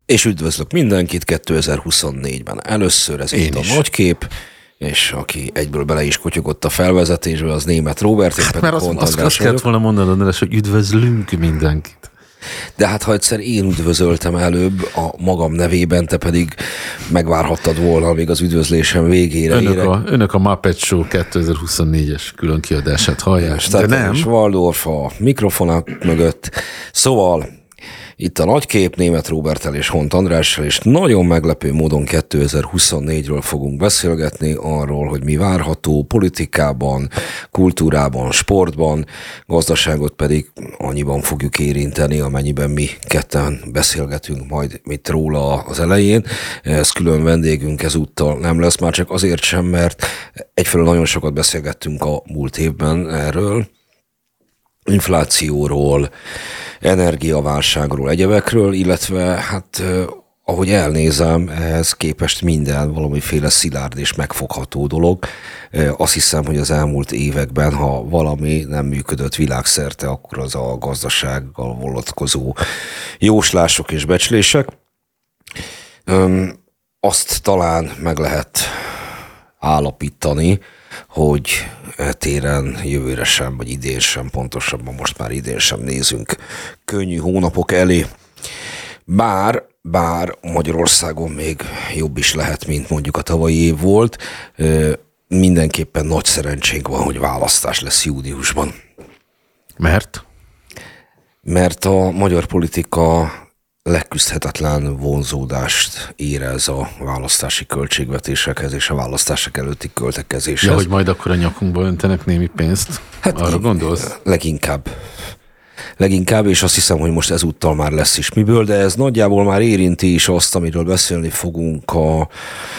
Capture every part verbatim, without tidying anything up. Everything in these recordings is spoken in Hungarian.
És üdvözlök mindenkit kétezer-huszonnégyben. Először ez itt a nagykép, és aki egyből bele is kutyogott a felvezetésbe, az Németh Róbert. Hát mert azt, azt, azt kellett volna mondanod, hogy üdvözlünk mindenkit. De hát ha egyszer én üdvözöltem előbb a magam nevében, te pedig megvárhattad volna még az üdvözlésem végére. Önök a, önök a Muppet Show kétezer-huszonnégyes külön kiadását hallják. De nem. És Waldorf a mikrofonok mögött. Szóval itt a nagykép Németh Róberttel és Hont Andrással, és nagyon meglepő módon kétezer-huszonnégyről fogunk beszélgetni, arról, hogy mi várható politikában, kultúrában, sportban, gazdaságot pedig annyiban fogjuk érinteni, amennyiben mi ketten beszélgetünk majd mit róla az elején. Ez külön vendégünk ezúttal nem lesz, már csak azért sem, mert egyfelől nagyon sokat beszélgettünk a múlt évben erről, inflációról, energiaválságról, egyebekről, illetve hát ahogy elnézem, ehhez képest minden valamiféle szilárd és megfogható dolog. Azt hiszem, hogy az elmúlt években, ha valami nem működött világszerte, akkor az a gazdasággal vonatkozó jóslások és becslések. Azt talán meg lehet állapítani, hogy téren jövőre sem, vagy idén sem, pontosabban most már idén sem nézünk könnyű hónapok elé. Bár, bár Magyarországon még jobb is lehet, mint mondjuk a tavalyi év volt, mindenképpen nagy szerencsénk van, hogy választás lesz júniusban. Mert? Mert a magyar politika leküzdhetetlen vonzódást érez a választási költségvetésekhez és a választások előtti költekezéshez. Ja, hogy majd akkor a nyakunkba öntenek némi pénzt? Hát arra gondolsz? Leginkább. Leginkább, és azt hiszem, hogy most ezúttal már lesz is miből, de ez nagyjából már érinti is azt, amiről beszélni fogunk a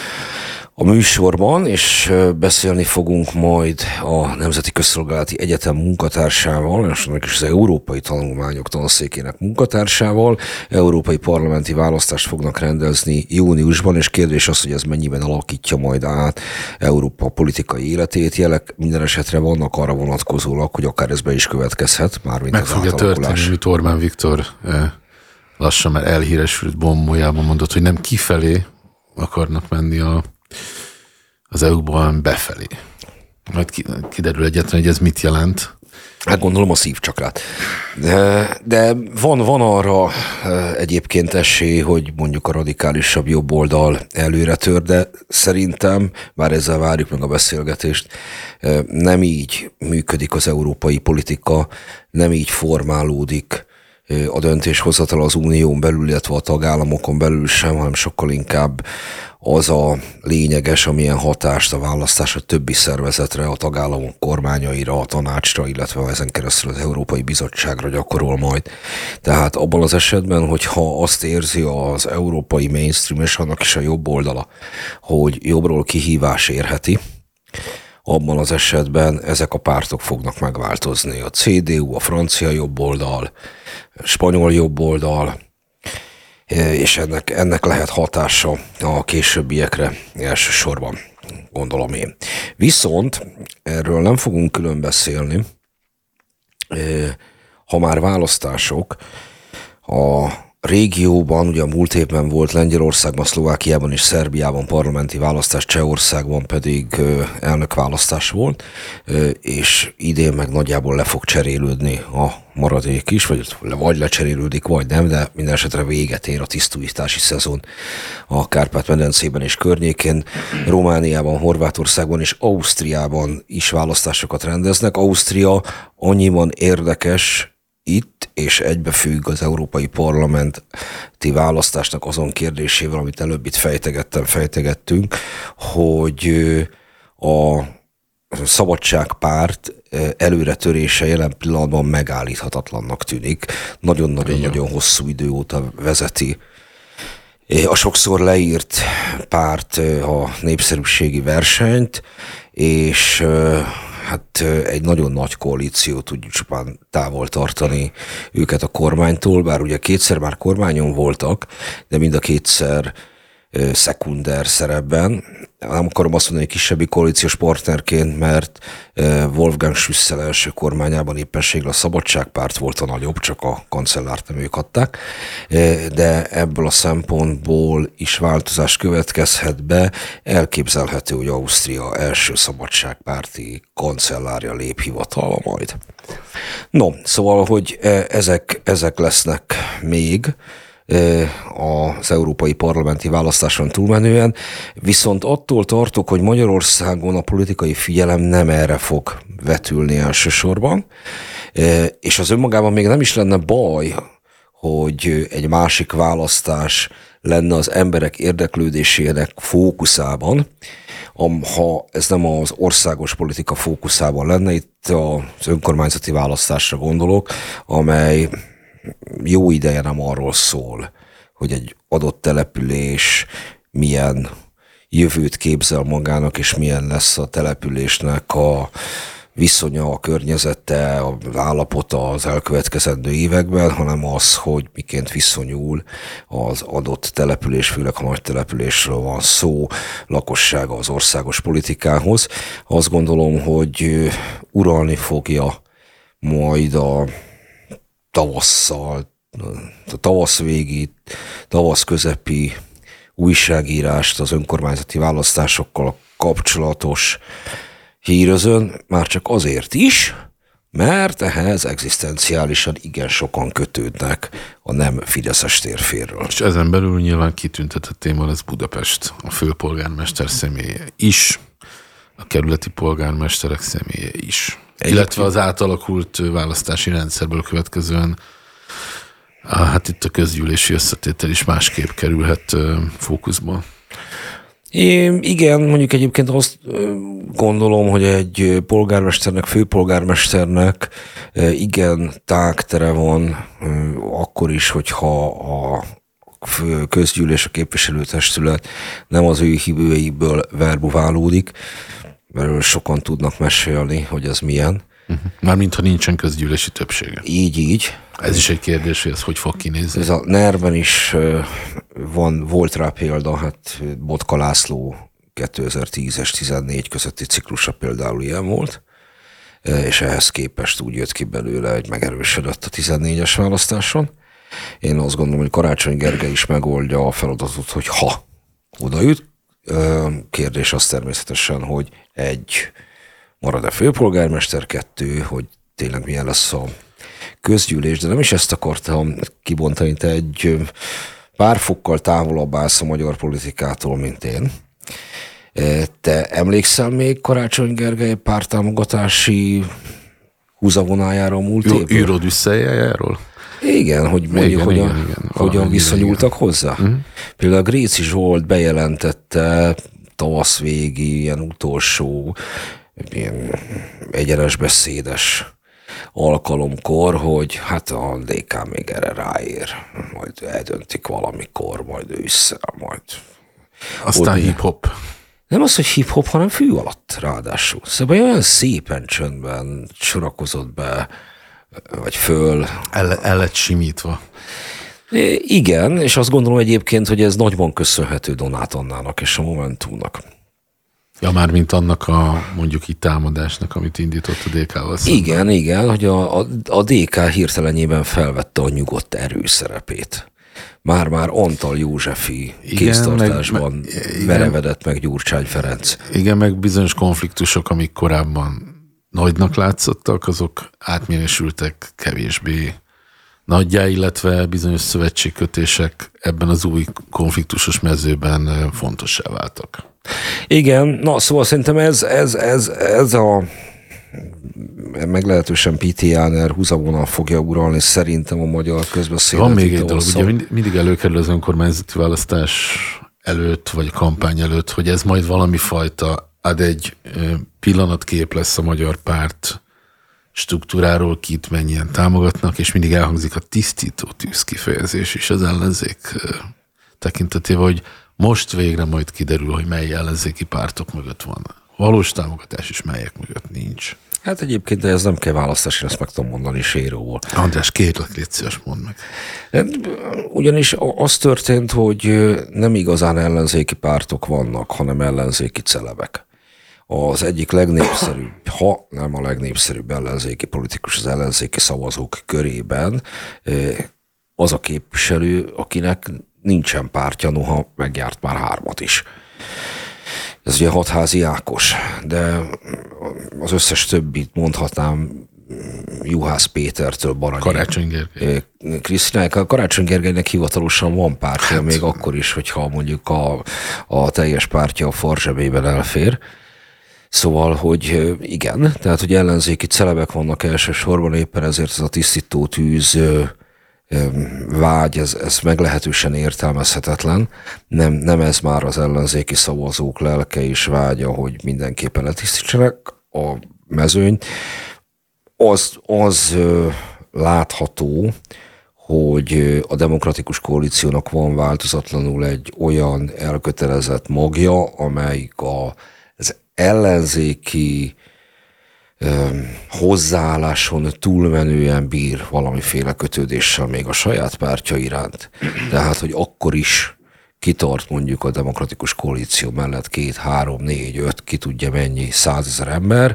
A műsorban, és beszélni fogunk majd a Nemzeti Közszolgálati Egyetem munkatársával, és annak is az Európai Tanulmányok Tanszékének munkatársával. Európai parlamenti választást fognak rendezni júniusban, és kérdés az, hogy ez mennyiben alakítja majd át Európa politikai életét. Jelek minden esetre vannak arra vonatkozólag, hogy akár ez be is következhet, mármint meg az fogja történni, mint Orbán Viktor lassan már elhíresült bombójában mondott, hogy nem kifelé akarnak menni a az é u-ban befelé. Majd kiderül egyetlen, hogy ez mit jelent. Hát gondolom a szívcsakrát. De, de van, van arra egyébként esély, hogy mondjuk a radikálisabb jobb oldal előre tör, de szerintem, bár ezzel várjuk meg a beszélgetést, nem így működik az európai politika, nem így formálódik a döntéshozatal az unión belül, illetve a tagállamokon belül sem, hanem sokkal inkább az a lényeges, amilyen hatást a választás a többi szervezetre, a tagállamok kormányaira, a tanácsra, illetve ezen keresztül az Európai Bizottságra gyakorol majd. Tehát abban az esetben, hogyha azt érzi az európai mainstream, és annak is a jobb oldala, hogy jobbról kihívás érheti, abban az esetben ezek a pártok fognak megváltozni. A cé dé u, a francia jobboldal, a spanyol jobboldal, és ennek, ennek lehet hatása a későbbiekre elsősorban, gondolom én. Viszont erről nem fogunk külön beszélni, ha már választások, a régióban, ugye a múlt évben volt Lengyelországban, Szlovákiában és Szerbiában parlamenti választás, Csehországban pedig elnökválasztás volt, és idén meg nagyjából le fog cserélődni a maradék is, vagy, vagy lecserélődik, vagy nem, de minden esetre véget ér a tisztújítási szezon a Kárpát-medencében és környékén. Romániában, Horvátországban és Ausztriában is választásokat rendeznek. Ausztria annyiban érdekes itt, és egybefügg az Európai Parlamenti választásnak azon kérdésével, amit előbb itt fejtegettem, fejtegettünk, hogy a Szabadságpárt előretörése jelen pillanatban megállíthatatlannak tűnik. Nagyon-nagyon-nagyon hosszú idő óta vezeti a sokszor leírt párt a népszerűségi versenyt, és hát egy nagyon nagy koalíció tudjuk csupán távol tartani őket a kormánytól, bár ugye kétszer már kormányon voltak, de mind a kétszer szekunder szerepben. Nem akarom azt mondani, hogy kisebbi koalíciós partnerként, mert Wolfgang Schüssel első kormányában éppenséggel a Szabadságpárt volt a nagyobb, csak a kancellárt nem ők adták, de ebből a szempontból is változás következhet be. Elképzelhető, hogy Ausztria első szabadságpárti kancellárja lép hivatalba majd. No, szóval, hogy ezek, ezek lesznek még az európai parlamenti választáson túlmenően, viszont attól tartok, hogy Magyarországon a politikai figyelem nem erre fog vetülni elsősorban, és az önmagában még nem is lenne baj, hogy egy másik választás lenne az emberek érdeklődésének fókuszában, ha ez nem az országos politika fókuszában lenne, itt az önkormányzati választásra gondolok, amely jó ideje nem arról szól, hogy egy adott település milyen jövőt képzel magának, és milyen lesz a településnek a viszonya, a környezete, az állapota az elkövetkezendő években, hanem az, hogy miként viszonyul az adott település, főleg ha nagy településről van szó, lakossága az országos politikához. Azt gondolom, hogy uralni fogja majd a tavasszal, a tavasz végi, tavasz közepi újságírást az önkormányzati választásokkal kapcsolatos hírözön, már csak azért is, mert ehhez egzisztenciálisan igen sokan kötődnek a nem fideszes térférről. És ezen belül nyilván kitüntetett téma lesz Budapest, a főpolgármester személye is, a kerületi polgármesterek személye is. Egyébként. Illetve az átalakult választási rendszerből következően hát itt a közgyűlési összetétel is másképp kerülhet fókuszba. É, igen, mondjuk egyébként azt gondolom, hogy egy polgármesternek, főpolgármesternek igen tágtere van akkor is, hogyha a közgyűlés, a képviselőtestület nem az ő hibőiből verbuválódik, mert sokan tudnak mesélni, hogy ez milyen. Uh-huh. Mármint, ha nincsen közgyűlési többsége. Így, így. Ez is egy kérdés, hogy ez hogy fog kinézni. Ez a NER-ben is van, volt rá példa, hát Botka László kétezer-tízes tizennégy közötti ciklusa például ilyen volt, és ehhez képest úgy jött ki belőle, hogy megerősödött a tizennégyes választáson. Én azt gondolom, hogy Karácsony Gergely is megoldja a feladatot, hogy ha odaüt. Kérdés az természetesen, hogy egy marad-e főpolgármester, kettő, hogy tényleg milyen lesz a közgyűlés, de nem is ezt akartam kibontani, te egy pár fokkal távolabb állsz a magyar politikától, mint én. Te emlékszel még Karácsony Gergely pártámogatási húzavonájára a múlt évből? Írod visszajájáról? Igen, hogy mondjuk, igen, hogyan, igen, igen. hogyan Ah, viszonyultak igen. hozzá. Uh-huh. Például a Gréci Zsolt bejelentette tavasz végi, ilyen utolsó, ilyen egyenes beszédes alkalomkor, hogy hát a dé ká még erre ráér, majd eldöntik valamikor, majd ősszel, majd... Aztán hip-hop. Nem az, hogy hip-hop, hanem fű alatt ráadásul. Szóval olyan szépen csöndben sorakozott be, vagy föl. El, el lett simítva. Igen, és azt gondolom egyébként, hogy ez nagyban köszönhető Donát Annának és a Momentumnak. Ja, már mint annak a mondjuk itt támadásnak, amit indított a dé ká-val szemben. Igen, igen, hogy a, a, a dé ká hirtelenjében felvette a nyugodt erő szerepét. Már-már Antal Józsefi igen, kéztartásban meg, meg, merevedett meg Gyurcsány Ferenc. Igen, meg bizonyos konfliktusok, amik korábban nagynak látszottak, azok átminősültek kevésbé nagyjá, illetve bizonyos szövetségkötések ebben az új konfliktusos mezőben fontossá váltak. Igen, na szóval szerintem ez, ez, ez, ez a meglehetősen pé té Jáner húzavonal fogja uralni szerintem a magyar közbeszédet. Van még egy dolog, ugye mindig előkerül az önkormányzati választás előtt, vagy a kampány előtt, hogy ez majd valami fajta, ad egy pillanatkép lesz a magyar párt struktúráról, kit mennyien támogatnak, és mindig elhangzik a tisztító tűz kifejezés is az ellenzék tekintetében, hogy most végre majd kiderül, hogy mely ellenzéki pártok mögött van valós támogatás is melyek mögött nincs. Hát egyébként, de ez nem kell választási, ezt meg tudom mondani Séróból. András, kérlek, légy szíves, mondd meg. Ugyanis az történt, hogy nem igazán ellenzéki pártok vannak, hanem ellenzéki celebek. Az egyik legnépszerűbb, ha nem a legnépszerűbb ellenzéki politikus az ellenzéki szavazók körében az a képviselő, akinek nincsen pártja, noha megjárt már hármat is. Ez ugye Hatházi Ákos, de az összes többit mondhatnám Juhász Pétertől Baranyi. Karácsony Gergely. Krisztinának, a Karácsony Gergelynek hivatalosan van pártja, hát, még akkor is, hogyha mondjuk a, a teljes pártja a farzsebében elfér. Szóval, hogy igen, tehát, hogy ellenzéki celebek vannak elsősorban, éppen ezért ez a tisztító tűz vágy, ez, ez meglehetősen értelmezhetetlen. Nem, nem ez már az ellenzéki szavazók lelke és vágya, hogy mindenképpen letisztítsenek a mezőnyt. Az, az látható, hogy a demokratikus koalíciónak van változatlanul egy olyan elkötelezett magja, amelyik a, az ellenzéki hozzáálláson túlmenően bír valamiféle kötődéssel még a saját pártja iránt. Tehát, hogy akkor is kitart mondjuk a demokratikus koalíció mellett két, három, négy, öt, ki tudja mennyi, százezer ember,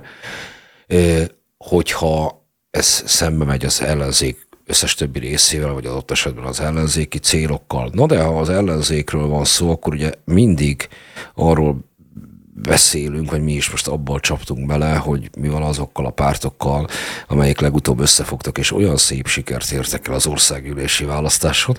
hogyha ez szembe megy az ellenzék összes többi részével, vagy adott esetben az ellenzéki célokkal. Na de ha az ellenzékről van szó, akkor ugye mindig arról beszélünk, vagy mi is most abban csaptunk bele, hogy mi van azokkal a pártokkal, amelyek legutóbb összefogtak, és olyan szép sikert értek el az országgyűlési választáson,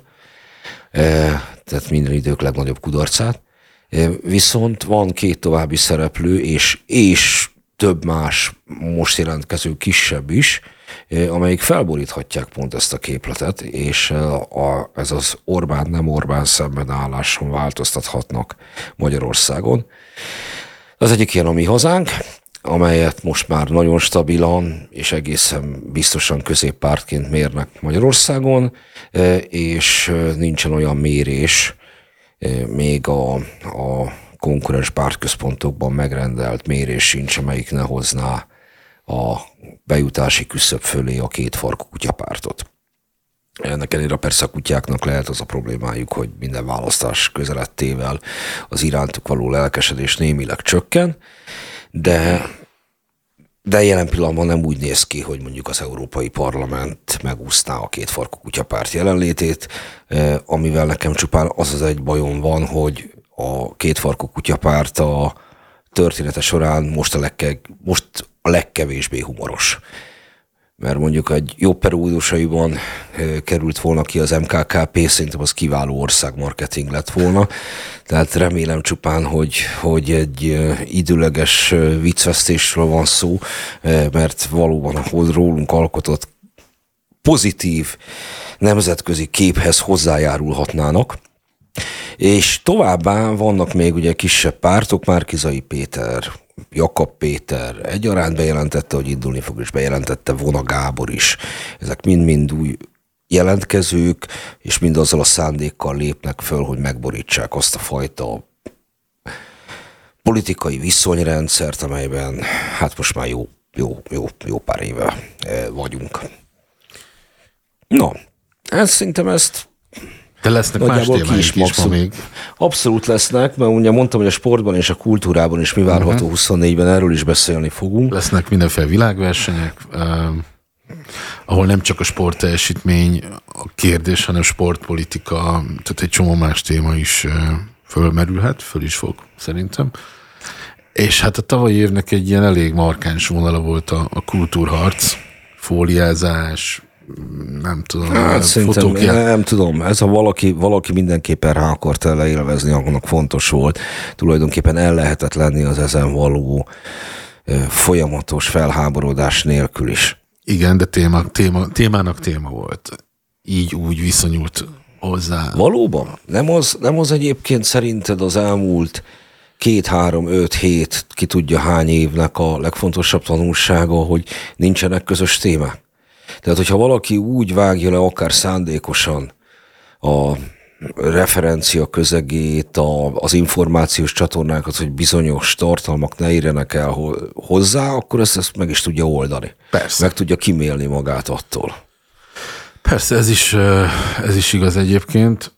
tehát minden idők legnagyobb kudarcát. Viszont van két további szereplő, és, és több más most jelentkező kisebb is, amelyik felboríthatják pont ezt a képletet, és a, ez az Orbán nem Orbán szembenálláson változtathatnak Magyarországon. Az egyik ilyen a Mi Hazánk, amelyet most már nagyon stabilan és egészen biztosan középpártként mérnek Magyarországon, és nincsen olyan mérés még a, a konkurens pártközpontokban megrendelt mérés sincs, amelyik ne hozná a bejutási küszöb fölé a kétfarkú kutyapártot. Ennek ellenére persze a kutyáknak lehet az a problémájuk, hogy minden választás közelettével az irántuk való lelkesedés némileg csökken, de, de jelen pillanatban nem úgy néz ki, hogy mondjuk az Európai Parlament megúszná a kétfarkú kutyapárt jelenlétét, amivel nekem csupán az az egy bajom van, hogy a kétfarkú kutyapárt a története során most a, legke, most a legkevésbé humoros. Mert mondjuk egy jobb periódusaiban került volna ki az em ká ká pé, szerintem az kiváló országmarketing lett volna. Tehát remélem csupán, hogy, hogy egy időleges viccvesztésről van szó, mert valóban a rólunk alkotott pozitív nemzetközi képhez hozzájárulhatnának. És továbbá vannak még ugye kisebb pártok, Márki-Zay Péter, Jakab Péter egyaránt bejelentette, hogy indulni fog, és bejelentette Vona Gábor is. Ezek mind-mind új jelentkezők, és mind azzal a szándékkal lépnek föl, hogy megborítsák azt a fajta politikai viszonyrendszert, amelyben hát most már jó, jó, jó, jó pár éve vagyunk. Na, ez szerintem ezt de lesznek más témáink is, is ma még. Abszolút lesznek, mert ugye mondtam, hogy a sportban és a kultúrában is mi várható uh-huh. huszonnégyben, erről is beszélni fogunk. Lesznek mindenféle világversenyek, eh, ahol nem csak a sportteljesítmény a kérdés, hanem sportpolitika, tehát egy csomó más téma is eh, fölmerülhet, föl is fog szerintem. És hát a tavalyi évnek egy ilyen elég markáns vonala volt a, a kultúrharc, fóliázás, nem tudom. Hát szerintem, nem tudom, ez ha valaki, valaki mindenképpen rá akart leélvezni, annak fontos volt. Tulajdonképpen el lehetett lenni az ezen való folyamatos felháborodás nélkül is. Igen, de téma, téma, témának téma volt. Így úgy viszonyult hozzá. Valóban? Nem az, nem az egyébként szerinted az elmúlt két, három, öt, hét, ki tudja hány évnek a legfontosabb tanulsága, hogy nincsenek közös témák? Tehát, hogyha valaki úgy vágja le akár szándékosan a, referencia közegét, a, az információs csatornákat, hogy bizonyos tartalmak ne érjenek el hozzá, akkor ezt, ezt meg is tudja oldani. Persze. Meg tudja kimélni magát attól. Persze, ez is, ez is igaz egyébként.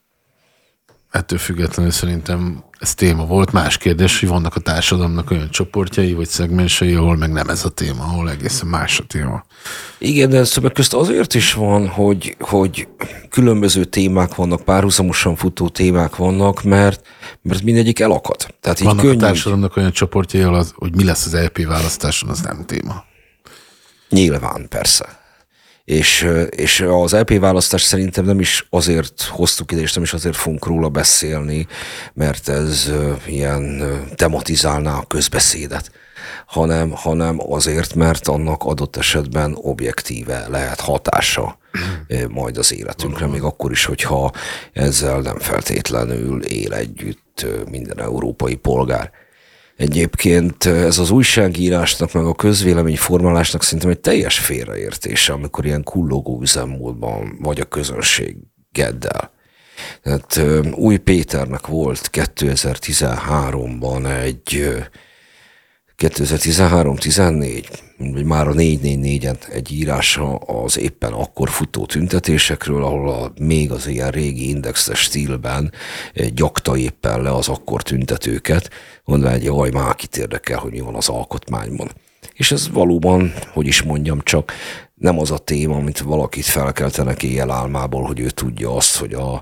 Ettől függetlenül szerintem ez téma volt. Más kérdés, hogy vannak a társadalomnak olyan csoportjai, vagy szegmensei, ahol meg nem ez a téma, ahol egészen más a téma. Igen, de ez többek közt azért is van, hogy, hogy különböző témák vannak, párhuzamosan futó témák vannak, mert, mert mindegyik elakad. Tehát vannak így könnyű... a társadalomnak olyan csoportjai, ahol az, hogy mi lesz az é pé választáson, az nem téma. Nyilván, persze. És, és az é pé választás szerintem nem is azért hoztuk ide, és nem is azért fogunk róla beszélni, mert ez ilyen tematizálná a közbeszédet, hanem, hanem azért, mert annak adott esetben objektíve lehet hatása majd az életünkre, még akkor is, hogyha ezzel nem feltétlenül él együtt minden európai polgár. Egyébként ez az újságírásnak, meg a közvéleményformálásnak szerintem egy teljes félreértése, amikor ilyen kullogó üzemmódban vagy a közönségeddel. Tehát Új Péternek volt kétezer-tizenháromban egy kétezer-tizenhárom tizennégy, vagy már a négy négy négyen egy írása az éppen akkor futó tüntetésekről, ahol a, még az ilyen régi indexes stílben gyakta éppen le az akkor tüntetőket, mondva egy jaj, már kit érdekel, hogy mi van az alkotmányban. És ez valóban, hogy is mondjam, csak nem az a téma, amit valakit felkeltenek éjjel álmából, hogy ő tudja azt, hogy a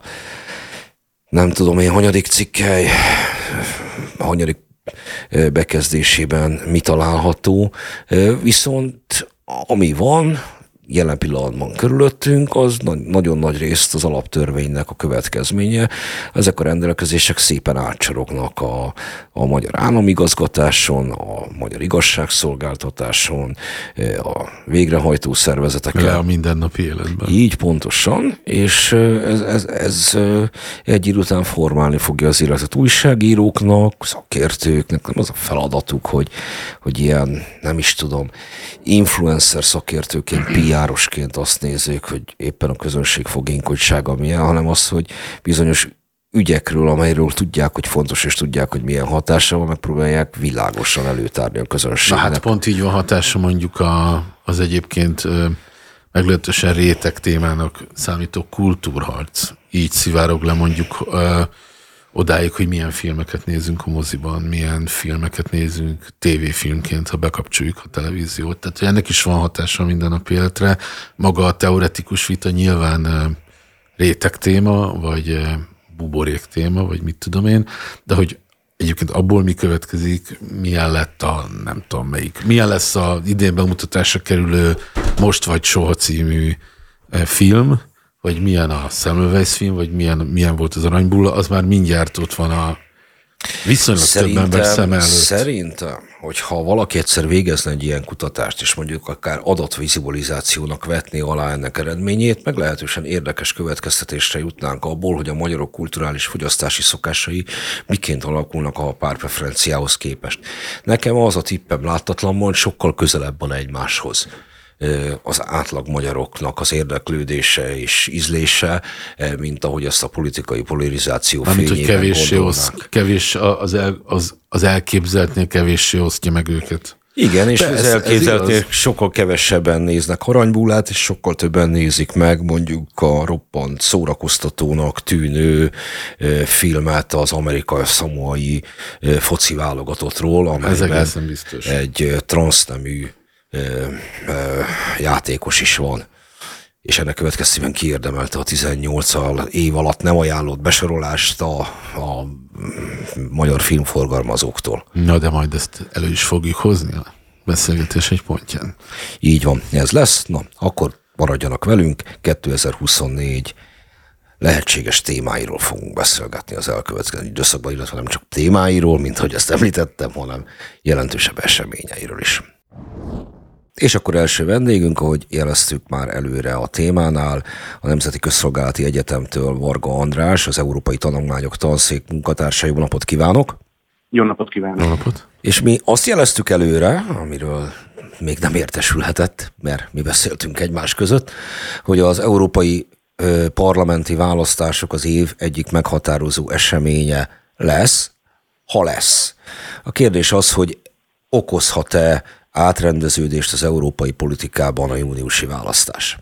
nem tudom én, hanyadik cikkely, hanyadik bekezdésében mi található, viszont ami van jelen pillanatban körülöttünk, az nagyon nagy részt az alaptörvénynek a következménye. Ezek a rendelkezések szépen átcsorognak a, a magyar államigazgatáson, a magyar igazságszolgáltatáson, a végrehajtó szervezeteken. Le a mindennapi életben. Így pontosan, és ez, ez, ez egy idő után formálni fogja az életet újságíróknak, szakértőknek, nem az a feladatuk, hogy, hogy ilyen, nem is tudom, influencer szakértőként, pé er-osként azt nézzék, hogy éppen a közönség fogékonysága milyen, hanem az, hogy bizonyos ügyekről, amelyről tudják, hogy fontos, és tudják, hogy milyen hatása van, megpróbálják világosan előtárni a közönségnek. Na hát pont így van hatása mondjuk a, az egyébként meglehetősen réteg témának számító kultúrharc. Így szivárog le mondjuk ö, odáig, hogy milyen filmeket nézünk a moziban, milyen filmeket nézünk tévéfilmként, ha bekapcsoljuk a televíziót. Tehát ennek is van hatása minden nap életre. Maga a teoretikus vita nyilván ö, réteg téma, vagy ö, buborék téma, vagy mit tudom én, de hogy egyébként abból mi következik, milyen lett a, nem tudom melyik, milyen lesz az idén bemutatásra kerülő Most vagy Soha című film, vagy milyen a Semmelweis film, vagy milyen, milyen volt az Aranybulla, az már mindjárt ott van a viszonylag szerintem, több ember szem előtt. Szerintem, hogyha valaki egyszer végezne egy ilyen kutatást, és mondjuk akár adatvizualizációnak vetné alá ennek eredményét, meglehetősen érdekes következtetésre jutnánk abból, hogy a magyarok kulturális fogyasztási szokásai miként alakulnak a pártpreferenciához képest. Nekem az a tippem láttatlanban, sokkal közelebb van egymáshoz az átlag magyaroknak az érdeklődése és ízlése, mint ahogy ezt a politikai polarizáció fényében gondolnák. Kevéssé osz, kevés, az, el, az, az elképzeltnél kevéssé osztja meg őket. Igen, és de az ez, elképzeltnél ez sokkal kevesebben néznek Aranybullát, és sokkal többen nézik meg mondjuk a roppant szórakoztatónak tűnő filmet az amerikai szamoai foci válogatottról, amelyben egy transznemű játékos is van, és ennek következtében kiérdemelte a tizennyolc év alatt nem ajánlott besorolást a, a magyar filmforgalmazóktól. Na, de majd ezt elő is fogjuk hozni a beszélgetés egy pontján. Így van, ez lesz. Na, akkor maradjanak velünk. kétezer-huszonnégy lehetséges témáiról fogunk beszélgetni az elkövetkező időszakban, illetve nem csak témáiról, mint hogy ezt említettem, hanem jelentősebb eseményeiről is. És akkor első vendégünk, ahogy jeleztük már előre a témánál, a Nemzeti Közszolgálati Egyetemtől Varga András, az Európai Tanulmányok Tanszék munkatársa. Jó napot kívánok! Jó napot kívánok! Jó napot! És mi azt jeleztük előre, amiről még nem értesülhetett, mert mi beszéltünk egymás között, hogy az Európai parlamenti választások az év egyik meghatározó eseménye lesz, ha lesz. A kérdés az, hogy okozhat-e átrendeződést az európai politikában a júniusi választás?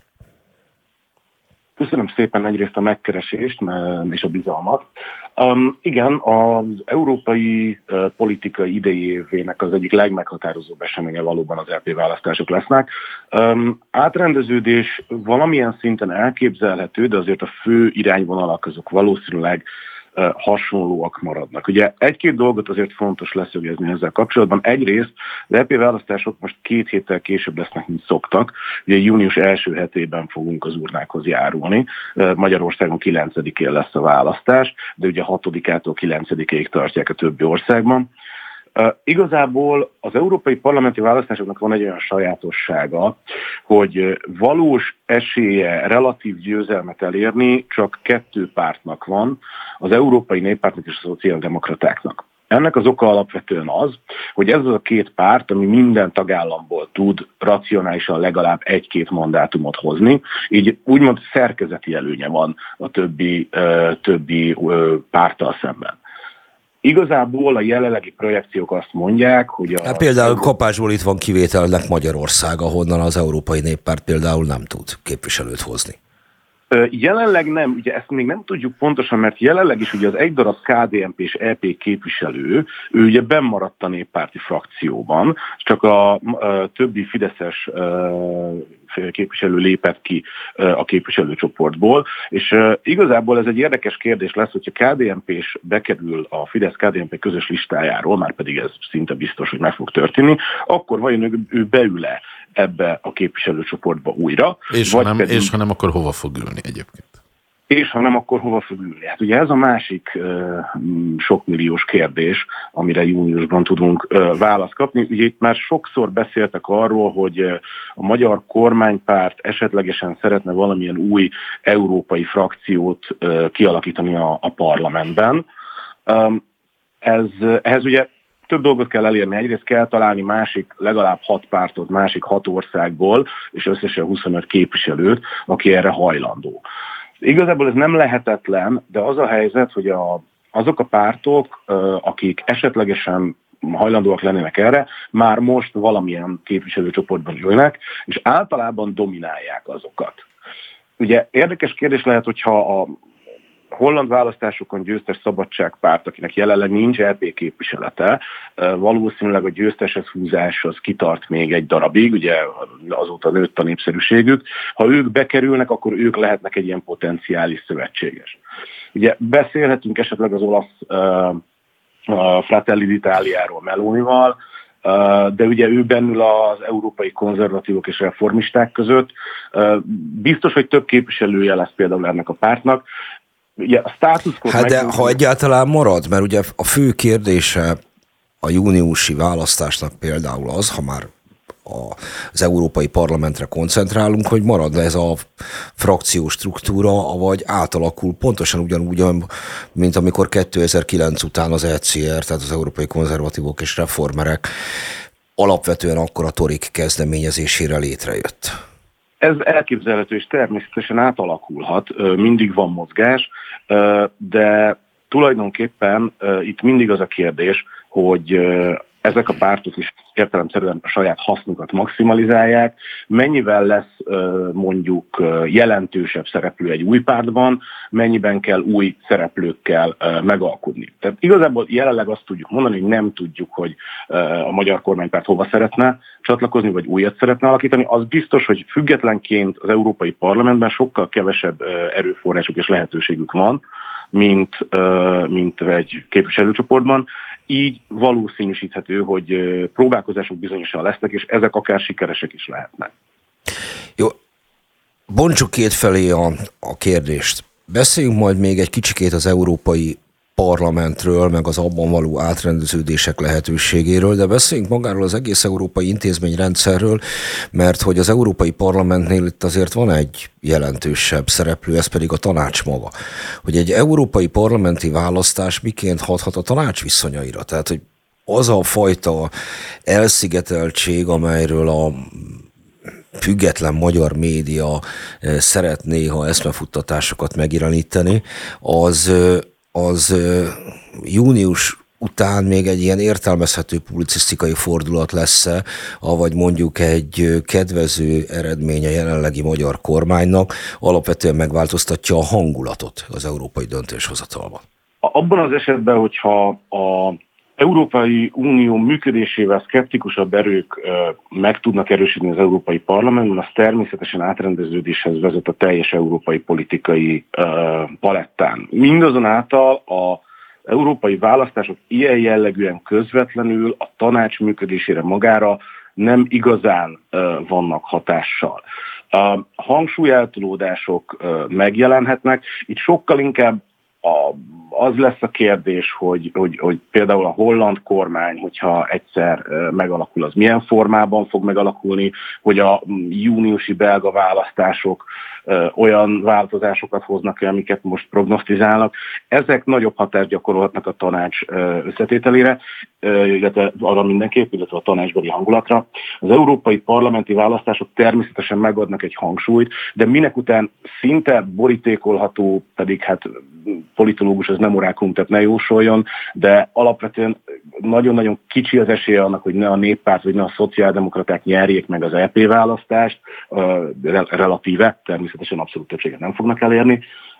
Köszönöm szépen egyrészt a megkeresést és a bizalmat. Um, igen, az európai uh, politikai idejévének az egyik legmeghatározóbb eseménye valóban az é pé választások lesznek. Um, átrendeződés valamilyen szinten elképzelhető, de azért a fő irányvonalak azok valószínűleg uh, hasonlóak maradnak. Ugye egy-két dolgot azért fontos leszögezni ezzel kapcsolatban. Egyrészt az é pé választások most két héttel később lesznek, mint szoktak. Ugye június első hetében fogunk az urnákhoz járulni. Magyarországon kilencedikén lesz a választás, de ugye hatodikától kilencedikéig tartják a többi országban. Uh, igazából az európai parlamenti választásoknak van egy olyan sajátossága, hogy valós esélye relatív győzelmet elérni csak kettő pártnak van, az Európai Néppártnak és a Szociáldemokratáknak. Ennek az oka alapvetően az, hogy ez az a két párt, ami minden tagállamból tud racionálisan legalább egy-két mandátumot hozni, így úgymond szerkezeti előnye van a többi, ö, többi ö, párttal szemben. Igazából a jelenlegi projekciók azt mondják, hogy a... Hát például kapásból itt van kivételnek Magyarország, ahonnan az Európai Néppárt például nem tud képviselőt hozni. Jelenleg nem, ugye ezt még nem tudjuk pontosan, mert jelenleg is ugye az egy darab ká dé en pé és é pé képviselő, ő ugye bennmaradt a néppárti frakcióban, csak a, a többi fideszes képviselő lépett ki a képviselőcsoportból, és igazából ez egy érdekes kérdés lesz, hogyha ká dé en pés bekerül a Fidesz-ká dé en pé közös listájáról, már pedig ez szinte biztos, hogy meg fog történni, akkor vajon ő, ő beül-e ebbe a képviselőcsoportba újra. És ha, nem, pedig, és ha nem, akkor hova fog ülni egyébként? És ha nem, akkor hova fog ülni? Hát ugye ez a másik uh, sokmilliós kérdés, amire júniusban tudunk uh, választ kapni. Ugye itt már sokszor beszéltek arról, hogy uh, a magyar kormánypárt esetlegesen szeretne valamilyen új európai frakciót uh, kialakítani a, a parlamentben. Um, ez, ehhez ugye több dolgot kell elérni. Egyrészt kell találni másik, legalább hat pártot, másik hat országból, és összesen huszonöt képviselőt, aki erre hajlandó. Igazából ez nem lehetetlen, de az a helyzet, hogy a, azok a pártok, akik esetlegesen hajlandóak lennének erre, már most valamilyen képviselőcsoportban ülnek, és általában dominálják azokat. Ugye érdekes kérdés lehet, hogyha a holland választásokon győztes Szabadságpárt, akinek jelenleg nincs é pé képviselete, valószínűleg a győzteshez húzás az kitart még egy darabig, ugye azóta nőtt a népszerűségük. Ha ők bekerülnek, akkor ők lehetnek egy ilyen potenciális szövetséges. Ugye beszélhetünk esetleg az olasz uh, uh, Fratelli d'Italiáról Melonival, uh, de ugye ő bennül az európai konzervatívok és reformisták között. Uh, biztos, hogy több képviselője lesz például ennek a pártnak. Ugye a státuszkód hát de meg... ha egyáltalán marad, mert ugye a fő kérdése a júniusi választásnak például az, ha már az Európai Parlamentre koncentrálunk, hogy marad ez a frakció struktúra, vagy átalakul pontosan ugyanúgy, mint amikor kétezer-kilenc után az é cé er, tehát az Európai Konzervatívok és Reformerek alapvetően akkor a torik kezdeményezésére létrejött. Ez elképzelhető, és természetesen átalakulhat, mindig van mozgás, de tulajdonképpen itt mindig az a kérdés, hogy ezek a pártok is értelemszerűen a saját hasznukat maximalizálják, mennyivel lesz mondjuk jelentősebb szereplő egy új pártban, mennyiben kell új szereplőkkel megalkudni. Tehát igazából jelenleg azt tudjuk mondani, hogy nem tudjuk, hogy a magyar kormánypárt hova szeretne csatlakozni, vagy újat szeretne alakítani. Az biztos, hogy függetlenként az Európai Parlamentben sokkal kevesebb erőforrásuk és lehetőségük van, mint, mint egy képviselőcsoportban. Így valószínűsíthető, hogy próbálkozások bizonyosan lesznek, és ezek akár sikeresek is lehetnek. Jó, bontsuk két felé a, a kérdést. Beszéljünk majd még egy kicsikét az Európai Parlamentről, meg az abban való átrendeződések lehetőségéről, de beszéljünk magáról az egész európai intézményrendszerről, mert hogy az Európai Parlamentnél itt azért van egy jelentősebb szereplő, ez pedig a tanács maga. Hogy egy európai parlamenti választás miként hathat a tanács viszonyaira? Tehát, hogy az a fajta elszigeteltség, amelyről a független magyar média szeretné, ha eszmefuttatásokat megjeleníteni, az, az június után még egy ilyen értelmezhető publicisztikai fordulat lesz-e, avagy mondjuk egy kedvező eredmény a jelenlegi magyar kormánynak alapvetően megváltoztatja a hangulatot az európai döntéshozatalban? Abban az esetben, hogyha a Európai Unió működésével szkeptikusabb erők meg tudnak erősödni az Európai Parlamentben, az természetesen átrendeződéshez vezet a teljes európai politikai palettán. Mindazonáltal a európai választások ilyen jellegűen közvetlenül a tanács működésére magára nem igazán vannak hatással. A hangsúlyeltolódások megjelenhetnek, itt sokkal inkább A, az lesz a kérdés, hogy, hogy, hogy például a holland kormány, hogyha egyszer megalakul, az milyen formában fog megalakulni, hogy a júniusi belga választások olyan változásokat hoznak el, amiket most prognosztizálnak. Ezek nagyobb hatást gyakorolhatnak a tanács összetételére, illetve arra mindenképp, illetve a tanácsbeli hangulatra. Az európai parlamenti választások természetesen megadnak egy hangsúlyt, de minek után szinte borítékolható, pedig hát politológus az nem orákum, tehát ne jósoljon, de alapvetően nagyon-nagyon kicsi az esélye annak, hogy ne a néppárt, vagy ne a szociáldemokraták nyerjék meg az é pé választást, relatíve, természetesen abszolút többséget nem fognak elérni.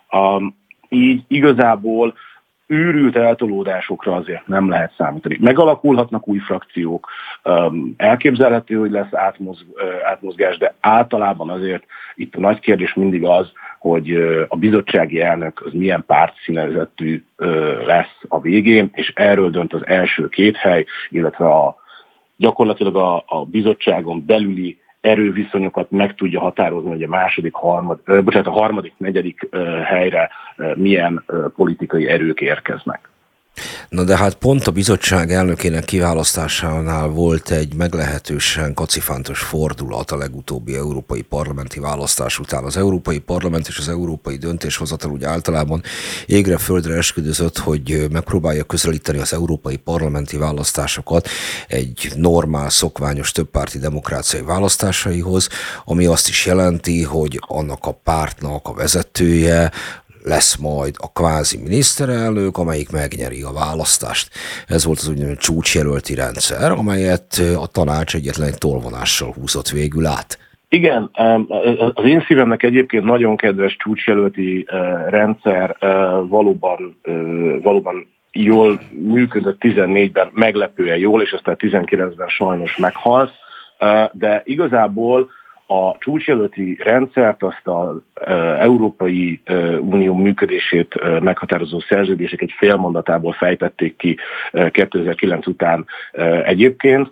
Így igazából őrült eltolódásokra azért nem lehet számítani. Megalakulhatnak új frakciók, elképzelhető, hogy lesz átmozgás, de általában azért itt a nagy kérdés mindig az, hogy a bizottsági elnök az milyen pártszínezetű lesz a végén, és erről dönt az első két hely, illetve a, gyakorlatilag a, a bizottságon belüli erőviszonyokat meg tudja határozni, hogy a második, harmad, ö, bocsánat, a harmadik, negyedik ö, helyre ö, milyen ö, politikai erők érkeznek. Na de hát pont a bizottság elnökének kiválasztásánál volt egy meglehetősen kacifántos fordulat a legutóbbi európai parlamenti választás után. Az európai parlament és az európai döntéshozatal úgy általában égre földre esküdözött, hogy megpróbálja közelíteni az európai parlamenti választásokat egy normál, szokványos többpárti demokráciai választásaihoz, ami azt is jelenti, hogy annak a pártnak a vezetője lesz majd a kvázi miniszterelnök, amelyik megnyeri a választást. Ez volt az úgynevezett csúcsjelölti rendszer, amelyet a tanács egyetlen egy tolvonással húzott végül át. Igen, az én szívemnek egyébként nagyon kedves csúcsjelölti rendszer valóban, valóban jól működött tizennégyben, meglepően jól, és aztán tizenkilencben sajnos meghalt, de igazából a csúcsjelölti rendszert azt az Európai Unió működését meghatározó szerződések egy félmondatából fejtették ki kétezer-kilenc után egyébként.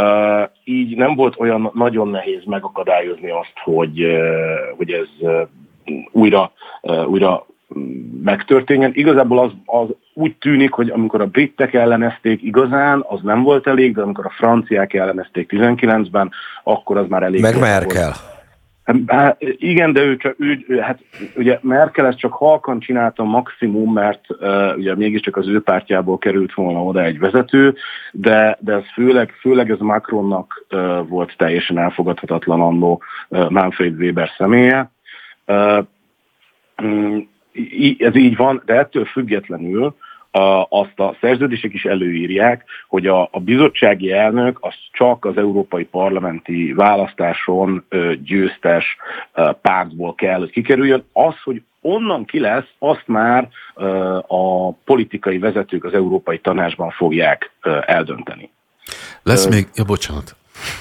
Így nem volt olyan nagyon nehéz megakadályozni azt, hogy, hogy ez újra, újra megtörténjen. Igazából az, az úgy tűnik, hogy amikor a britek ellenezték igazán, az nem volt elég, de amikor a franciák ellenezték tizenkilencben, akkor az már elég. Meg Merkel. Hát, igen, de ő csak, ő, hát ugye Merkel ezt csak halkan csinálta maximum, mert uh, ugye mégiscsak az ő pártjából került volna oda egy vezető, de, de ez főleg, főleg ez Macronnak uh, volt teljesen elfogadhatatlan annó uh, Manfred Weber személye. Uh, um, Ez így van, de ettől függetlenül azt a szerződések is előírják, hogy a, a bizottsági elnök az csak az európai parlamenti választáson győztes pártból kell, hogy kikerüljön. Az, hogy onnan ki lesz, azt már a politikai vezetők az Európai Tanácsban fogják eldönteni. Lesz uh, még... Ja, bocsánat.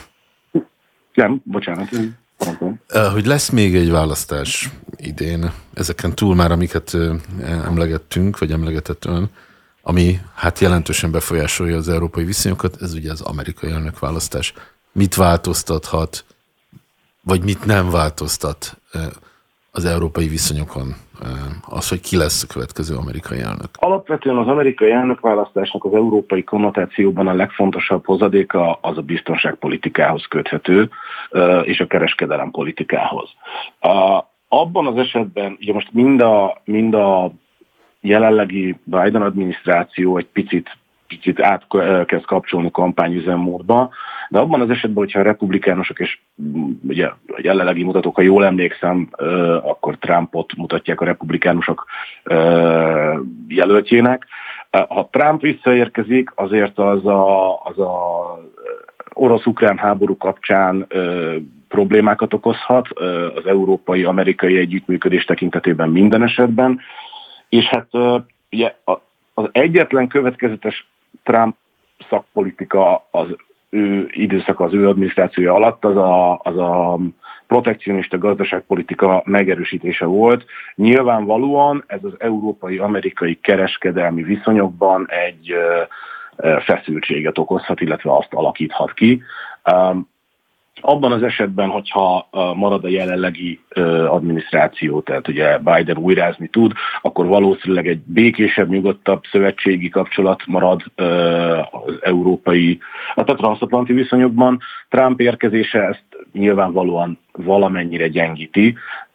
Nem, bocsánat. Hogy lesz még egy választás idén, ezeken túl már, amiket emlegettünk, vagy emlegetett ön, ami hát jelentősen befolyásolja az európai viszonyokat, ez ugye az amerikai elnökválasztás. Mit változtathat, vagy mit nem változtat az európai viszonyokon az, hogy ki lesz a következő amerikai elnök? Alapvetően az amerikai elnökválasztásnak az európai konnotációban a legfontosabb hozadéka az a biztonságpolitikához köthető, és a kereskedelem politikához. Abban az esetben, ugye most mind a, mind a jelenlegi Biden adminisztráció egy picit kicsit átkezd kapcsolni kampányüzemmódba, de abban az esetben, hogyha a republikánusok, és ugye a jelenlegi mutatók, ha jól emlékszem, akkor Trumpot mutatják a republikánusok jelöltjének. Ha Trump visszaérkezik, azért az a, az a orosz-ukrán háború kapcsán problémákat okozhat az európai-amerikai együttműködés tekintetében minden esetben, és hát ugye az egyetlen következetes Trump szakpolitika az ő időszaka, az ő adminisztrációja alatt az a, az a protekcionista gazdaságpolitika megerősítése volt. Nyilvánvalóan ez az európai-amerikai kereskedelmi viszonyokban egy feszültséget okozhat, illetve azt alakíthat ki. Abban az esetben, hogyha marad a jelenlegi adminisztráció, tehát ugye Biden újrázni tud, akkor valószínűleg egy békésebb, nyugodtabb szövetségi kapcsolat marad az európai, a transatlanti viszonyokban. Trump érkezése ezt nyilvánvalóan valamennyire gyengíti.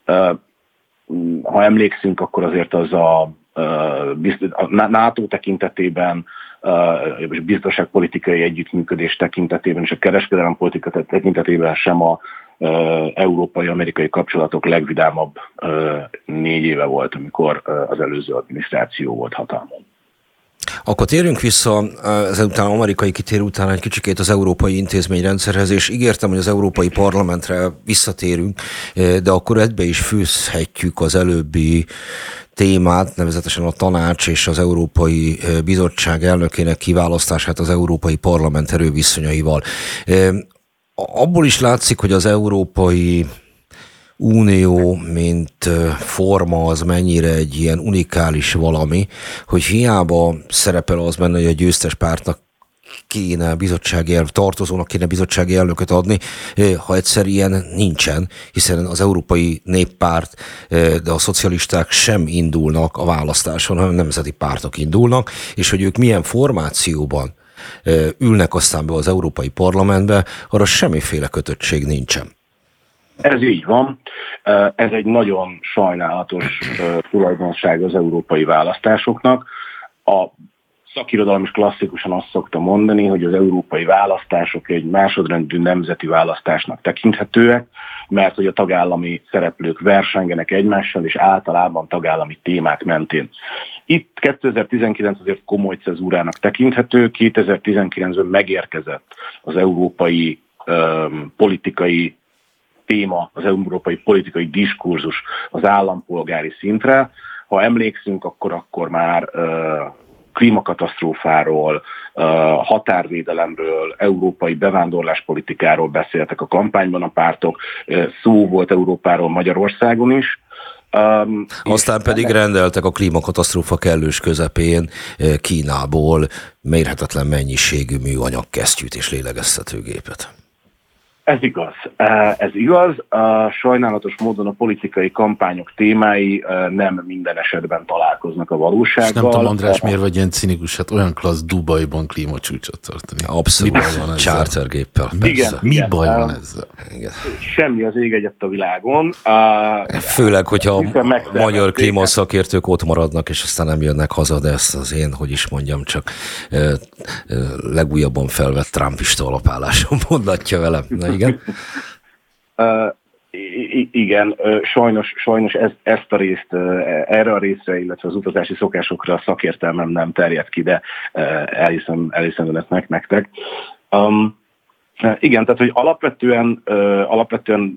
Ha emlékszünk, akkor azért az a, a NATO tekintetében és biztonságpolitikai együttműködés tekintetében és a kereskedelem politika tekintetében sem a európai-amerikai kapcsolatok legvidámabb négy éve volt, amikor az előző adminisztráció volt hatalmon. Akkor térjünk vissza ezután amerikai kitérő után egy kicsikét az európai intézményrendszerhez, és ígértem, hogy az Európai Parlamentre visszatérünk, de akkor ebbe is fűzhetjük az előbbi témát, nevezetesen a tanács és az Európai Bizottság elnökének kiválasztását az Európai Parlament erőviszonyaival. Abból is látszik, hogy az Európai Unió, mint forma, az mennyire egy ilyen unikális valami, hogy hiába szerepel az benne, hogy a győztes pártnak kéne bizottsági elnök, tartozónak kéne bizottsági elnököt adni, ha egyszer ilyen nincsen, hiszen az Európai Néppárt, de a szocialisták sem indulnak a választáson, hanem nemzeti pártok indulnak, és hogy ők milyen formációban ülnek aztán be az Európai Parlamentbe, arra semmiféle kötöttség nincsen. Ez így van. Ez egy nagyon sajnálatos tulajdonság az európai választásoknak. A szakirodalom is klasszikusan azt szokta mondani, hogy az európai választások egy másodrendű nemzeti választásnak tekinthetőek, mert hogy a tagállami szereplők versengenek egymással, és általában tagállami témák mentén. Itt kétezer-tizenkilenc azért komoly cezúrának tekinthető, kétezer-tizenkilencben megérkezett az európai um, politikai téma, az európai politikai diskurzus az állampolgári szintre. Ha emlékszünk, akkor, akkor már uh, klímakatasztrófáról, uh, határvédelemről, európai bevándorláspolitikáról beszéltek a kampányban a pártok, uh, szó volt Európáról Magyarországon is. Um, Aztán pedig ennek... rendeltek a klímakatasztrófa kellős közepén Kínából mérhetetlen mennyiségű műanyag kesztyűt és lélegeztetőgépet. Ez igaz. Ez igaz. Sajnálatos módon a politikai kampányok témái nem minden esetben találkoznak a valósággal. És nem tudom, András, miért vagy ilyen cinikus, hát olyan klassz Dubajban klímacsúcsot tartani. Abszolút, van chartergéppel. Igen, Mi igen. baj van ezzel? Igen. Semmi az ég egyet a világon. Főleg, hogyha a magyar klímaszakértők ott maradnak, és aztán nem jönnek haza, de ezt az én, hogy is mondjam, csak legújabban felvett trumpista alapállásom mondatja velem. Na, igen? Uh, igen, sajnos, sajnos ezt, ezt a részt, erre a részre, illetve az utazási szokásokra a szakértelmem nem terjed ki, de elhiszem, elhiszem önöknek, nektek. Um, igen, tehát hogy alapvetően, alapvetően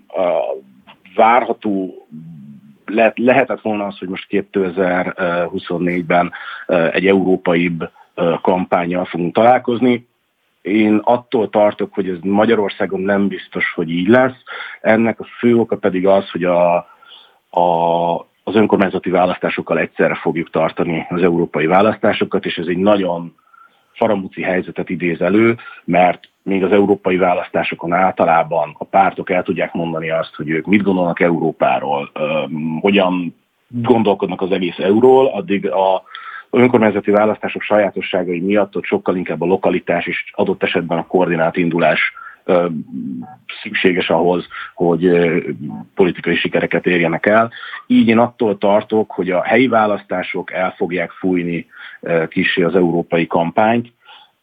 várható le, lehetett volna az, hogy most kétezer-huszonnégyben egy európaibb kampánnyal fogunk találkozni. Én attól tartok, hogy ez Magyarországon nem biztos, hogy így lesz. Ennek a fő oka pedig az, hogy a, a, az önkormányzati választásokkal egyszerre fogjuk tartani az európai választásokat, és ez egy nagyon faramúci helyzetet idéz elő, mert még az európai választásokon általában a pártok el tudják mondani azt, hogy ők mit gondolnak Európáról, hogyan gondolkodnak az egész euróról, addig a Az önkormányzati választások sajátosságai miatt ott sokkal inkább a lokalitás és adott esetben a koordinált indulás ö, szükséges ahhoz, hogy ö, politikai sikereket érjenek el. Így én attól tartok, hogy a helyi választások el fogják fújni ö, kissé az európai kampányt,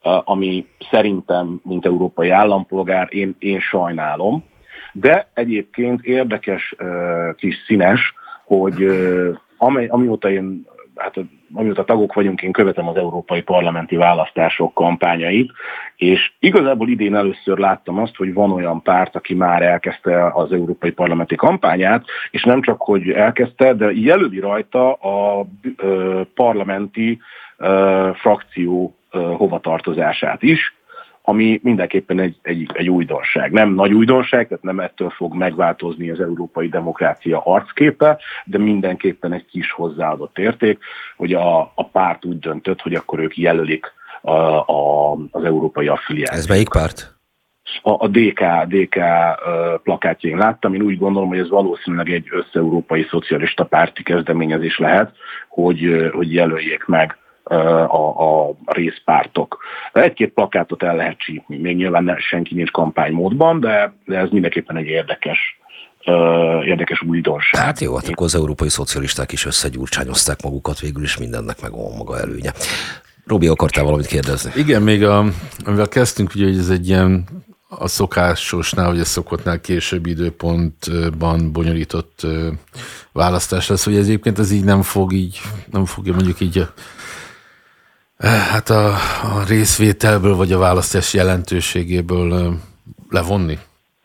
ami szerintem, mint európai állampolgár, én, én sajnálom. De egyébként érdekes, kis színes, hogy amely, amióta én, hát amióta tagok vagyunk, én követem az európai parlamenti választások kampányait, és igazából idén először láttam azt, hogy van olyan párt, aki már elkezdte az európai parlamenti kampányát, és nem csak, hogy elkezdte, de jelöli rajta a ö, parlamenti ö, frakció ö, hovatartozását is, ami mindenképpen egy, egy, egy újdonság. Nem nagy újdonság, tehát nem ettől fog megváltozni az európai demokrácia arcképe, de mindenképpen egy kis hozzáadott érték, hogy a, a párt úgy döntött, hogy akkor ők jelölik a, a, az európai affiliációt. Ez melyik párt? A, a dé ká, dé ká plakátjén láttam, én úgy gondolom, hogy ez valószínűleg egy összeurópai szocialista párti kezdeményezés lehet, hogy, hogy jelöljék meg A, a részpártok. Egy-két plakátot el lehet csípni, még nyilván senki nincs kampánymódban, de, de ez mindenképpen egy érdekes, uh, érdekes újdonság. Hát jó, hát akkor az európai szocialisták is összegyurcsányozták magukat, végül is mindennek megvan maga előnye. Robi, akartál valamit kérdezni? Igen, még a, amivel kezdtünk, ugye, hogy ez egy ilyen a szokásosnál, vagy a szokottnál később időpontban bonyolított választás lesz, hogy ez egyébként ez így nem fog így, nem fogja mondjuk így hát a, a részvételből, vagy a választás jelentőségéből levonni?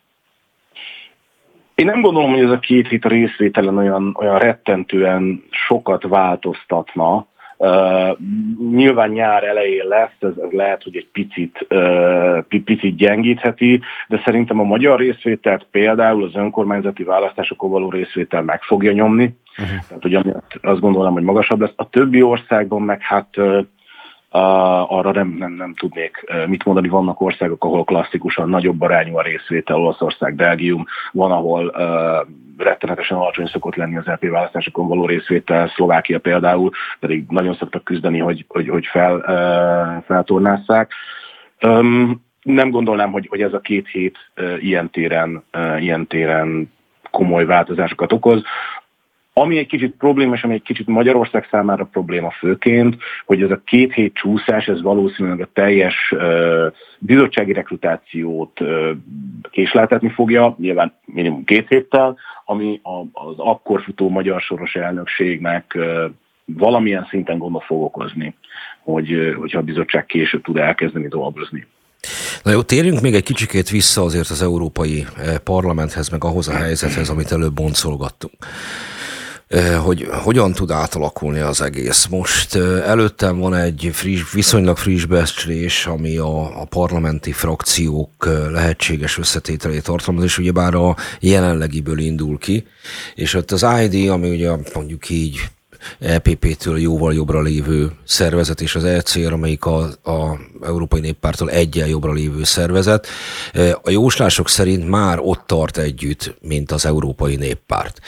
Én nem gondolom, hogy ez a két hét részvételen olyan, olyan rettentően sokat változtatna. Uh, nyilván nyár elején lesz, ez, ez lehet, hogy egy picit, uh, picit gyengítheti, de szerintem a magyar részvételt például az önkormányzati választásokon való részvétel meg fogja nyomni. Uh-huh. Tehát, hogy azt gondolom, hogy magasabb lesz. A többi országban meg hát uh, Uh, arra nem, nem, nem tudnék uh, mit mondani. Vannak országok, ahol klasszikusan nagyobb arányú a részvétel, Olaszország, Belgium, van, ahol uh, rettenetesen alacsony szokott lenni az é pé választásokon való részvétel, Szlovákia például, pedig nagyon szoktak küzdeni, hogy, hogy, hogy fel, uh, feltornásszák. Um, nem gondolnám, hogy, hogy ez a két hét uh, ilyen téren, uh, ilyen téren komoly változásokat okoz. Ami egy kicsit problémás, ami egy kicsit Magyarország számára probléma főként, hogy ez a két hét csúszás, ez valószínűleg a teljes uh, bizottsági rekrutációt uh, késleltetni fogja, nyilván minimum két héttel, ami a, az akkor futó magyar soros elnökségnek uh, valamilyen szinten gondot fog okozni, hogy, uh, hogyha a bizottság később tud elkezdeni dolgozni. Na jó, térjünk még egy kicsikét vissza azért az Európai Parlamenthez, meg ahhoz a helyzethez, amit előbb boncolgattunk. Hogy hogyan tud átalakulni az egész. Most előttem van egy friss, viszonylag friss becslés, ami a, a parlamenti frakciók lehetséges összetételét tartalmaz, és ugyebár a jelenlegiből indul ki, és ott az i dé, ami ugye mondjuk így é pé pé-től jóval jobbra lévő szervezet, és az é cé er, amelyik a, a Európai Néppárttól eggyel jobbra lévő szervezet. A jóslások szerint már ott tart együtt, mint az Európai Néppárt.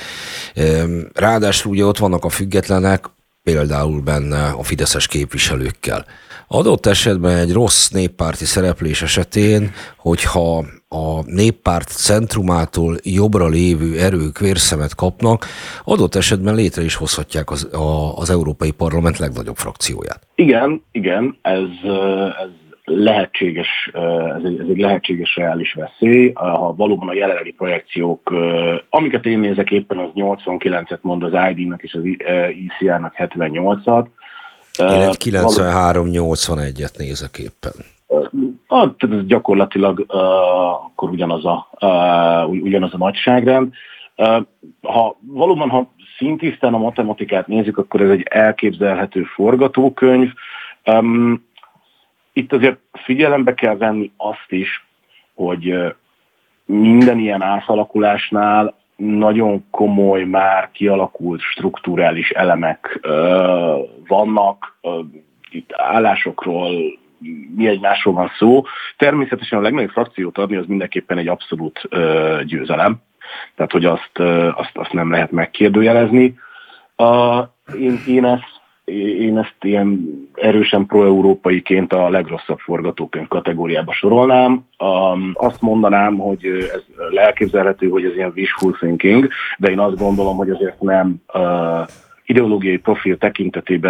Ráadásul ugye ott vannak a függetlenek, például benne a fideszes képviselőkkel. Adott esetben egy rossz néppárti szereplés esetén, hogyha a néppárt centrumától jobbra lévő erők vérszemet kapnak, adott esetben létre is hozhatják az, a, az Európai Parlament legnagyobb frakcióját. Igen, igen, ez, ez lehetséges, ez egy, ez egy lehetséges reális veszély. Ha valóban a jelenlegi projekciók, amiket én nézek éppen, az nyolcvankilencet mond az i dé-nek és az i cé er-nek hetvennyolcat. Én egy kilencvenhárom nyolcvanegyet nézek éppen. Ah, tehát gyakorlatilag uh, akkor ugyanaz a, uh, ugyanaz a nagyságrend. Uh, ha valóban, ha szintisztán a matematikát nézzük, akkor ez egy elképzelhető forgatókönyv. Um, itt azért figyelembe kell venni azt is, hogy uh, minden ilyen átalakulásnál nagyon komoly, már kialakult strukturális elemek uh, vannak, uh, itt állásokról, mi egymásról van szó. Természetesen a legnagyobb frakciót adni az mindenképpen egy abszolút uh, győzelem. Tehát, hogy azt, uh, azt, azt nem lehet megkérdőjelezni. Uh, én, én, ezt, én ezt ilyen erősen pro-európaiként a legrosszabb forgatókönyv kategóriába sorolnám. Um, azt mondanám, hogy ez elképzelhető, hogy ez ilyen wishful thinking, de én azt gondolom, hogy azért nem uh, ideológiai profil tekintetében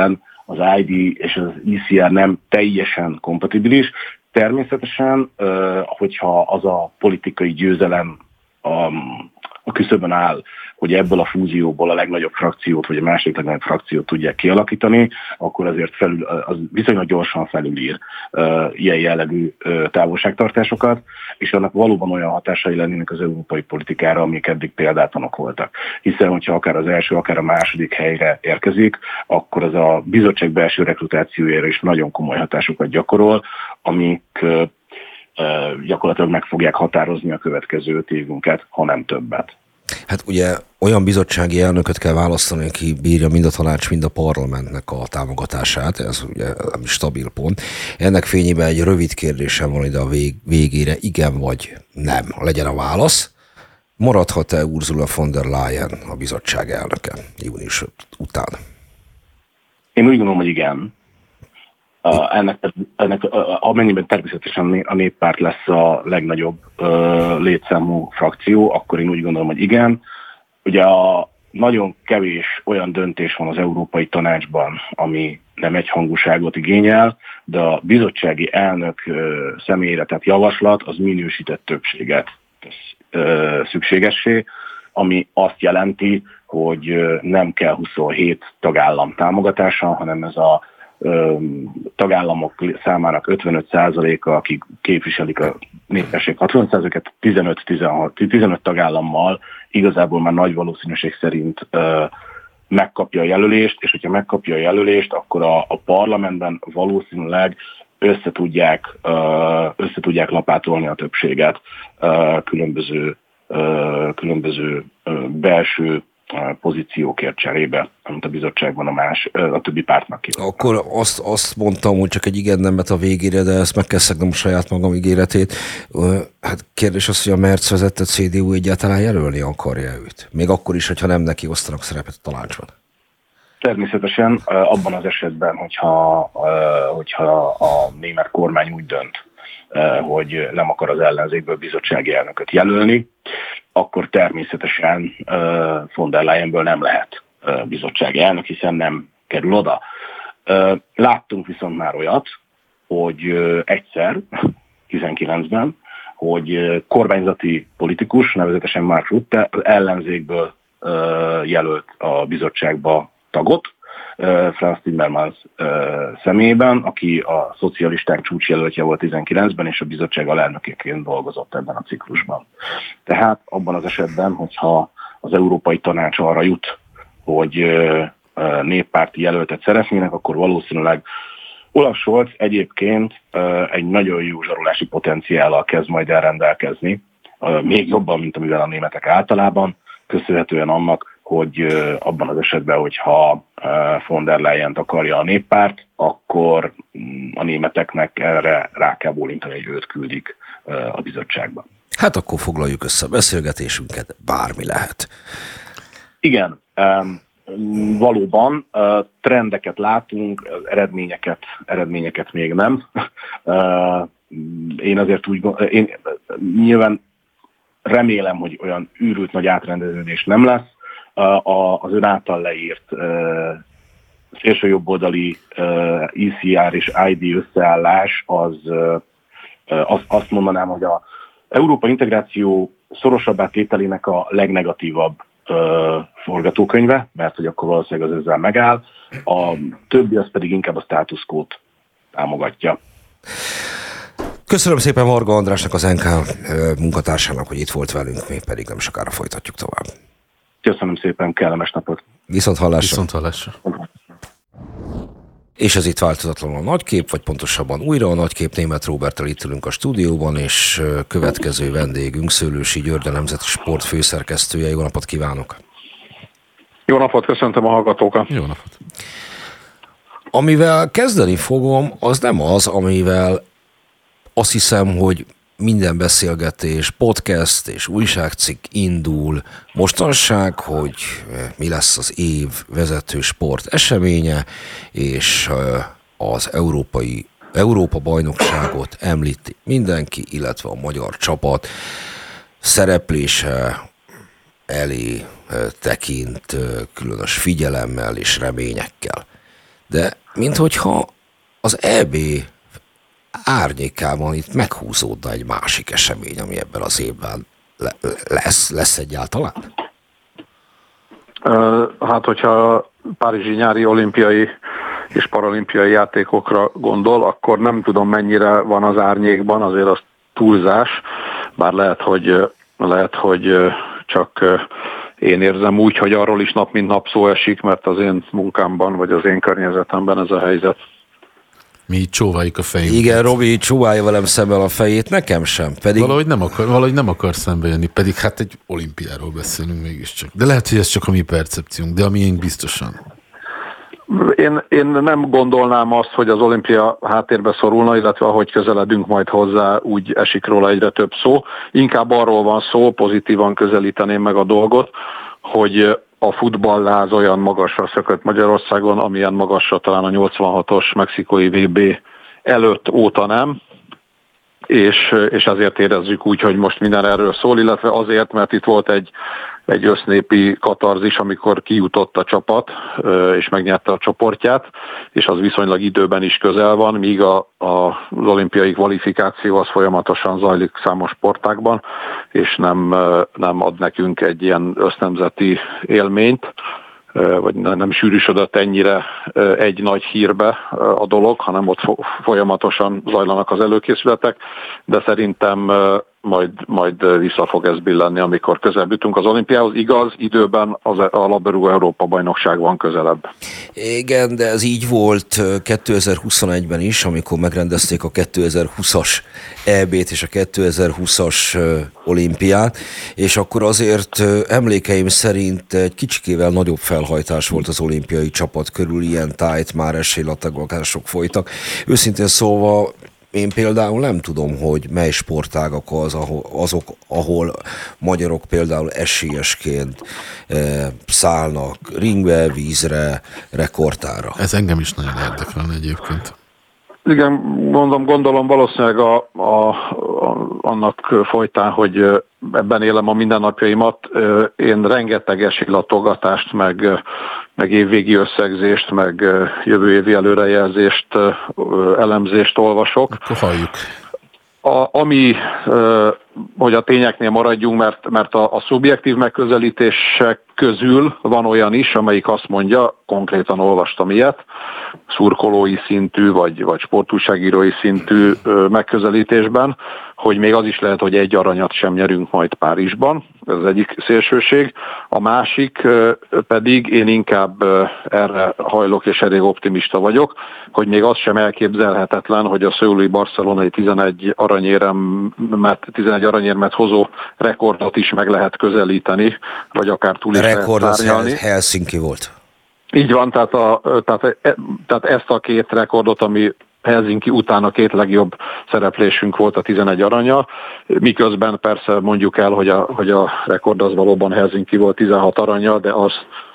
az i dé és az i cé er nem teljesen kompatibilis. Természetesen, hogyha az a politikai győzelem a, a küszöbön áll, hogy ebből a fúzióból a legnagyobb frakciót, vagy a második legnagyobb frakciót tudják kialakítani, akkor azért felül, az viszonylag gyorsan felülír uh, ilyen jellegű uh, távolságtartásokat, és annak valóban olyan hatásai lennének az európai politikára, amik eddig példátlanok voltak. Hiszen, hogyha akár az első, akár a második helyre érkezik, akkor az a bizottság belső rekrutációjára is nagyon komoly hatásokat gyakorol, amik uh, uh, gyakorlatilag meg fogják határozni a következő öt évünket, ha nem többet. Hát ugye olyan bizottsági elnököt kell választani, aki bírja mind a tanács, mind a parlamentnek a támogatását, ez ugye nem stabil pont. Ennek fényében egy rövid kérdésem van ide a vég, végére, igen vagy nem, legyen a válasz. Maradhat-e Ursula von der Leyen a bizottság elnöke június után? Én úgy gondolom, hogy igen. Uh, ennek, ennek uh, amennyiben természetesen a néppárt lesz a legnagyobb uh, létszámú frakció, akkor én úgy gondolom, hogy igen. Ugye a nagyon kevés olyan döntés van az Európai Tanácsban, ami nem egyhangúságot igényel, de a bizottsági elnök uh, személyére tett javaslat az minősített többséget tesz uh, szükségessé, ami azt jelenti, hogy uh, nem kell huszonhét tagállam támogatása, hanem ez a tagállamok számának ötvenöt százaléka, akik képviselik a népesség hatvan százalékát, tizenöt tagállammal igazából már nagy valószínűség szerint uh, megkapja a jelölést, és hogyha megkapja a jelölést, akkor a, a parlamentben valószínűleg összetudják, uh, összetudják lapátolni a többséget uh, különböző, uh, különböző uh, belső pozíciókért cserébe, amit a bizottságban a más, a többi pártnak kívül. Akkor azt, azt mondtam, hogy csak egy igen nemet a végére, de ezt meg kell szegnem a saját magam ígéretét. Hát kérdés az, hogy a Merz vezette cé dé u egyáltalán jelölni akarja őt. Még akkor is, hogyha nem neki osztanak szerepet a tanácsban. Természetesen abban az esetben, hogyha, hogyha a német kormány úgy dönt, hogy nem akar az ellenzékből bizottsági elnököt jelölni, akkor természetesen uh, von der Leyenből nem lehet uh, bizottsági elnök, hiszen nem kerül oda. Uh, láttunk viszont már olyat, hogy uh, egyszer, tizenkilencben, hogy uh, kormányzati politikus, nevezetesen Mark Rutte az ellenzékből uh, jelölt a bizottságba tagot, uh, Franz Timmermans uh, személyében, aki a szocialisták csúcsjelöltje volt tizenkilencben, és a bizottság alelnökeként dolgozott ebben a ciklusban. Tehát abban az esetben, hogyha az Európai Tanács arra jut, hogy uh, uh, néppárti jelöltet szeretnének, akkor valószínűleg Olaf Scholz egyébként uh, egy nagyon jó zsarolási potenciállal kezd majd elrendelkezni, uh, még jobban, mint amivel a németek általában, köszönhetően annak, hogy abban az esetben, hogyha von der Leyent akarja a néppárt, akkor a németeknek erre rá kell bólintani, hogy őt küldik a bizottságba. Hát akkor foglaljuk össze a beszélgetésünket, bármi lehet. Igen, valóban trendeket látunk, eredményeket, eredményeket még nem. Én azért úgy én nyilván remélem, hogy olyan űrült nagy átrendeződés nem lesz. Az ön által leírt uh, szélsőjobboldali uh, i cé er és i dé összeállás, az, uh, az azt mondanám, hogy az európai integráció szorosabbá tételének a legnegatívabb uh, forgatókönyve, mert hogy akkor valószínűleg az ezzel megáll, a többi az pedig inkább a status quót támogatja. Köszönöm szépen Varga Andrásnak, az en ká munkatársának, hogy itt volt velünk, még pedig nem sokára folytatjuk tovább. Köszönöm szépen, kellemes napot! Viszont hallásra! Viszont hallásra! És ez itt változatlanul a Nagykép, vagy pontosabban újra a Nagykép. Németh Róberttel itt ülünk a stúdióban, és következő vendégünk Szőlősi György, a Nemzeti Sport főszerkesztője. Jó napot kívánok! Jó napot, köszöntöm a hallgatókat! Jó napot! Amivel kezdeni fogom, az nem az, amivel azt hiszem, hogy minden beszélgetés, podcast és újságcikk indul mostanság, hogy mi lesz az év vezető sport eseménye, és az európai Európa bajnokságot említi mindenki, illetve a magyar csapat szereplése elé tekint különös figyelemmel és reményekkel. de minthogyha az é bé árnyékában itt meghúzódna egy másik esemény, ami ebben az évben lesz, lesz egyáltalán? Hát, hogyha párizsi nyári olimpiai és paralimpiai játékokra gondol, akkor nem tudom, mennyire van az árnyékban, azért az túlzás, bár lehet, hogy, lehet, hogy csak én érzem úgy, hogy arról is nap mint nap szó esik, mert az én munkámban, vagy az én környezetemben ez a helyzet. Mi így csóváljuk a fejünket. Igen, Robi csóválja velem szemben a fejét, nekem sem. Pedig... Valahogy, nem akar, valahogy nem akar szembe jönni, pedig hát egy olimpiáról beszélünk mégiscsak. De lehet, hogy ez csak a mi percepciónk, de a miénk biztosan. Én, én nem gondolnám azt, hogy az olimpia háttérbe szorulna, illetve ahogy közeledünk majd hozzá, úgy esik róla egyre több szó. Inkább arról van szó, pozitívan közelíteném meg a dolgot, hogy a futballláz olyan magasra szökött Magyarországon, amilyen magasra talán a nyolcvanhatos mexikói vé bé előtt óta nem, és, és azért érezzük úgy, hogy most minden erről szól, illetve azért, mert itt volt egy, egy össznépi katarzis, amikor kijutott a csapat, és megnyerte a csoportját, és az viszonylag időben is közel van, míg a, a, az olimpiai kvalifikáció az folyamatosan zajlik számos sportágban, és nem, nem ad nekünk egy ilyen össznemzeti élményt, vagy nem sűrűsödött ennyire egy nagy hírbe a dolog, hanem ott folyamatosan zajlanak az előkészületek, de szerintem majd, majd vissza fog ez billenni, amikor közelebb jutunk az olimpiához. Igaz, időben az, a labdarúgó Európa-bajnokság van közelebb. Igen, de ez így volt kétezer-huszonegyben is, amikor megrendezték a kétezer-húszas é bét és a kétezer-húszas olimpiát, és akkor azért emlékeim szerint egy kicsikével nagyobb felhajtás volt az olimpiai csapat körül, ilyen tájt már esélylatagolások folytak. Őszintén szólva, én például nem tudom, hogy mely sportágak az, ahol, azok, ahol magyarok például esélyesként e, szállnak ringbe, vízre, rekordtára. Ez engem is nagyon érdekelne egyébként. Igen, mondom, gondolom valószínűleg a, a, a, annak folytán, hogy ebben élem a mindennapjaimat, én rengeteg esélylatogatást, meg, meg évvégi összegzést, meg jövő évi előrejelzést, elemzést olvasok. Akkor halljuk. A, ami, hogy a tényeknél maradjunk, mert, mert a, a szubjektív megközelítések közül van olyan is, amelyik azt mondja, konkrétan olvastam ilyet, szurkolói szintű, vagy, vagy sportújságírói szintű megközelítésben, hogy még az is lehet, hogy egy aranyat sem nyerünk majd Párizsban, ez az egyik szélsőség. A másik pedig, én inkább erre hajlok és elég optimista vagyok, hogy még az sem elképzelhetetlen, hogy a szöuli barcelonai tizenegy aranyérmet, tizenegy aranyérmet hozó rekordot is meg lehet közelíteni, vagy akár túl is rekord lehet szárnyalni. Az Helsinki volt. Így van, tehát, a, tehát, tehát ezt a két rekordot, ami Helsinki után a két legjobb szereplésünk volt a tizenegy aranya, miközben persze mondjuk el, hogy a, hogy a rekord az valóban Helsinki volt tizenhat aranya, de az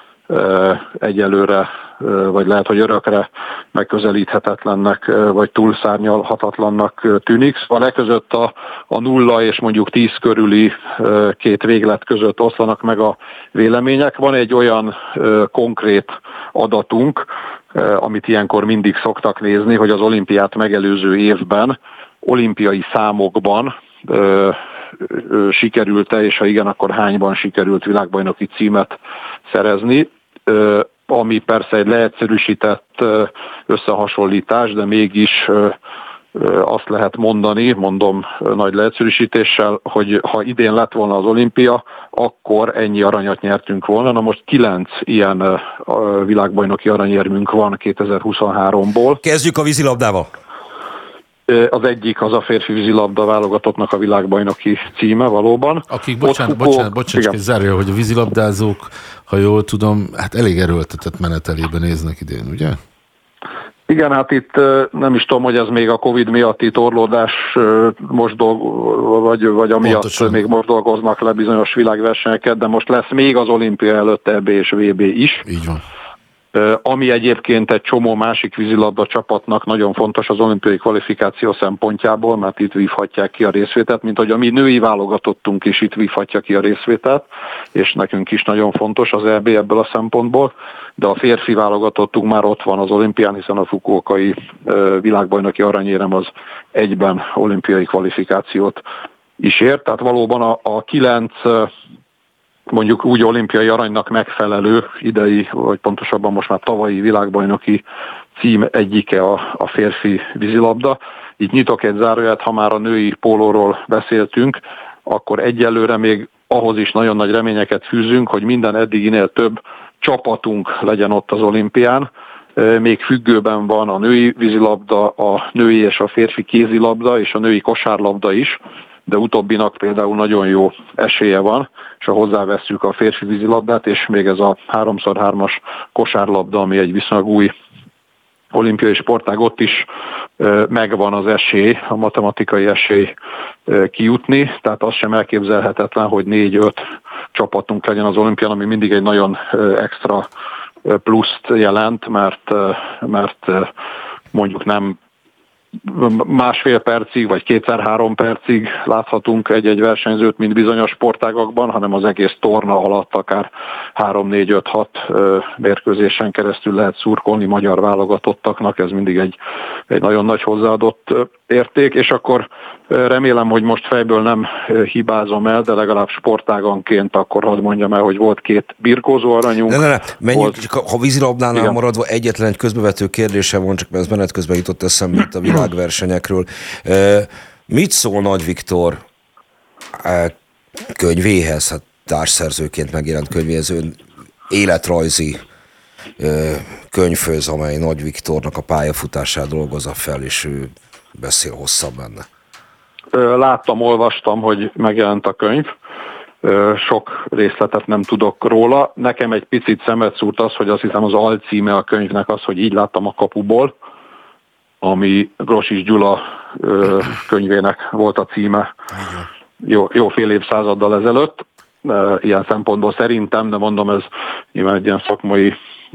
e, egyelőre, e, vagy lehet, hogy örökre megközelíthetetlennek, e, vagy túlszárnyalhatatlannak tűnik. Szóval e között a, a nulla és mondjuk tíz körüli e, két véglet között oszlanak meg a vélemények. Van egy olyan e, konkrét adatunk, amit ilyenkor mindig szoktak nézni, hogy az olimpiát megelőző évben olimpiai számokban ö, ö, sikerült-e, és ha igen, akkor hányban sikerült világbajnoki címet szerezni, ö, ami persze egy leegyszerűsített összehasonlítás, de mégis ö, azt lehet mondani, mondom nagy leegyszerűsítéssel, hogy ha idén lett volna az olimpia, akkor ennyi aranyat nyertünk volna. Na most kilenc ilyen világbajnoki aranyérmünk van kétezer-huszonháromból. Kezdjük a vízilabdával. Az egyik az a férfi vízilabda válogatottnak a világbajnoki címe valóban. Akik, bocsánat, bocsánat, bocsánat, csak zárja, hogy a vízilabdázók, ha jól tudom, hát elég erőltetett menetelében néznek idén, ugye? Igen, hát itt nem is tudom, hogy ez még a Covid miatti torlódás most dolg, vagy, vagy amiatt Pontosan. Még most dolgoznak le bizonyos világversenyeket, de most lesz még az olimpia előtt é bé és vé bé is. Így van. ami egyébként egy csomó másik vízilabda csapatnak nagyon fontos az olimpiai kvalifikáció szempontjából, mert itt vívhatják ki a részvételt, mint hogy a mi női válogatottunk is itt vívhatja ki a részvételt, és nekünk is nagyon fontos az é bé ebből a szempontból, de a férfi válogatottunk már ott van az olimpián, hiszen a fukuokai világbajnoki aranyérem az egyben olimpiai kvalifikációt is ért, tehát valóban a, a kilenc mondjuk úgy olimpiai aranynak megfelelő idei, vagy pontosabban most már tavalyi világbajnoki cím egyike a, a férfi vízilabda. Itt nyitok egy záróját, ha már a női pólóról beszéltünk, akkor egyelőre még ahhoz is nagyon nagy reményeket fűzünk, hogy minden eddiginél több csapatunk legyen ott az olimpián. Még függőben van a női vízilabda, a női és a férfi kézilabda és a női kosárlabda is, de utóbbinak például nagyon jó esélye van, és ha hozzávesszük a férfi vízilabdát, és még ez a három szor hármas kosárlabda, ami egy viszonylag új olimpiai sportág, ott is megvan az esély, a matematikai esély kijutni, tehát az sem elképzelhetetlen, hogy négy-öt csapatunk legyen az olimpián, ami mindig egy nagyon extra pluszt jelent, mert, mert mondjuk nem másfél percig, vagy kétszer-három percig láthatunk egy-egy versenyzőt, mint bizonyos sportágakban, hanem az egész torna alatt akár három, négy, öt, hat mérkőzésen keresztül lehet szurkolni magyar válogatottaknak, ez mindig egy, egy nagyon nagy hozzáadott érték, és akkor remélem, hogy most fejből nem hibázom el, de legalább sportáganként akkor hadd mondjam el, hogy volt két birkózó aranyunk. Ne, ne, ne, menjünk, volt... ha vízilabdánál Igen. maradva egyetlen egy közbevető kérdése van, csak mert ez menet közben jutott eszembe itt a világversenyekről. Mit szól Nagy Viktor könyvéhez, hát társszerzőként megjelent könyvéhez, ön életrajzi könyvhöz, amely Nagy Viktornak a pályafutását dolgozza fel, és ő beszél hosszabb benne? Láttam, olvastam, hogy megjelent a könyv. Sok részletet nem tudok róla. Nekem egy picit szemet szúrt az, hogy azt hiszem az alcíme a könyvnek az, hogy így láttam a kapuból, ami Grosics Gyula könyvének volt a címe jó, jó fél évszázaddal ezelőtt. Ilyen szempontból szerintem, de mondom, ez nyilván egy ilyen szakmai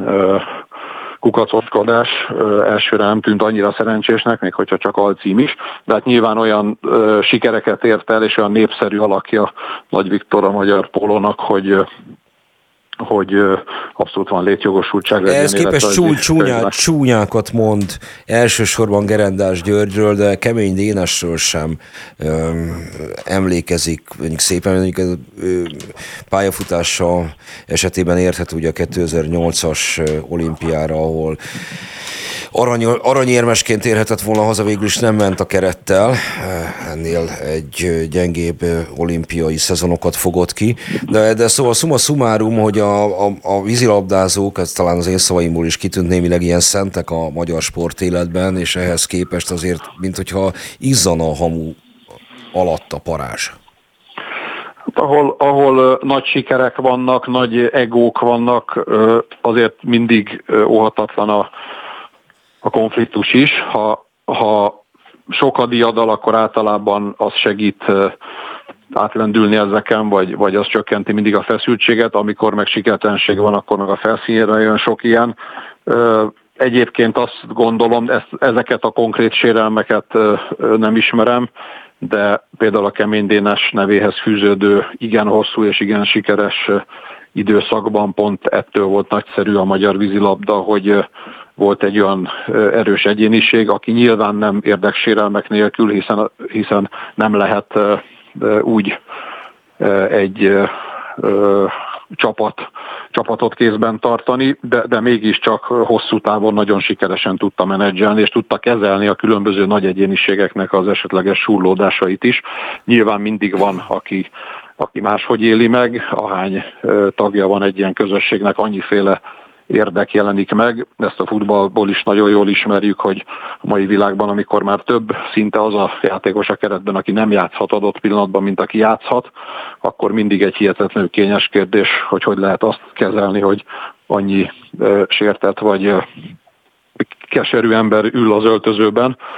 kukacoskodás, elsőre nem tűnt annyira szerencsésnek, még hogyha csak alcím is, de hát nyilván olyan ö, sikereket ért el, és olyan népszerű alakja Nagy Viktor a magyar pólónak, hogy hogy abszolút van létjogosultsága. Ehhez képest csúny, csúnyá, csúnyákat mond elsősorban Gerendás Györgyről, de Kemény Dénesről sem öm, emlékezik mondjuk szépen, mondjuk ö, pályafutása esetében érthető ugye a kétezer-nyolcas olimpiára, ahol arany, aranyérmesként érhetett volna haza, végül is nem ment a kerettel, ennél egy gyengébb olimpiai szezonokat fogott ki, de, de szóval summa summarum, hogy a, a, a vízilabdázók, ez talán az én szavaimból is kitűnt, némileg ilyen szentek a magyar sportéletben, és ehhez képest azért, mint hogyha izzana a hamu alatt a parázs. Ahol, ahol nagy sikerek vannak, nagy egók vannak, azért mindig óhatatlan a, a konfliktus is. Ha, ha sok a diadal, akkor általában az segít átlendülni ezeken, vagy, vagy az csökkenti mindig a feszültséget, amikor meg sikertelenség van, akkor meg a felszínre jön sok ilyen. Egyébként azt gondolom, ezt, ezeket a konkrét sérelmeket nem ismerem, de például a Kemény Dénes nevéhez fűződő igen hosszú és igen sikeres időszakban pont ettől volt nagyszerű a magyar vízilabda, hogy volt egy olyan erős egyéniség, aki nyilván nem érdeksérelmek nélkül, hiszen, hiszen nem lehet úgy egy csapat, csapatot kézben tartani, de, de mégiscsak hosszú távon nagyon sikeresen tudta menedzselni, és tudta kezelni a különböző nagy egyéniségeknek az esetleges súrlódásait is. Nyilván mindig van, aki, aki máshogy éli meg, ahány tagja van egy ilyen közösségnek, annyiféle érdek jelenik meg. Ezt a futballból is nagyon jól ismerjük, hogy a mai világban, amikor már több szinte az a játékos a keretben, aki nem játszhat adott pillanatban, mint aki játszhat, akkor mindig egy hihetetlenül kényes kérdés, hogy hogy lehet azt kezelni, hogy annyi uh, sértett vagy uh, keserű ember ül az öltözőben.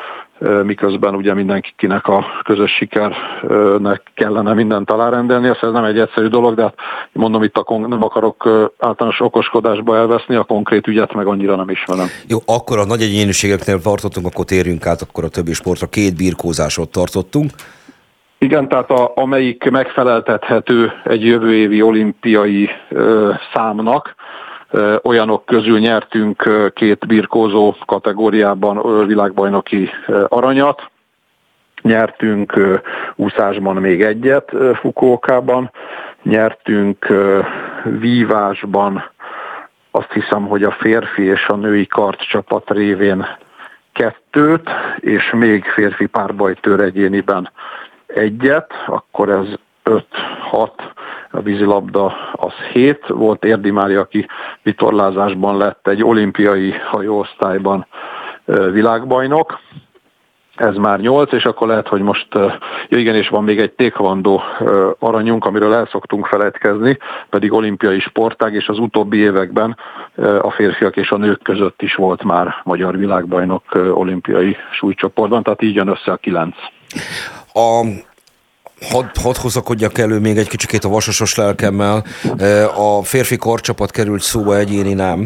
miközben ugye mindenkinek a közös sikernek kellene mindent alárendelni. Ez nem egy egyszerű dolog, de hát mondom, itt a kon- nem akarok általános okoskodásba elveszni, a konkrét ügyet meg annyira nem ismerem. Jó, akkor a nagy egyéniségeknél tartottunk, akkor térjünk át akkor a többi sportra. Két birkózásot tartottunk. Igen, tehát a, amelyik megfeleltethető egy jövő évi olimpiai ö, számnak, ö, olyanok közül nyertünk ö, két birkózó kategóriában ö, világbajnoki ö, aranyat, nyertünk ö, úszásban még egyet ö, Fukuokában, nyertünk ö, vívásban azt hiszem, hogy a férfi és a női kardcsapat révén kettőt, és még férfi párbajtőr egyéniben egyet, akkor ez öt hat, a vízilabda az hét, volt Érdi Mária, aki vitorlázásban lett egy olimpiai hajóosztályban világbajnok, ez már nyolc, és akkor lehet, hogy most, ja igen, és van még egy taekwondo aranyunk, amiről el szoktunk feledkezni, pedig olimpiai sportág, és az utóbbi években a férfiak és a nők között is volt már magyar világbajnok olimpiai súlycsoportban, tehát így jön össze a kilenc. A, hadd had hozakodjak elő még egy kicsikét a vasasos lelkemmel. A férfi karcsapat került szóba, egyéni nem.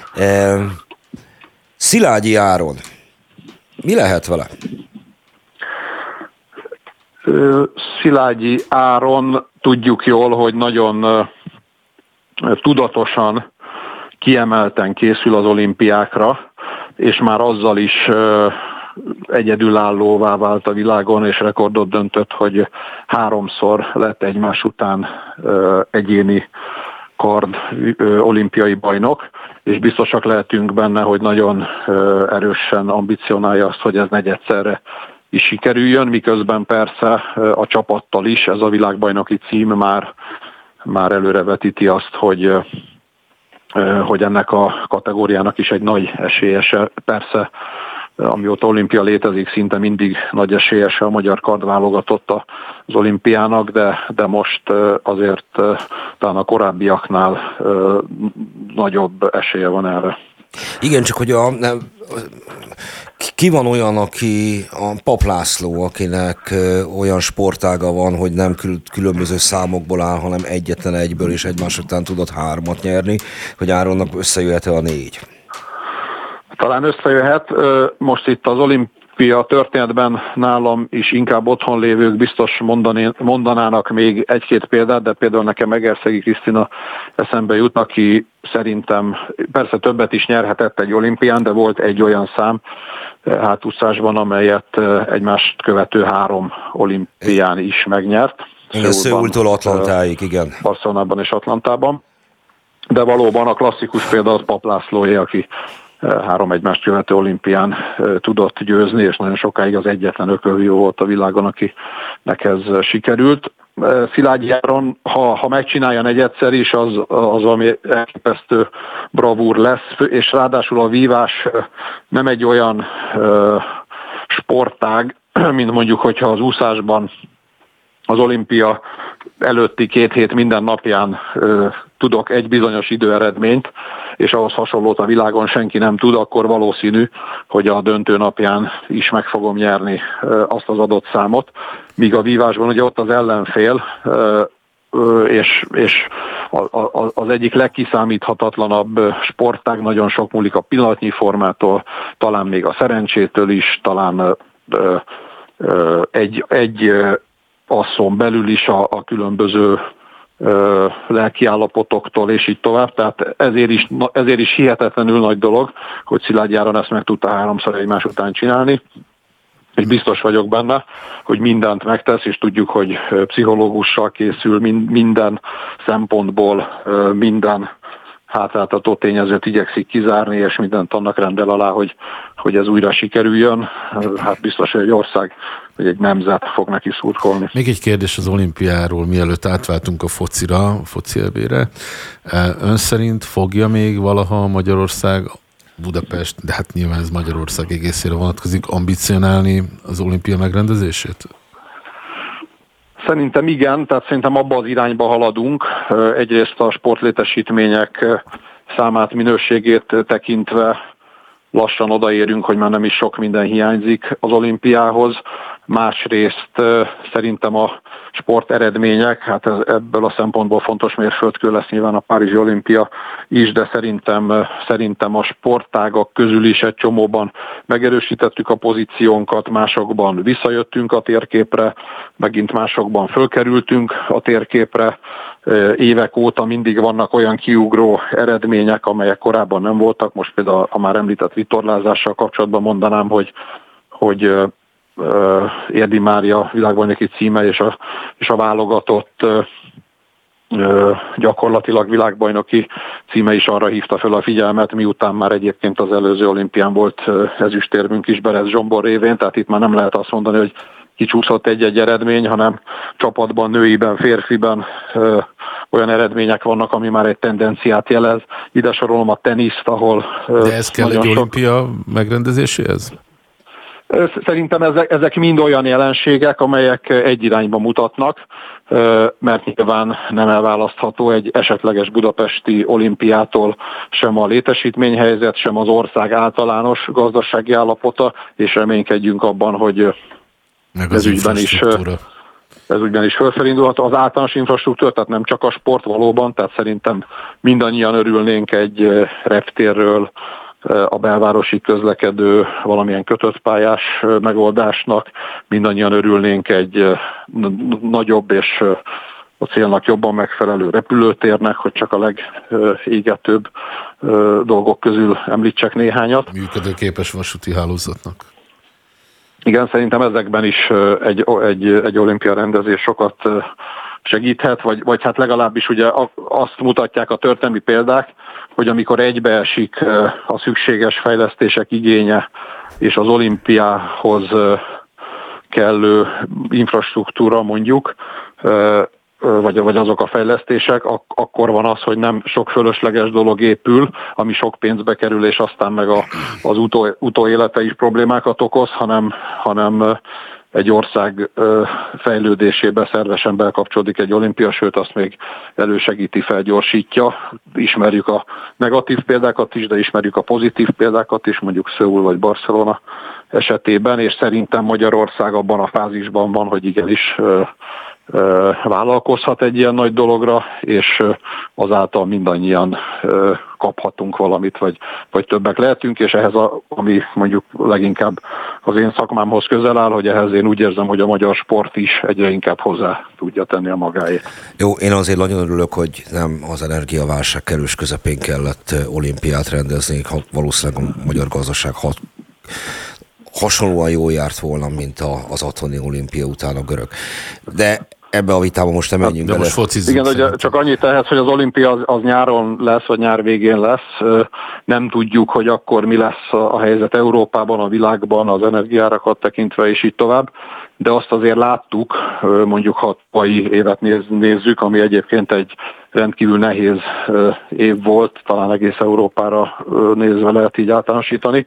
Szilágyi Áron. Mi lehet vele? Szilágyi Áron tudjuk jól, hogy nagyon tudatosan, kiemelten készül az olimpiákra, és már azzal is egyedülállóvá vált a világon, és rekordot döntött, hogy háromszor lett egymás után egyéni kard olimpiai bajnok, és biztosak lehetünk benne, hogy nagyon erősen ambicionálja azt, hogy ez negyedszerre is sikerüljön, miközben persze a csapattal is ez a világbajnoki cím már, már előrevetíti azt, hogy, hogy ennek a kategóriának is egy nagy esélyese. Persze, amióta olimpia létezik, szinte mindig nagy esélyese a magyar kardválogatott az olimpiának, de, de most azért talán a korábbiaknál nagyobb esélye van erre. Igen, csak hogy a, ki van olyan, aki a Pap László, akinek olyan sportága van, hogy nem kül- különböző számokból áll, hanem egyetlen egyből, és egymás után tudott hármat nyerni, hogy Áronnak összejöhet-e a négy? Talán összejöhet. Most itt az olimpia történetben nálam is inkább otthon lévők biztos mondani, mondanának még egy-két példát, de például nekem Egerszegi Krisztina eszembe jut, aki szerintem persze többet is nyerhetett egy olimpián, de volt egy olyan szám hátúszásban, amelyet egymást követő három olimpián is megnyert. Igen, Szöultól Atlantáig, igen. Barcelonában és Atlantában. De valóban a klasszikus példa az Pap Lászlóé, aki három egymást követő olimpián tudott győzni, és nagyon sokáig az egyetlen ökölvívó volt a világon, akinek ez sikerült. Szilágyi Áron, ha, ha megcsinálja negyedszer is, az, az valami elképesztő bravúr lesz, és ráadásul a vívás nem egy olyan uh, sportág, mint mondjuk, hogyha az úszásban az olimpia előtti két hét minden napján ö, tudok egy bizonyos időeredményt, és ahhoz hasonlót a világon senki nem tud, akkor valószínű, hogy a döntő napján is meg fogom nyerni ö, azt az adott számot. Míg a vívásban ugye ott az ellenfél, ö, ö, és, és a, a, az egyik legkiszámíthatatlanabb sportág, nagyon sok múlik a pillanatnyi formától, talán még a szerencsétől is, talán ö, ö, egy, egy passzon belül is a, a különböző ö, lelkiállapotoktól, és így tovább. Tehát ezért is, ezért is hihetetlenül nagy dolog, hogy Szilágyi Áron ezt meg tudta háromszor egymás után csinálni. És biztos vagyok benne, hogy mindent megtesz, és tudjuk, hogy pszichológussal készül, minden szempontból minden hátráltató tényezőt igyekszik kizárni, és mindent annak rendel alá, hogy, hogy ez újra sikerüljön. Hát biztos, hogy egy ország, vagy egy nemzet fog neki szurkolni. Még egy kérdés az olimpiáról, mielőtt átváltunk a focira, a foci é bé-re. Ön szerint fogja még valaha Magyarország, Budapest, de hát nyilván ez Magyarország egészére vonatkozik, ambicionálni az olimpia megrendezését? Szerintem igen, tehát szerintem abba az irányba haladunk. Egyrészt a sportlétesítmények számát, minőségét tekintve lassan odaérünk, hogy már nem is sok minden hiányzik az olimpiához. Másrészt szerintem a sport eredmények, hát ez, ebből a szempontból fontos mérföldkő lesz nyilván a Párizsi olimpia is, de szerintem, szerintem a sportágak közül is egy csomóban megerősítettük a pozíciónkat, másokban visszajöttünk a térképre, megint másokban fölkerültünk a térképre. Évek óta mindig vannak olyan kiugró eredmények, amelyek korábban nem voltak. Most például a már említett vitorlázással kapcsolatban mondanám, hogy, hogy Érdi Mária világbajnoki címe és a, és a válogatott gyakorlatilag világbajnoki címe is arra hívta fel a figyelmet, miután már egyébként az előző olimpián volt ezüstérmünk is Berez Zsombor révén, tehát itt már nem lehet azt mondani, hogy kicsúszott egy-egy eredmény, hanem csapatban, nőiben, férfiben ö, olyan eredmények vannak, ami már egy tendenciát jelez. Ide sorolom a teniszt, ahol... Ö, De ez kell egy sok... olimpia megrendezéséhez? Szerintem ezek, ezek mind olyan jelenségek, amelyek egy irányba mutatnak, mert nyilván nem elválasztható egy esetleges budapesti olimpiától sem a létesítményhelyzet, sem az ország általános gazdasági állapota, és reménykedjünk abban, hogy ez ügyben is, ez ügyben is fölfelindulhat. Az általános infrastruktúra, tehát nem csak a sport valóban, tehát szerintem mindannyian örülnénk egy reptérről a belvárosi közlekedő valamilyen kötött pályás megoldásnak, mindannyian örülnénk egy nagyobb és a célnak jobban megfelelő repülőtérnek, hogy csak a legégetőbb dolgok közül említsek néhányat. Működőképes vasúti hálózatnak. Igen, szerintem ezekben is egy, egy, egy olimpia rendezés sokat segíthet, vagy, vagy hát legalábbis ugye azt mutatják a történelmi példák, hogy amikor egybeesik a szükséges fejlesztések igénye és az olimpiához kellő infrastruktúra mondjuk, vagy, vagy azok a fejlesztések, ak- akkor van az, hogy nem sok fölösleges dolog épül, ami sok pénzbe kerül, és aztán meg a, az utó, utóélete is problémákat okoz, hanem, hanem egy ország fejlődésébe szervesen bekapcsolódik egy olimpia, sőt azt még elősegíti, felgyorsítja. Ismerjük a negatív példákat is, de ismerjük a pozitív példákat is, mondjuk Szöul vagy Barcelona esetében, és szerintem Magyarország abban a fázisban van, hogy igenis vállalkozhat egy ilyen nagy dologra, és azáltal mindannyian kaphatunk valamit, vagy, vagy többek lehetünk, és ehhez, a, ami mondjuk leginkább az én szakmámhoz közel áll, hogy ehhez én úgy érzem, hogy a magyar sport is egyre inkább hozzá tudja tenni a magáét. Jó, én azért nagyon örülök, hogy nem az energiaválság kerős közepén kellett olimpiát rendezni, ha valószínűleg a magyar gazdaság hat hasonlóan jól járt volna, mint az otthoni olimpia után a görög. De ebbe a vitában most nem menjünk bele. Igen, hogy csak annyit ehhez, hogy az olimpia az, az nyáron lesz, vagy nyár végén lesz. Nem tudjuk, hogy akkor mi lesz a helyzet Európában, a világban, az energiárakat tekintve, és így tovább. De azt azért láttuk, mondjuk ha tavalyi évet nézzük, ami egyébként egy rendkívül nehéz év volt, talán egész Európára nézve lehet így általánosítani,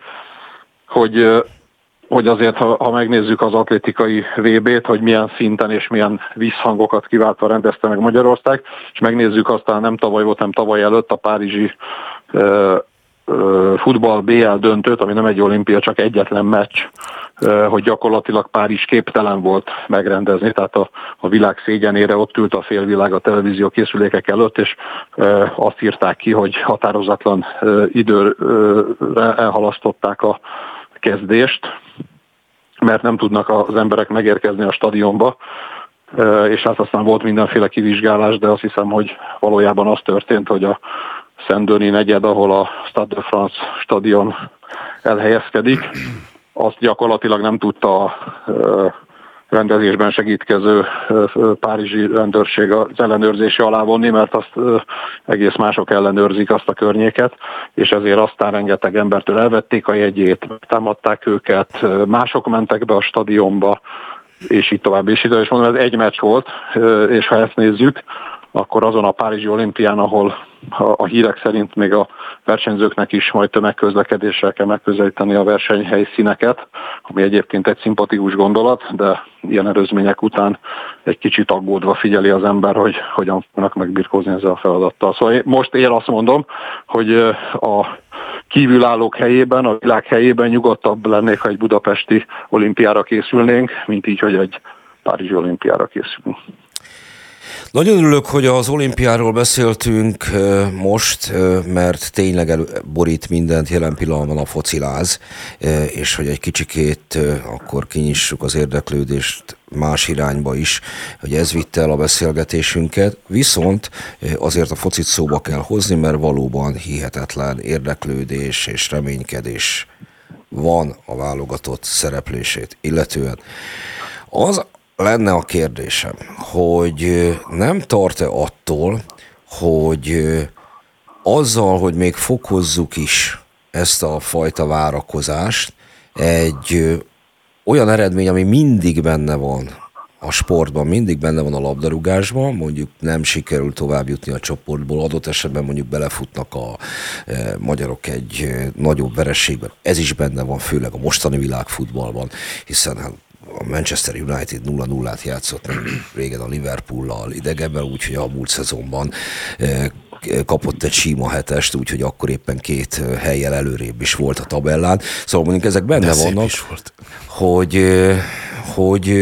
hogy hogy azért, ha, ha megnézzük az atlétikai vé bét, hogy milyen szinten és milyen visszhangokat kiváltva rendezte meg Magyarország, és megnézzük aztán nem tavaly volt, nem tavaly előtt a párizsi ö, ö, futball bé el döntőt, ami nem egy olimpia, csak egyetlen meccs, ö, hogy gyakorlatilag Párizs képtelen volt megrendezni, tehát a, a világ szégyenére ott ült a félvilág a televízió készülékek előtt, és ö, azt írták ki, hogy határozatlan ö, időre elhalasztották a kezdést, mert nem tudnak az emberek megérkezni a stadionba, és hát aztán volt mindenféle kivizsgálás, de azt hiszem, hogy valójában az történt, hogy a Saint-Denis negyed, ahol a Stade de France stadion elhelyezkedik, azt gyakorlatilag nem tudta a rendezésben segítkező párizsi rendőrség az ellenőrzése alá vonni, mert azt egész mások ellenőrzik azt a környéket, és ezért aztán rengeteg embertől elvették a jegyét, támadták őket, mások mentek be a stadionba, és így tovább, és így tovább, és mondom, ez egy meccs volt, és ha ezt nézzük, akkor azon a párizsi olimpián, ahol a hírek szerint még a versenyzőknek is majd tömegközlekedéssel kell megközelíteni a versenyhelyszíneket, ami egyébként egy szimpatikus gondolat, de ilyen előzmények után egy kicsit aggódva figyeli az ember, hogy hogyan fognak megbirkózni ezzel a feladattal. Szóval most én azt mondom, hogy a kívülállók helyében, a világ helyében nyugodtabb lennék, ha egy budapesti olimpiára készülnénk, mint így, hogy egy párizsi olimpiára készülünk. Nagyon örülök, hogy az olimpiáról beszéltünk most, mert tényleg borít mindent jelen pillanatban a fociláz, és hogy egy kicsikét akkor kinyissuk az érdeklődést más irányba is, hogy ez vitte el a beszélgetésünket, viszont azért a focit szóba kell hozni, mert valóban hihetetlen érdeklődés és reménykedés van a válogatott szereplését illetően. Az lenne a kérdésem, hogy nem tart-e attól, hogy azzal, hogy még fokozzuk is ezt a fajta várakozást, egy olyan eredmény, ami mindig benne van a sportban, mindig benne van a labdarúgásban, mondjuk nem sikerül tovább jutni a csoportból, adott esetben mondjuk belefutnak a e, magyarok egy e, nagyobb vereségben. Ez is benne van, főleg a mostani világfutballban, hiszen hát a Manchester United nulla nullát játszott nem régen a Liverpoollal idegenben, úgyhogy a múlt szezonban kapott egy síma hetest, úgyhogy akkor éppen két hellyel előrébb is volt a tabellán. Szóval mondjuk ezek benne De vannak, volt. hogy, hogy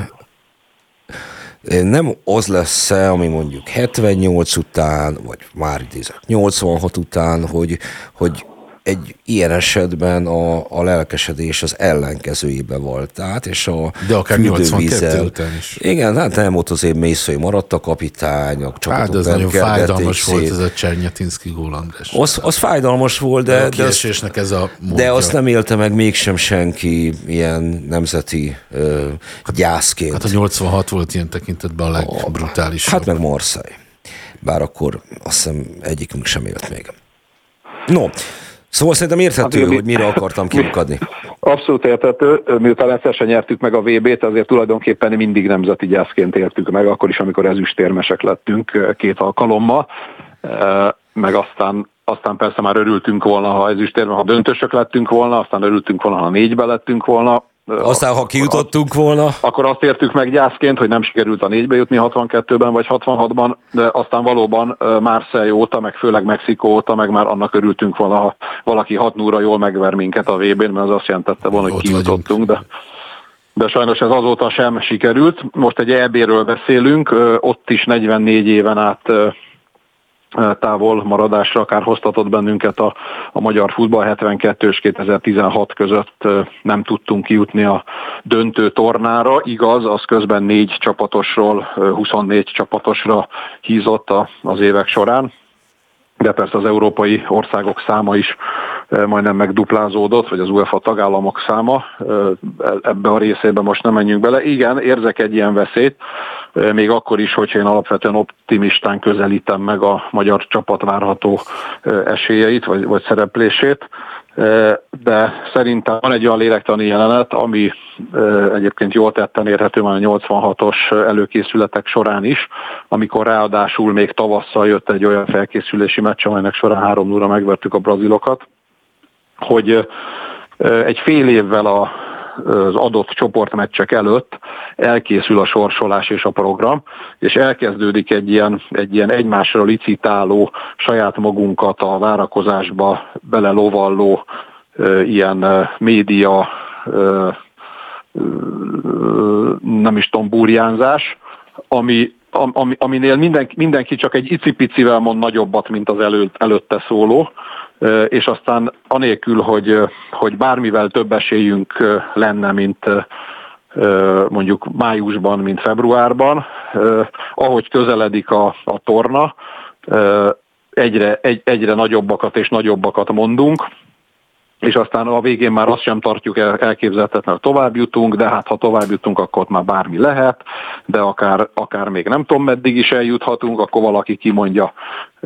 nem az lesz, ami mondjuk hetvennyolc után, vagy már idézek nyolcvanhat után, hogy, hogy egy ilyen esetben a, a lelkesedés az ellenkezőjében volt át, és a de akár nyolcvankettő után is. Igen, hát nem ott azért Mészői maradt a kapitány, a csapatok hát ez nagyon fájdalmas szét. volt ez a Csernyatinsky gól, András. Az, az fájdalmas volt, de, de, de, azt, ez a de azt nem élte meg mégsem senki ilyen nemzeti ö, gyászként. Hát a nyolcvanhat volt ilyen tekintetben a legbrutálisabb. Hát meg Marseille. Bár akkor azt hiszem egyikünk sem élt még. No, szóval szerintem érthető, hát, hogy mire akartam kiukadni. Abszolút érthető. Miután egyszer nyertük meg a vé bét, azért tulajdonképpen mindig nemzeti gyászként éltük meg, akkor is, amikor ezüstérmesek lettünk két alkalommal. Meg aztán, aztán persze már örültünk volna, ha ezüstérmes, ha döntősök lettünk volna, aztán örültünk volna, ha négybe lettünk volna. Aztán, ha kijutottunk volna. Akkor azt értük meg gyászként, hogy nem sikerült a négybe jutni hatvankettőben vagy hatvanhatban, de aztán valóban Marseille óta, meg főleg Mexikó óta, meg már annak örültünk volna, ha valaki hat nullra jól megver minket a vé bén, mert az azt jelentette volna, hogy kijutottunk, de, de sajnos ez azóta sem sikerült. Most egy é béről beszélünk, ott is negyvennégy éven át távol maradásra akár hoztatott bennünket a, a magyar futball. hetvenkettő és kétezer-tizenhat között nem tudtunk kijutni a döntő tornára. Igaz, az közben négy csapatosról huszonnégy csapatosra hízott az évek során, de persze az európai országok száma is majdnem megduplázódott, vagy az UEFA tagállamok száma. Ebbe a részébe most nem menjünk bele. Igen, érzek egy ilyen veszélyt, még akkor is, hogyha én alapvetően optimistán közelítem meg a magyar csapat várható esélyeit, vagy, vagy szereplését, de szerintem van egy olyan lélektani jelenet, ami egyébként jól tetten érhető már a nyolcvanhatos előkészületek során is, amikor ráadásul még tavasszal jött egy olyan felkészülési meccs, amelynek során három nullra megvertük a brazilokat, hogy egy fél évvel a az adott csoportmeccsek előtt elkészül a sorsolás és a program, és elkezdődik egy ilyen, egy ilyen egymásra licitáló, saját magunkat a várakozásba belelovalló ilyen média, nem is tudom, burjánzás, ami, ami, aminél mindenki, mindenki csak egy icipicivel mond nagyobbat, mint az elő, előtte szóló, és aztán anélkül, hogy, hogy bármivel több esélyünk lenne, mint mondjuk májusban, mint februárban, ahogy közeledik a, a torna, egyre, egy, egyre nagyobbakat és nagyobbakat mondunk, és aztán a végén már azt sem tartjuk el, elképzelhetetlen, hogy tovább jutunk, de hát ha tovább jutunk, akkor ott már bármi lehet, de akár, akár még nem tudom meddig is eljuthatunk, akkor valaki kimondja,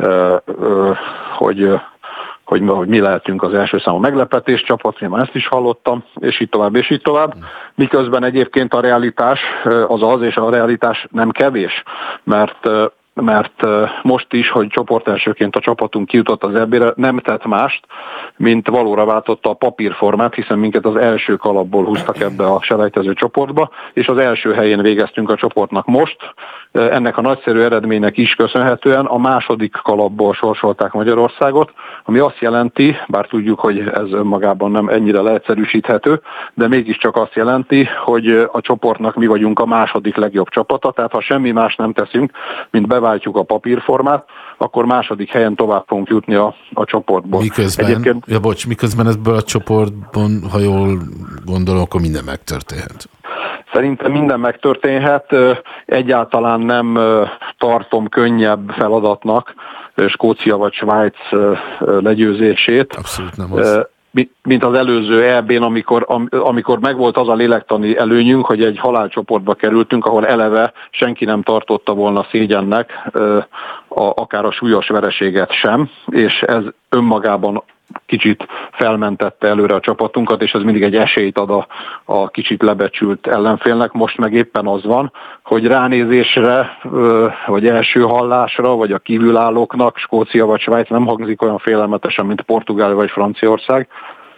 hogy Hogy, hogy mi lehetünk az első számú meglepetés csapat, én már ezt is hallottam, és így tovább, és így tovább. Miközben egyébként a realitás az az, és a realitás nem kevés, mert mert most is, hogy csoportelsőként a csapatunk kijutott az é bé-re, nem tett mást, mint valóra váltotta a papírformát, hiszen minket az első kalapból húztak ebbe a selejtező csoportba, és az első helyén végeztünk a csoportnak most. Ennek a nagyszerű eredménynek is köszönhetően a második kalapból sorsolták Magyarországot, ami azt jelenti, bár tudjuk, hogy ez önmagában nem ennyire leegyszerűsíthető, de mégiscsak azt jelenti, hogy a csoportnak mi vagyunk a második legjobb csapata, tehát ha semmi más nem teszünk, mint beváltjuk a papírformát, akkor második helyen tovább fogunk jutni a, a csoportból. Miközben, Egyébként, ja bocs, miközben ebből a csoportban, ha jól gondolom, akkor minden megtörténhet. Szerintem minden megtörténhet, egyáltalán nem tartom könnyebb feladatnak Skócia vagy Svájc legyőzését. Abszolút nem az. Mint az előző é bén, amikor, amikor megvolt az a lélektani előnyünk, hogy egy halálcsoportba kerültünk, ahol eleve senki nem tartotta volna szégyennek, akár a súlyos vereséget sem, és ez önmagában kicsit felmentette előre a csapatunkat, és ez mindig egy esélyt ad a, a kicsit lebecsült ellenfélnek. Most meg éppen az van, hogy ránézésre, vagy első hallásra, vagy a kívülállóknak Skócia vagy Svájc nem hangzik olyan félelmetesen, mint Portugália vagy Franciaország,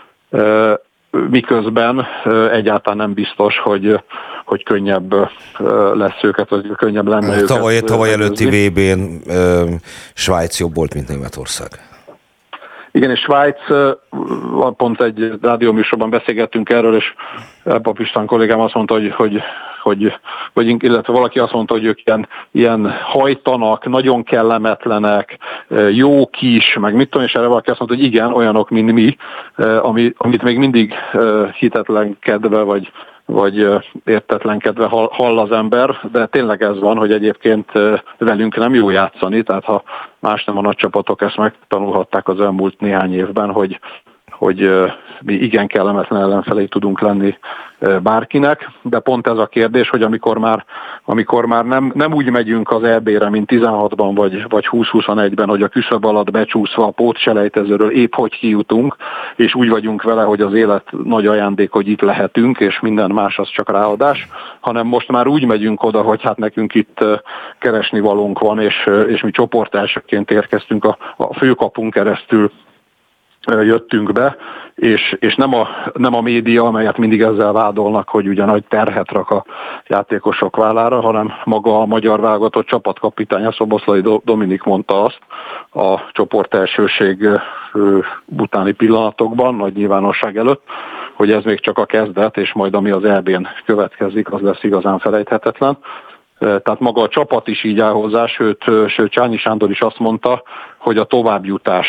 miközben egyáltalán nem biztos, hogy, hogy könnyebb lesz őket, vagy könnyebb lenne őket. Tavaly, tavaly előtti vé bén Svájc jobb volt, mint Németország. Igen, és Svájc, pont egy rádióműsorban beszélgettünk erről, és Pap István kollégám azt mondta, hogy, hogy, hogy, hogy illetve valaki azt mondta, hogy ők ilyen, ilyen hajtanak, nagyon kellemetlenek, jók is, meg mit tudom, és erre valaki azt mondta, hogy igen, olyanok, mint mi, ami, amit még mindig hitetlenkedve, vagy vagy értetlenkedve hall az ember, de tényleg ez van, hogy egyébként velünk nem jó játszani, tehát ha más nem a nagy csapatok ezt megtanulhatták az elmúlt néhány évben, hogy, hogy mi igen kellemetlen ellenfelé tudunk lenni bárkinek, de pont ez a kérdés, hogy amikor már, amikor már nem, nem úgy megyünk az é bére, mint tizenhatban vagy, vagy húsz-huszonegyben, hogy a küszöb alatt becsúszva a pótselejtezőről épp hogy kijutunk, és úgy vagyunk vele, hogy az élet nagy ajándék, hogy itt lehetünk, és minden más az csak ráadás, hanem most már úgy megyünk oda, hogy hát nekünk itt keresni valónk van, és, és mi csoportelsőként érkeztünk a, a főkapunk keresztül, jöttünk be, és, és nem, a, nem a média, amelyet mindig ezzel vádolnak, hogy ugye nagy terhet rak a játékosok vállára, hanem maga a magyar válogatott csapatkapitánya, Szoboszlai Dominik mondta azt a csoportelsőség utáni pillanatokban, nagy nyilvánosság előtt, hogy ez még csak a kezdet, és majd ami az é bén következik, az lesz igazán felejthetetlen. Tehát maga a csapat is így áll hozzá, sőt, sőt Csányi Sándor is azt mondta, hogy a továbbjutás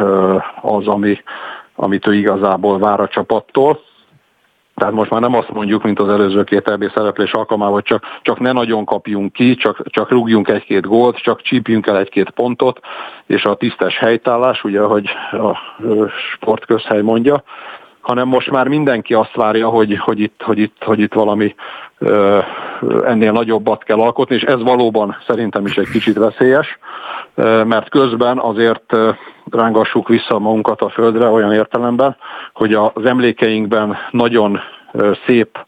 az, ami, amit ő igazából vár a csapattól. Tehát most már nem azt mondjuk, mint az előző két é bé szereplés alkalmával, hogy csak, csak ne nagyon kapjunk ki, csak, csak rúgjunk egy-két gólt, csak csípjünk el egy-két pontot, és a tisztes helytállás, ugye, ahogy a sportközhely mondja, hanem most már mindenki azt várja, hogy, hogy, itt, hogy, itt, hogy itt valami ö, ennél nagyobbat kell alkotni, és ez valóban szerintem is egy kicsit veszélyes, ö, mert közben azért ö, rángassuk vissza magunkat a földre olyan értelemben, hogy az emlékeinkben nagyon ö, szép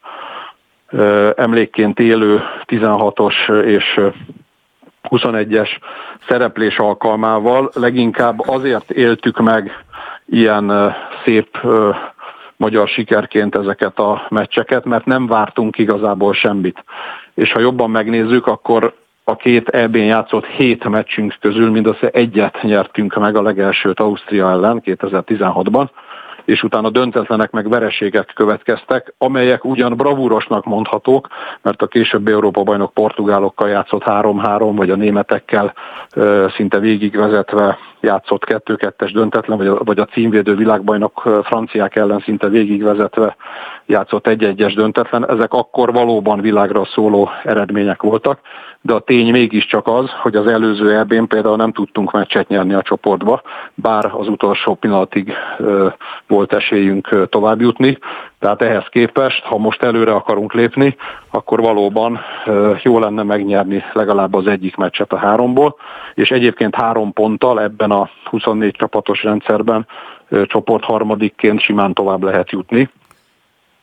ö, emlékként élő tizenhatos és huszonegyes szereplés alkalmával leginkább azért éltük meg ilyen ö, szép ö, magyar sikerként ezeket a meccseket, mert nem vártunk igazából semmit. És ha jobban megnézzük, akkor a két é bén játszott hét meccsünk közül mindössze egyet nyertünk meg, a legelsőt Ausztria ellen kétezer-tizenhatban, és utána döntetlenek meg vereségek következtek, amelyek ugyan bravúrosnak mondhatók, mert a későbbi Európa-bajnok portugálokkal játszott három-három, vagy a németekkel ö, szinte végigvezetve játszott kettő-kettes döntetlen, vagy a, vagy a címvédő világbajnok franciák ellen szinte végigvezetve játszott egy-egyes döntetlen. Ezek akkor valóban világra szóló eredmények voltak, de a tény mégiscsak az, hogy az előző é bén például nem tudtunk meccset nyerni a csoportba, bár az utolsó pillanatig ö, volt esélyünk tovább jutni, tehát ehhez képest, ha most előre akarunk lépni, akkor valóban ö, jó lenne megnyerni legalább az egyik meccset a háromból, és egyébként három ponttal ebben a huszonnégy csapatos rendszerben ö, csoport harmadikként simán tovább lehet jutni.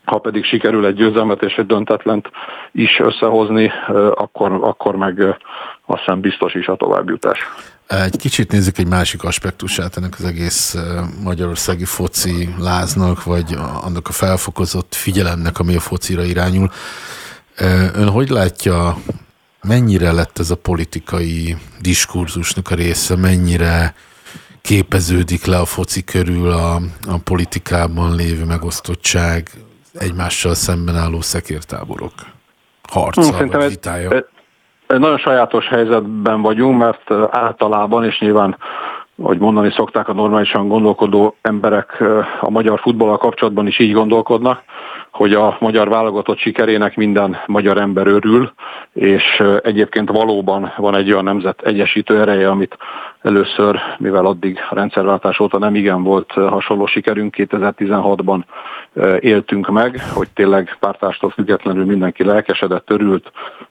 ha pedig sikerül egy győzelmet és egy döntetlent is összehozni, akkor, akkor meg azt hiszem biztos is a továbbjutás. Egy kicsit nézzük egy másik aspektusát ennek az egész magyarországi foci láznak, vagy annak a felfokozott figyelemnek, ami a focira irányul. Ön hogy látja, mennyire lett ez a politikai diskurzusnak a része, mennyire képeződik le a foci körül a, a politikában lévő megosztottság, egymással szemben álló szekértáborok harca hmm, vagy vitája? Nagyon sajátos helyzetben vagyunk, mert általában, és nyilván, ahogy mondani szokták, a normálisan gondolkodó emberek a magyar futballal kapcsolatban is így gondolkodnak, hogy a magyar válogatott sikerének minden magyar ember örül, és egyébként valóban van egy olyan nemzet egyesítő ereje, amit először, mivel addig a rendszerváltás óta nem igen volt hasonló sikerünk, kétezer-tizenhatban éltünk meg, hogy tényleg pártástól függetlenül mindenki lelkesedett, örült,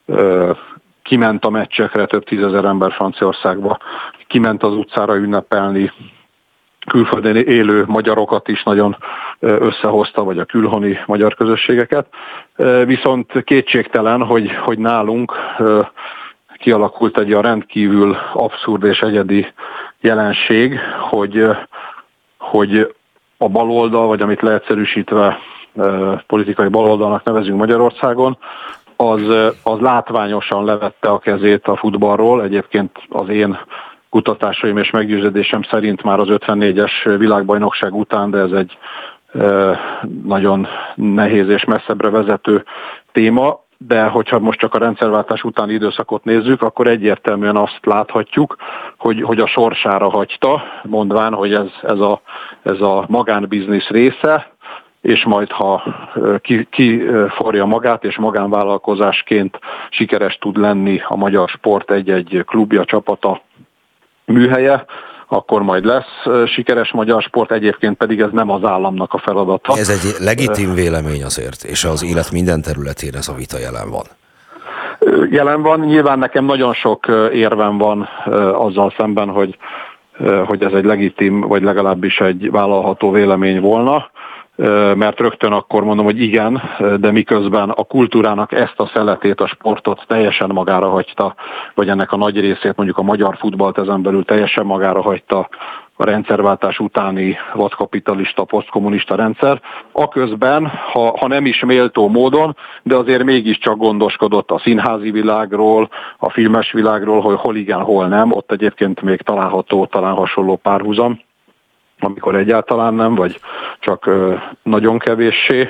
kiment a meccsekre, több tízezer ember Franciaországba, kiment az utcára ünnepelni, külföldön élő magyarokat is nagyon összehozta, vagy a külhoni magyar közösségeket. Viszont kétségtelen, hogy, hogy nálunk kialakult egy a rendkívül abszurd és egyedi jelenség, hogy, hogy a baloldal, vagy amit leegyszerűsítve politikai baloldalnak nevezünk Magyarországon, az, az látványosan levette a kezét a futballról. Egyébként az én kutatásaim és meggyőződésem szerint már az ötvennégyes világbajnokság után, de ez egy e, nagyon nehéz és messzebbre vezető téma, de hogyha most csak a rendszerváltás utáni időszakot nézzük, akkor egyértelműen azt láthatjuk, hogy, hogy a sorsára hagyta, mondván, hogy ez, ez, a, ez a magánbiznisz része, és majd ha ki, ki forja magát, és magánvállalkozásként sikeres tud lenni a magyar sport egy-egy klubja, csapata, műhelye, akkor majd lesz sikeres magyar sport, egyébként pedig ez nem az államnak a feladata. Ez egy legitim vélemény azért, és az élet minden területén ez a vita jelen van. Jelen van, nyilván nekem nagyon sok érvem van azzal szemben, hogy, hogy ez egy legitim, vagy legalábbis egy vállalható vélemény volna, mert rögtön akkor mondom, hogy igen, de miközben a kultúrának ezt a szeletét, a sportot teljesen magára hagyta, vagy ennek a nagy részét, mondjuk a magyar futballt ezen belül teljesen magára hagyta a rendszerváltás utáni vadkapitalista, posztkommunista rendszer, aközben, ha, ha nem is méltó módon, de azért mégiscsak gondoskodott a színházi világról, a filmes világról, hogy hol igen, hol nem, ott egyébként még található, talán hasonló párhuzam, amikor egyáltalán nem, vagy csak ö, nagyon kevéssé.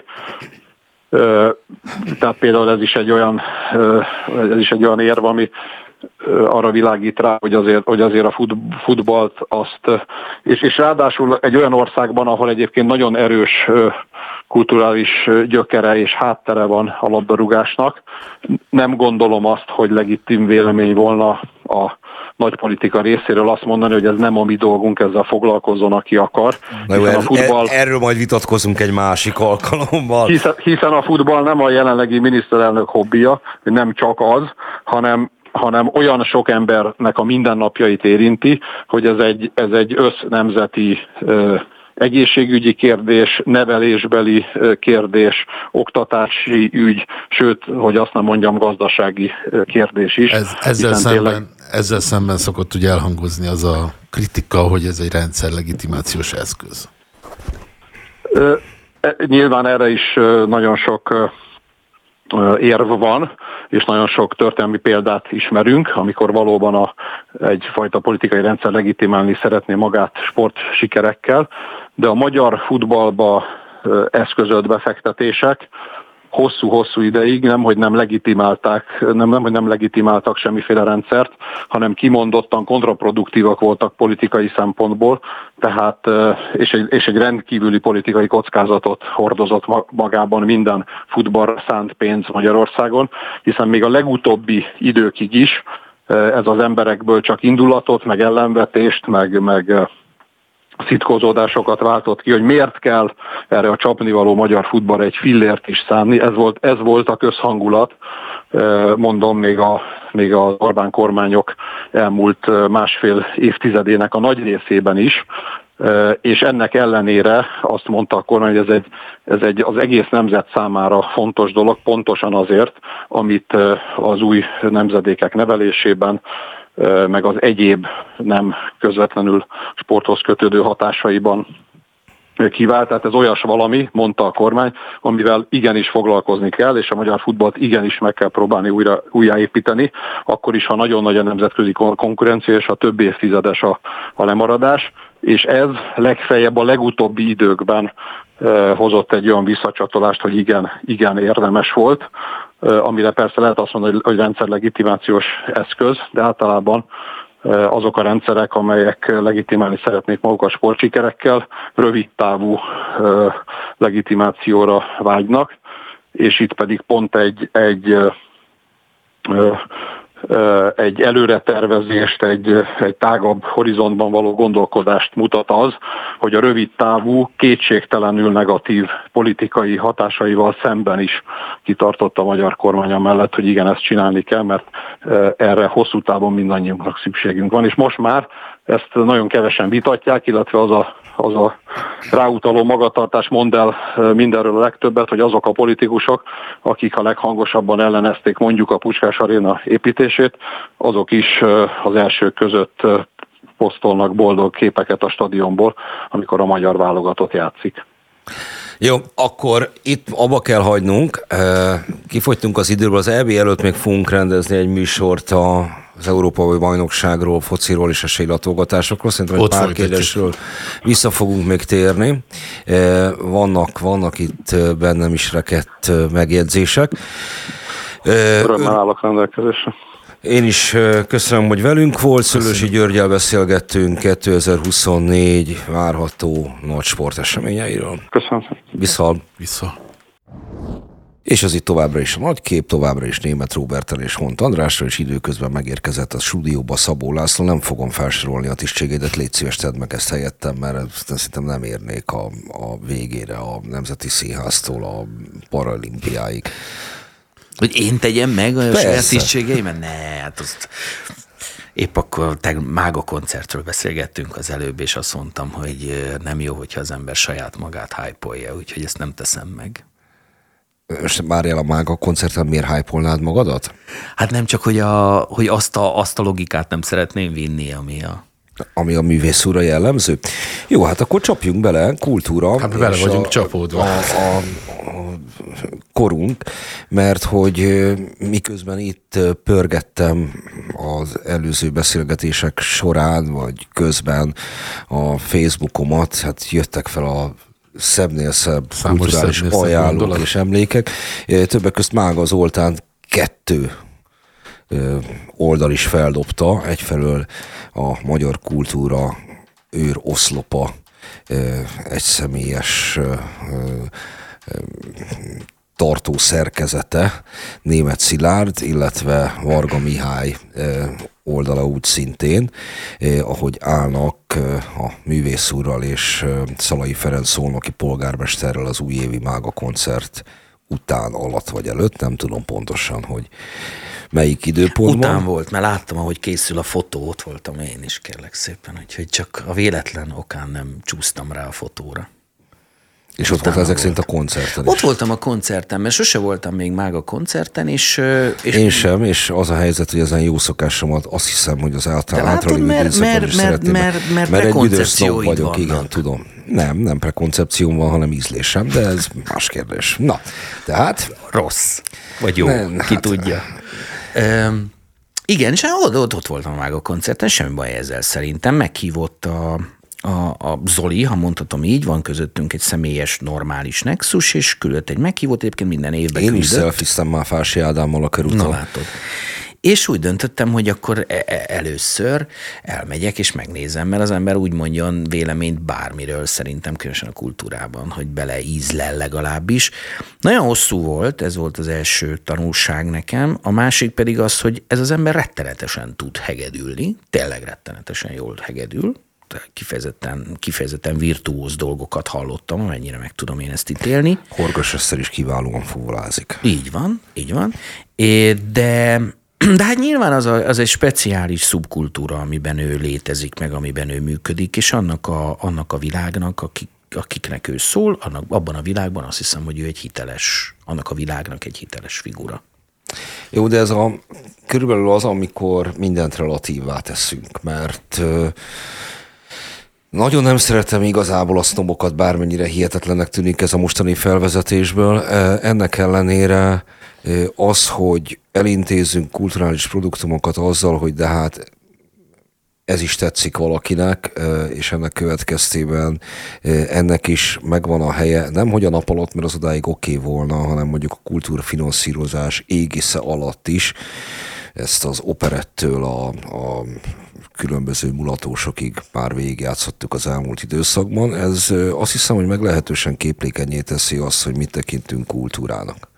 Ö, tehát például ez is egy olyan, ö, ez is egy olyan érv, ami ö, arra világít rá, hogy azért, hogy azért a fut, futballt azt, és, és ráadásul egy olyan országban, ahol egyébként nagyon erős ö, kulturális gyökere és háttere van a labdarúgásnak, nem gondolom azt, hogy legitim vélemény volna a nagy politika részéről azt mondani, hogy ez nem a mi dolgunk, ezzel foglalkozzon, aki akar. Na jó, a futball... Erről majd vitatkozunk egy másik alkalommal. Hiszen, hiszen a futball nem a jelenlegi miniszterelnök hobbija, nem csak az, hanem hanem olyan sok embernek a mindennapjait érinti, hogy ez egy, ez egy össznemzeti ö, egészségügyi kérdés, nevelésbeli kérdés, oktatási ügy, sőt, hogy azt nem mondjam, gazdasági kérdés is. Ez, ezzel, szemben, tényleg... ezzel szemben szokott ugye elhangozni az a kritika, hogy ez egy rendszer legitimációs eszköz. Nyilván erre is nagyon sok érv van, és nagyon sok történelmi példát ismerünk, amikor valóban a, egyfajta politikai rendszer legitimálni szeretné magát sport sikerekkel, de a magyar futballba eszközölt befektetések hosszú-hosszú ideig nem, hogy nem legitimálták, nem, nem, hogy nem legitimáltak semmiféle rendszert, hanem kimondottan kontraproduktívak voltak politikai szempontból, tehát, és egy, és egy rendkívüli politikai kockázatot hordozott magában minden futballra szánt pénz Magyarországon, hiszen még a legutóbbi időkig is ez az emberekből csak indulatot, meg ellenvetést, meg, meg szitkozódásokat váltott ki, hogy miért kell erre a csapnivaló magyar futballra egy fillért is szánni. Ez volt, ez volt a közhangulat, mondom, még, a, még az Orbán kormányok elmúlt másfél évtizedének a nagy részében is, és ennek ellenére azt mondta a kormány, hogy ez egy, ez egy az egész nemzet számára fontos dolog, pontosan azért, amit az új nemzedékek nevelésében, meg az egyéb nem közvetlenül sporthoz kötődő hatásaiban kivált. Tehát ez olyas valami, mondta a kormány, amivel igenis foglalkozni kell, és a magyar futballt igenis meg kell próbálni újra, újjáépíteni, akkor is, ha nagyon nagy a nemzetközi konkurencia, és a több évtizedes a, a lemaradás, és ez legfeljebb a legutóbbi időkben eh, hozott egy olyan visszacsatolást, hogy igen, igen érdemes volt, eh, amire persze lehet azt mondani, hogy rendszerlegitimációs eszköz, de általában azok a rendszerek, amelyek legitimálni szeretnék magukat sportsikerekkel, rövid távú legitimációra vágynak, és itt pedig pont egy, egy, egy előretervezést, egy, egy tágabb horizontban való gondolkodást mutat az, hogy a rövid távú, kétségtelenül negatív politikai hatásaival szemben is kitartott a magyar kormány mellett, hogy igen, ezt csinálni kell, mert erre hosszú távon mindannyiunknak szükségünk van. És most már ezt nagyon kevesen vitatják, illetve az a, az a ráutaló magatartás mond el mindenről a legtöbbet, hogy azok a politikusok, akik a leghangosabban ellenezték mondjuk a Puskás Aréna építését, azok is az elsők között posztolnak boldog képeket a stadionból, amikor a magyar válogatott játszik. Jó, akkor itt abba kell hagynunk. Kifogytunk az időből, az é bé előtt még fogunk rendezni egy műsort az Európai Bajnokságról, fociról és esélylatolgatásokról. Szerintem egy pár kérdésről vissza fogunk még térni. Vannak, vannak itt bennem is rekedt megjegyzések. Örömmel állok rendelkezésre. Én is köszönöm, hogy velünk volt. Szőlősi Györggyel beszélgettünk kétezer-huszonnégy várható nagy sporteseményeiről. Köszönöm. Viszont. Vissza. És az itt továbbra is a nagy kép, továbbra is Németh Róberttel és Hont Andrásra, és időközben megérkezett a stúdióba Szabó László. Nem fogom felsorolni a tisztségeidet, légy szíves, tedd meg ezt helyettem, mert szerintem nem érnék a, a végére a Nemzeti Színháztól a paralimpiáig. Hogy én tegyem meg a saját tisztségeimet? Ne, hát azt... Épp akkor te mága koncertről beszélgettünk az előbb, és azt mondtam, hogy nem jó, hogyha az ember saját magát hype-olja, úgyhogy ezt nem teszem meg. Most várjál, a mága koncerten miért hype-olnád magadat? Hát nem csak, hogy, a, hogy azt, a, azt a logikát nem szeretném vinni, ami a... Ami a művészúra jellemző. Jó, hát akkor csapjunk bele, kultúra. Hát bele vagyunk a, csapódva. A, a, a korunk, mert hogy miközben itt pörgettem az előző beszélgetések során, vagy közben a Facebookomat, hát jöttek fel a szebbnél szebb Számos kulturális ajánlók és emlékek. Többek közt Mága Zoltán kettő oldal is feldobta, egyfelől a magyar kultúra őr oszlopa egyszemélyes tartó szerkezete, Németh Szilárd, illetve Varga Mihály oldala úgy szintén, ahogy állnak a művészúrral és Szalai Ferenc szolnoki polgármesterrel az újévi Mága koncert után, alatt vagy előtt, nem tudom pontosan, hogy melyik időpontban. Után volt, mert láttam, ahogy készül a fotó, ott voltam én is, kérlek szépen, úgyhogy csak a véletlen okán nem csúsztam rá a fotóra. És ott volt ezek szerint a koncerten is. Ott voltam a koncerten, mert sose voltam még Mága koncerten, és... és én sem, és az a helyzet, hogy ezen jó szokásomat azt hiszem, hogy az által által lévő időszakban is szeretném. Mert, mert, mert, mert egy büdös snob vagyok, vannak. Igen, tudom. Nem, nem prekoncepcióm van, hanem ízlésem, de ez más kérdés. Na, tehát... Rossz. Vagy jó, nem, ki hát, tudja. Um, igen, és ott, ott, ott voltam a Mága koncerten, semmi baj ezzel szerintem. Meghívott a... A, a Zoli, ha mondhatom így, van közöttünk egy személyes, normális nexus, és küldött egy meghívót, egyébként minden évben Én küldött. is szelfiztem már Fási Ádámmal a körúton. Na látod. És úgy döntöttem, hogy akkor először elmegyek és megnézem, mert az ember úgy mondjon véleményt bármiről, szerintem különösen a kultúrában, hogy bele ízlel legalábbis. Nagyon hosszú volt, ez volt az első tanulság nekem, a másik pedig az, hogy ez az ember rettenetesen tud hegedülni, tényleg rettenetesen jól hegedül, kifejezetten, kifejezetten virtuóz dolgokat hallottam, amennyire meg tudom én ezt ítélni. Horgas Eszter is kiválóan fuvolázik. Így van, így van. De, De hát nyilván az, a, az egy speciális szubkultúra, amiben ő létezik, meg amiben ő működik, és annak a, annak a világnak, akik, akiknek ő szól, annak, abban a világban azt hiszem, hogy ő egy hiteles, annak a világnak egy hiteles figura. Jó, de ez a, körülbelül az, amikor mindent relatívvá teszünk, mert ö, nagyon nem szeretem igazából a sznobokat, bármennyire hihetetlennek tűnik ez a mostani felvezetésből. Ennek ellenére az, hogy elintézzünk kulturális produktumokat azzal, hogy de hát ez is tetszik valakinek, és ennek következtében ennek is megvan a helye, nem hogy a nap alatt, mert az odáig oké okay volna, hanem mondjuk a kultúrfinanszírozás égisze alatt is, ezt az operettől a, a különböző mulatósokig már végigjátszottuk az elmúlt időszakban. Ez azt hiszem, hogy meglehetősen képlékenyé teszi azt, hogy mit tekintünk kultúrának.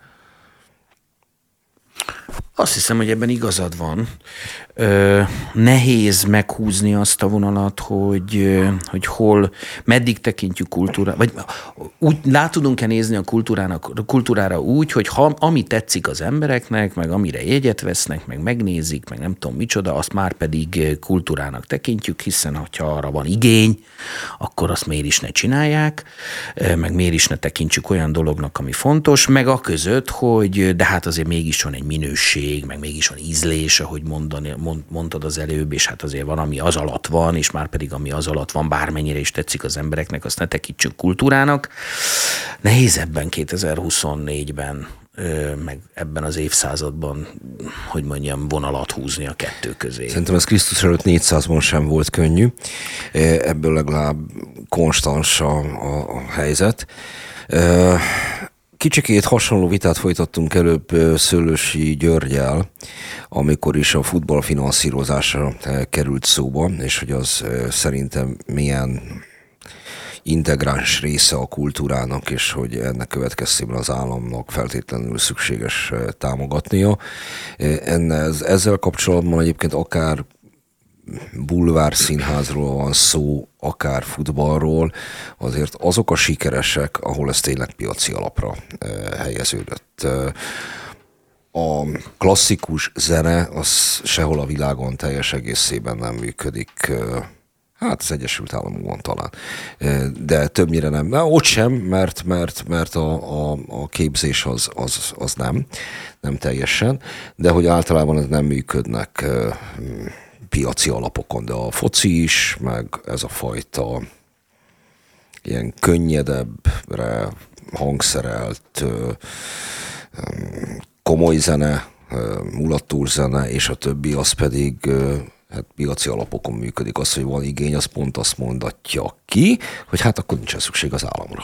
Azt hiszem, hogy ebben igazad van. Ö, nehéz meghúzni azt a vonalat, hogy, hogy hol, meddig tekintjük kultúrát, vagy úgy rá tudunk-e nézni a kultúrának, a kultúrára úgy, hogy ha, ami tetszik az embereknek, meg amire jegyet vesznek, meg megnézik, meg nem tudom micsoda, azt már pedig kultúrának tekintjük, hiszen ha arra van igény, akkor azt miért is ne csinálják, meg miért is ne tekintsük olyan dolognak, ami fontos, meg a között, hogy de hát azért mégis van egy minőség, meg mégis van ízlés, ahogy mondani, mond, mondtad az előbb, és hát azért van, ami az alatt van, és már pedig ami az alatt van, bármennyire is tetszik az embereknek, azt ne tekintsük kultúrának. Nehéz ebben kétezer-huszonnégyben, meg ebben az évszázadban, hogy mondjam, vonalat húzni a kettő közé. Szerintem ez Krisztus előtt négyszázban sem volt könnyű. Ebből legalább konstans a, a, a helyzet. Kicsikét hasonló vitát folytattunk előbb Szőlősi Györggyel, amikor is a futball finanszírozása került szóba, és hogy az szerintem milyen integráns része a kultúrának, és hogy ennek következtében az államnak feltétlenül szükséges támogatnia. Ennez, ezzel kapcsolatban egyébként akár bulvár színházról van szó, akár futballról, azért azok a sikeresek, ahol ez tényleg piaci alapra helyeződött. A klasszikus zene az sehol a világon teljes egészében nem működik. Hát az Egyesült Államokban talán. De többnyire nem. Na, ott sem, mert, mert, mert a, a, a képzés az, az, az nem, nem teljesen, de hogy általában ez nem működnek piaci alapokon, de a foci is, meg ez a fajta ilyen könnyedebbre hangszerelt komoly zene, mulattúrzene, és a többi, az pedig hát piaci alapokon működik. Az, hogy van igény, az pont azt mondatja ki, hogy hát akkor nincsen szükség az államra.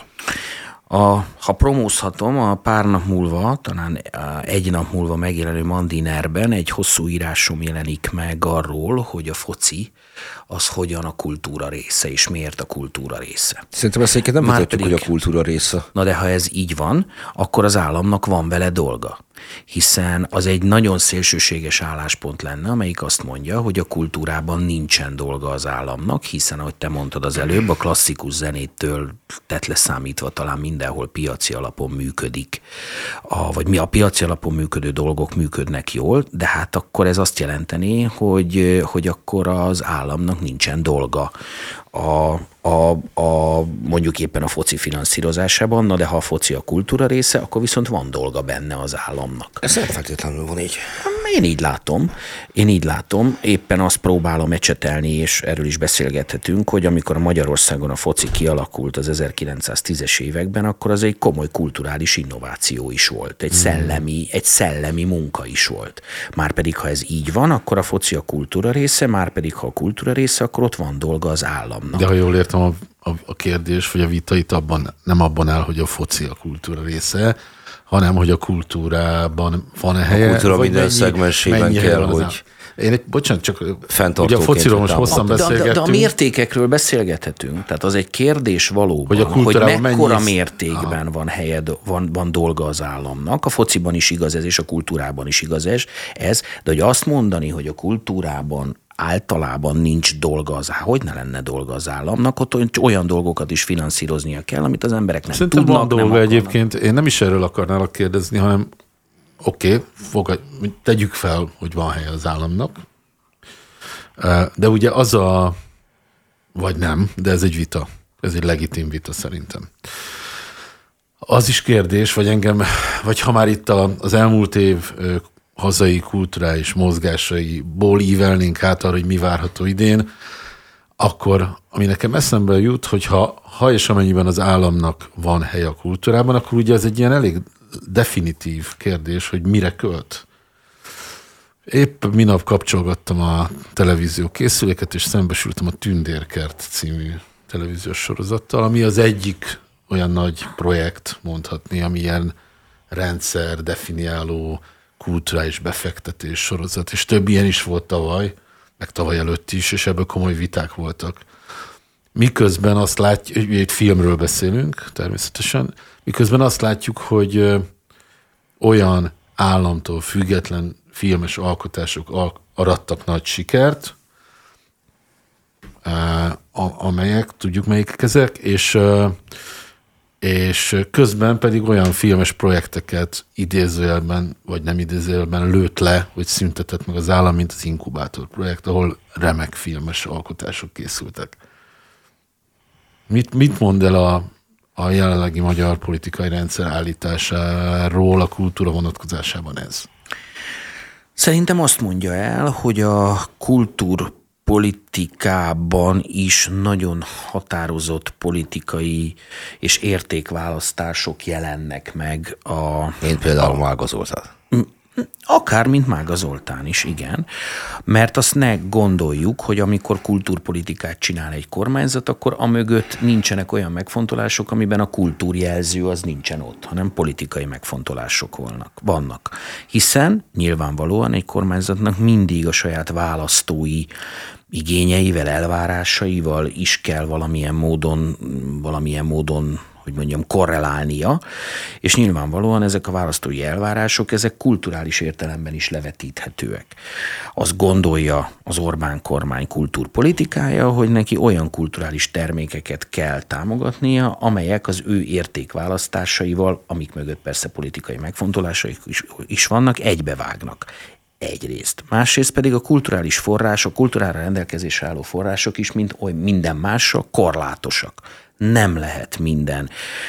A, ha promózhatom, a pár nap múlva, talán egy nap múlva megjelenő Mandinerben egy hosszú írásom jelenik meg arról, hogy a foci az hogyan a kultúra része, és miért a kultúra része. Szerintem ezt egyébként nem mutatjuk, hogy a kultúra része. Na de ha ez így van, akkor az államnak van vele dolga. Hiszen az egy nagyon szélsőséges álláspont lenne, amelyik azt mondja, hogy a kultúrában nincsen dolga az államnak, hiszen, ahogy te mondtad az előbb, a klasszikus zenétől tett leszámítva talán mindenhol piaci alapon működik, a, vagy mi a piaci alapon működő dolgok működnek jól, de hát akkor ez azt jelenteni, hogy, hogy akkor az államnak nincsen dolga a, a, a, mondjuk éppen a foci finanszírozásában, na de ha a foci a kultúra része, akkor viszont van dolga benne az államnak. Ez nem feltétlenül van így. Én így látom. Én így látom. Éppen azt próbálom ecsetelni, és erről is beszélgethetünk, hogy amikor Magyarországon a foci kialakult az ezerkilencszáztízes években, akkor az egy komoly kulturális innováció is volt. Egy szellemi, egy szellemi munka is volt. Márpedig, ha ez így van, akkor a foci a kultúra része, márpedig, ha a kultúra része, akkor ott van dolga az államnak. De ha jól értem, a, a, a kérdés, vagy a vita itt abban, nem abban áll, hogy a foci a kultúra része, hanem hogy a kultúrában van-e helye. A kultúra minden szegmensében kell, hogy... Én egy, bocsánat, csak ugye a fociról most hosszan beszélgettünk. De, de, de a mértékekről beszélgethetünk. Tehát az egy kérdés valóban, hogy, hogy mekkora mennyi... mértékben van helye, van, van dolga az államnak. A fociban is igaz ez, és a kultúrában is igaz ez, de hogy azt mondani, hogy a kultúrában általában nincs dolga az állam, hogy ne lenne dolga az államnak, ott olyan dolgokat is finanszíroznia kell, amit az emberek nem Szerintem tudnak. Van dolga nem egyébként, én nem is erről akarnálak kérdezni, hanem oké, okay, tegyük fel, hogy van helye az államnak, de ugye az a, vagy nem, de ez egy vita, ez egy legitim vita szerintem. Az is kérdés, vagy engem, vagy ha már itt az elmúlt év hazai kulturális mozgásaiból ívelnénk át arra, hogy mi várható idén, akkor ami nekem eszembe jut, hogy ha, ha és amennyiben az államnak van helye a kultúrában, akkor ugye ez egy ilyen elég definitív kérdés, hogy mire költ. Épp minap kapcsolgattam a televízió készüléket, és szembesültem a Tündérkert című televíziós sorozattal, ami az egyik olyan nagy projekt, mondhatni, ami ilyen rendszer, definiáló, kulturális befektetés sorozat, és több ilyen is volt tavaly, meg tavaly előtt is, és ebből komoly viták voltak. Miközben azt látjuk, egy filmről beszélünk természetesen, miközben azt látjuk, hogy olyan államtól független filmes alkotások arattak nagy sikert, amelyek, tudjuk melyikek ezek, és, és közben pedig olyan filmes projekteket idézőjelben, vagy nem idézőjelben lőtt le, vagy szüntetett meg az állam, mint az Inkubátor projekt, ahol remek filmes alkotások készültek. Mit, mit mond el a, a jelenlegi magyar politikai rendszer állításáról a kultúra vonatkozásában ez? Szerintem azt mondja el, hogy a kultúrpolitikában is nagyon határozott politikai és értékválasztások jelennek meg. A, Én például Mága Zoltán. Akár, mint Mága Zoltán is, igen. Mert azt ne gondoljuk, hogy amikor kultúrpolitikát csinál egy kormányzat, akkor amögött nincsenek olyan megfontolások, amiben a kultúrjelző az nincsen ott, hanem politikai megfontolások vannak. vannak. Hiszen nyilvánvalóan egy kormányzatnak mindig a saját választói igényeivel, elvárásaival is kell valamilyen módon, valamilyen módon hogy mondjam, korrelálnia, és nyilvánvalóan ezek a választói elvárások, ezek kulturális értelemben is levetíthetőek. Azt gondolja az Orbán kormány kultúrpolitikája, hogy neki olyan kulturális termékeket kell támogatnia, amelyek az ő értékválasztásaival, amik mögött persze politikai megfontolásaik is, is vannak, egybevágnak. Egyrészt. Másrészt pedig a kulturális források, kulturára rendelkezésre álló források is, mint oly minden másra, korlátosak. Nem lehet minden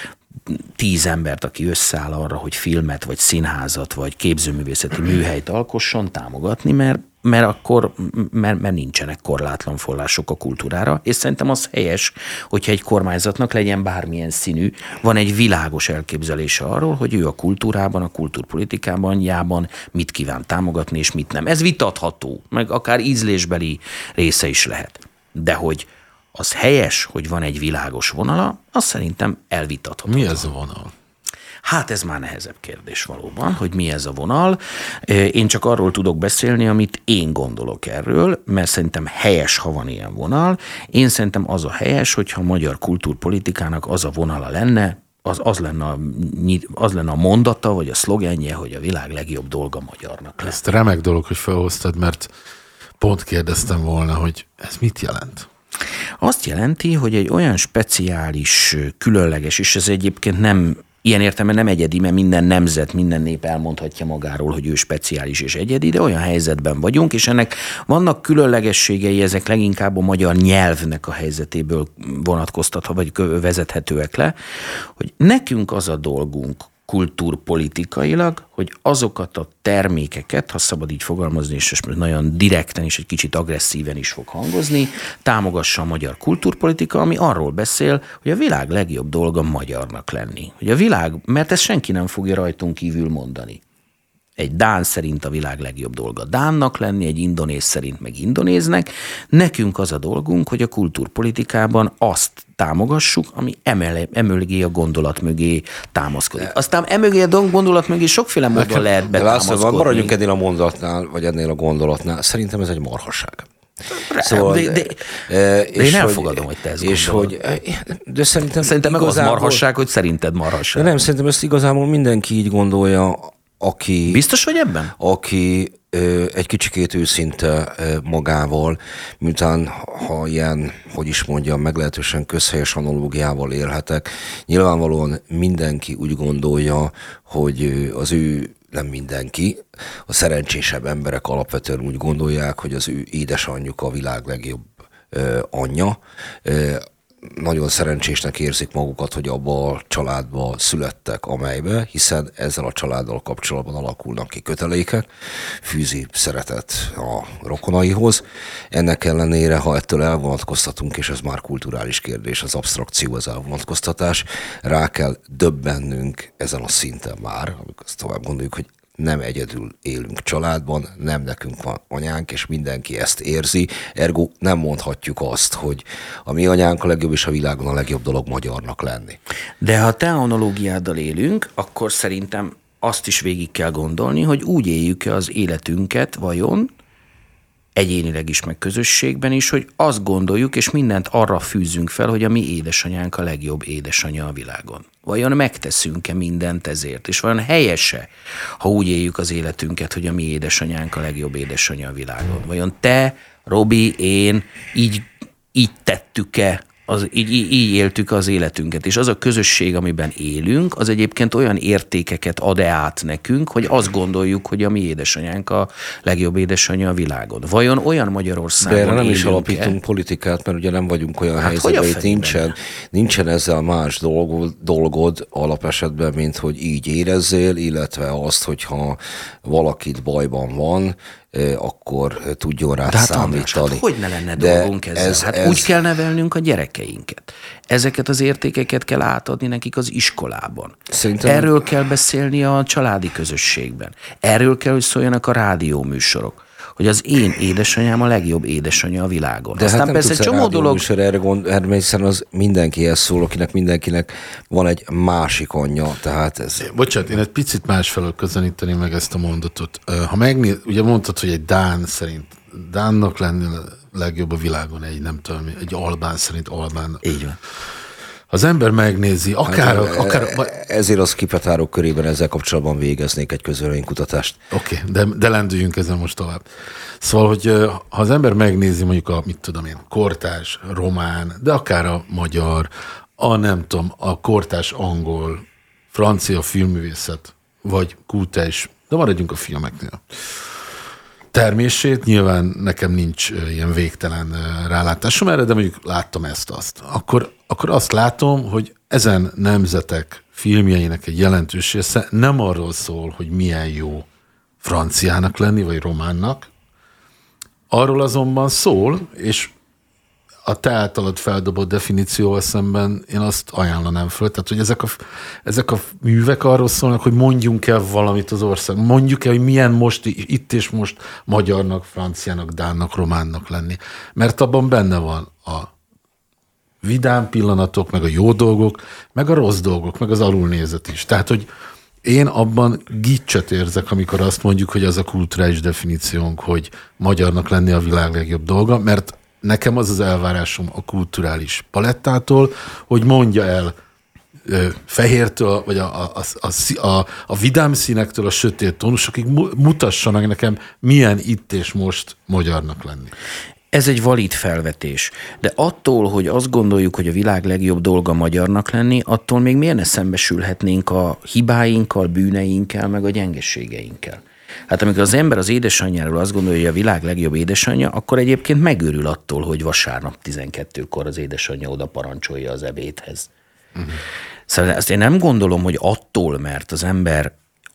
tíz embert, aki összeáll arra, hogy filmet, vagy színházat, vagy képzőművészeti műhelyt alkosson, támogatni, mert, mert akkor mert, mert nincsenek korlátlan források a kultúrára, és szerintem az helyes, hogyha egy kormányzatnak legyen bármilyen színű, van egy világos elképzelése arról, hogy ő a kultúrában, a kultúrpolitikában, jában mit kíván támogatni, és mit nem. Ez vitatható, meg akár ízlésbeli része is lehet. De hogy az helyes, hogy van egy világos vonala, az szerintem elvitatható. Mi ez a vonal? Hát ez már nehezebb kérdés valóban, hogy mi ez a vonal. Én csak arról tudok beszélni, amit én gondolok erről, mert szerintem helyes, ha van ilyen vonal. Én szerintem az a helyes, hogyha a magyar kultúrpolitikának az a vonala lenne, az, az, lenne a, az lenne a mondata, vagy a szlogenje, hogy a világ legjobb dolga magyarnak lesz. Ezt remek dolog, hogy felhoztad, mert pont kérdeztem volna, hogy ez mit jelent? Azt jelenti, hogy egy olyan speciális, különleges, és ez egyébként nem, ilyen értelemben nem egyedi, mert minden nemzet, minden nép elmondhatja magáról, hogy ő speciális és egyedi, de olyan helyzetben vagyunk, és ennek vannak különlegességei, ezek leginkább a magyar nyelvnek a helyzetéből vonatkoztatva, vagy vezethetőek le, hogy nekünk az a dolgunk, kultúrpolitikailag, hogy azokat a termékeket, ha szabad így fogalmazni, és most nagyon direkten és egy kicsit agresszíven is fog hangozni, támogassa a magyar kultúrpolitika, ami arról beszél, hogy a világ legjobb dolga magyarnak lenni. Hogy a világ, mert ezt senki nem fogja rajtunk kívül mondani. Egy dán szerint a világ legjobb dolga dánnak lenni, egy indonéz szerint meg indonéznek. Nekünk az a dolgunk, hogy a kultúrpolitikában azt támogassuk, ami emögé a gondolat mögé támaszkodik. Aztán emögé a gondolat mögé sokféle módon lehet betámaszkodni. Maradjunk ennél a mondatnál, vagy ennél a gondolatnál. Szerintem ez egy marhaság. Szóval, de, de, de én elfogadom, hogy, hogy te ezt és hogy, de szerintem, szerintem meg az marhasság, hogy szerinted marhasság. De nem, szerintem ezt igazából mindenki így gondolja, aki... Biztos vagy ebben? Aki ö, egy kicsikét őszinte ö, magával, miután ha ilyen, hogy is mondjam, meglehetősen közhelyes analógiával élhetek, nyilvánvalóan mindenki úgy gondolja, hogy az ő nem mindenki, a szerencsésebb emberek alapvetően úgy gondolják, hogy az ő édesanyjuk a világ legjobb ö, anyja. Ö, nagyon szerencsésnek érzik magukat, hogy abba a családba születtek, amelybe, hiszen ezzel a családdal kapcsolatban alakulnak ki kötelékek, fűzi szeretet a rokonaihoz. Ennek ellenére, ha ettől elvonatkoztatunk, és ez már kulturális kérdés, az absztrakció, az elvonatkoztatás, rá kell döbbennünk ezen a szinten már, amikor azt tovább gondoljuk, hogy nem egyedül élünk családban, nem nekünk van anyánk, és mindenki ezt érzi, ergo nem mondhatjuk azt, hogy a mi anyánk a legjobb, és a világon a legjobb dolog magyarnak lenni. De ha te analógiáddal élünk, akkor szerintem azt is végig kell gondolni, hogy úgy éljük-e az életünket vajon, egyénileg is, meg közösségben is, hogy azt gondoljuk, és mindent arra fűzünk fel, hogy a mi édesanyánk a legjobb édesanyja a világon. Vajon megteszünk-e mindent ezért? És vajon helyese, ha úgy éljük az életünket, hogy a mi édesanyánk a legjobb édesanyja a világon? Vajon te, Robi, én így, így tettük-e, az, így, így éltük az életünket, és az a közösség, amiben élünk, az egyébként olyan értékeket ad-e át nekünk, hogy azt gondoljuk, hogy a mi édesanyánk a legjobb édesanyja a világon. Vajon olyan Magyarországon élünk-e? De nem is alapítunk politikát, mert ugye nem vagyunk olyan hát helyzetben, hogy nincsen, nincsen ezzel más dolgod, dolgod alapesetben, mint hogy így érezzél, illetve azt, hogyha valakit bajban van, akkor tudjon rá hát számítani. András, hát hogy ne lenne De dolgunk ezzel? Ez, hát ez... úgy kell nevelnünk a gyerekeinket. Ezeket az értékeket kell átadni nekik az iskolában. Szerintem... Erről kell beszélni a családi közösségben. Erről kell, hogy szóljanak a rádióműsorok. Hogy az én édesanyám a legjobb édesanyja a világon. De aztán hát persze egy csomó dolog... erre gond, erre hiszen az mindenkihez szól, akinek mindenkinek van egy másik anyja, tehát ez... Bocsánat, én egy picit másfelől közelíteni meg ezt a mondatot. Ha megnéz, ugye mondtad, hogy egy dán szerint, dánnak lenni a legjobb a világon, egy nem tudom, egy albán szerint albán. Így van. Az ember megnézi, akár... Hát, akár ezért az kipetárok körében ezzel kapcsolatban végeznék egy közvéleménykutatást. Oké, okay, de, de lendüljünk ezen most tovább. Szóval, hogy ha az ember megnézi mondjuk a, mit tudom én, kortárs, román, de akár a magyar, a nem tudom, a kortárs angol, francia filmművészet, vagy kultúrás, de maradjunk a filmeknél. Termését, nyilván nekem nincs ilyen végtelen rálátásom erre, de mondjuk láttam ezt-azt. Akkor, akkor azt látom, hogy ezen nemzetek filmjeinek egy jelentős része nem arról szól, hogy milyen jó franciának lenni, vagy románnak. Arról azonban szól, és a te általad feldobott definícióval szemben én azt ajánlanám föl. Tehát, hogy ezek a, ezek a művek arról szólnak, hogy mondjunk el valamit az ország. Mondjuk el, hogy milyen most, itt és most magyarnak, franciának, dánnak, románnak lenni. Mert abban benne van a vidám pillanatok, meg a jó dolgok, meg a rossz dolgok, meg az alulnézet is. Tehát, hogy én abban gicset érzek, amikor azt mondjuk, hogy az a kulturális definíciónk, hogy magyarnak lenni a világ legjobb dolga, mert nekem az az elvárásom a kulturális palettától, hogy mondja el ö, fehértől, vagy a, a, a, a, a vidám színektől a sötét tónusokig mutassa meg nekem, milyen itt és most magyarnak lenni. Ez egy valid felvetés, de attól, hogy azt gondoljuk, hogy a világ legjobb dolga magyarnak lenni, attól még miért ne szembesülhetnénk a hibáinkkal, bűneinkkel, meg a gyengeségeinkkel? Hát amikor az ember az édesanyjáról azt gondolja, hogy a világ legjobb édesanyja, akkor egyébként megőrül attól, hogy vasárnap tizenkettőkor az édesanyja oda parancsolja az ebédhez. Uh-huh. Szóval azt én nem gondolom, hogy attól, mert az ember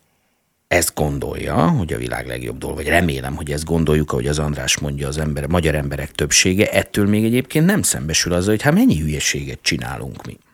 ezt gondolja, hogy a világ legjobb dolog, vagy remélem, hogy ezt gondoljuk, ahogy az András mondja, az ember, magyar emberek többsége, ettől még egyébként nem szembesül azzal, hogy hát mennyi hülyeséget csinálunk mi.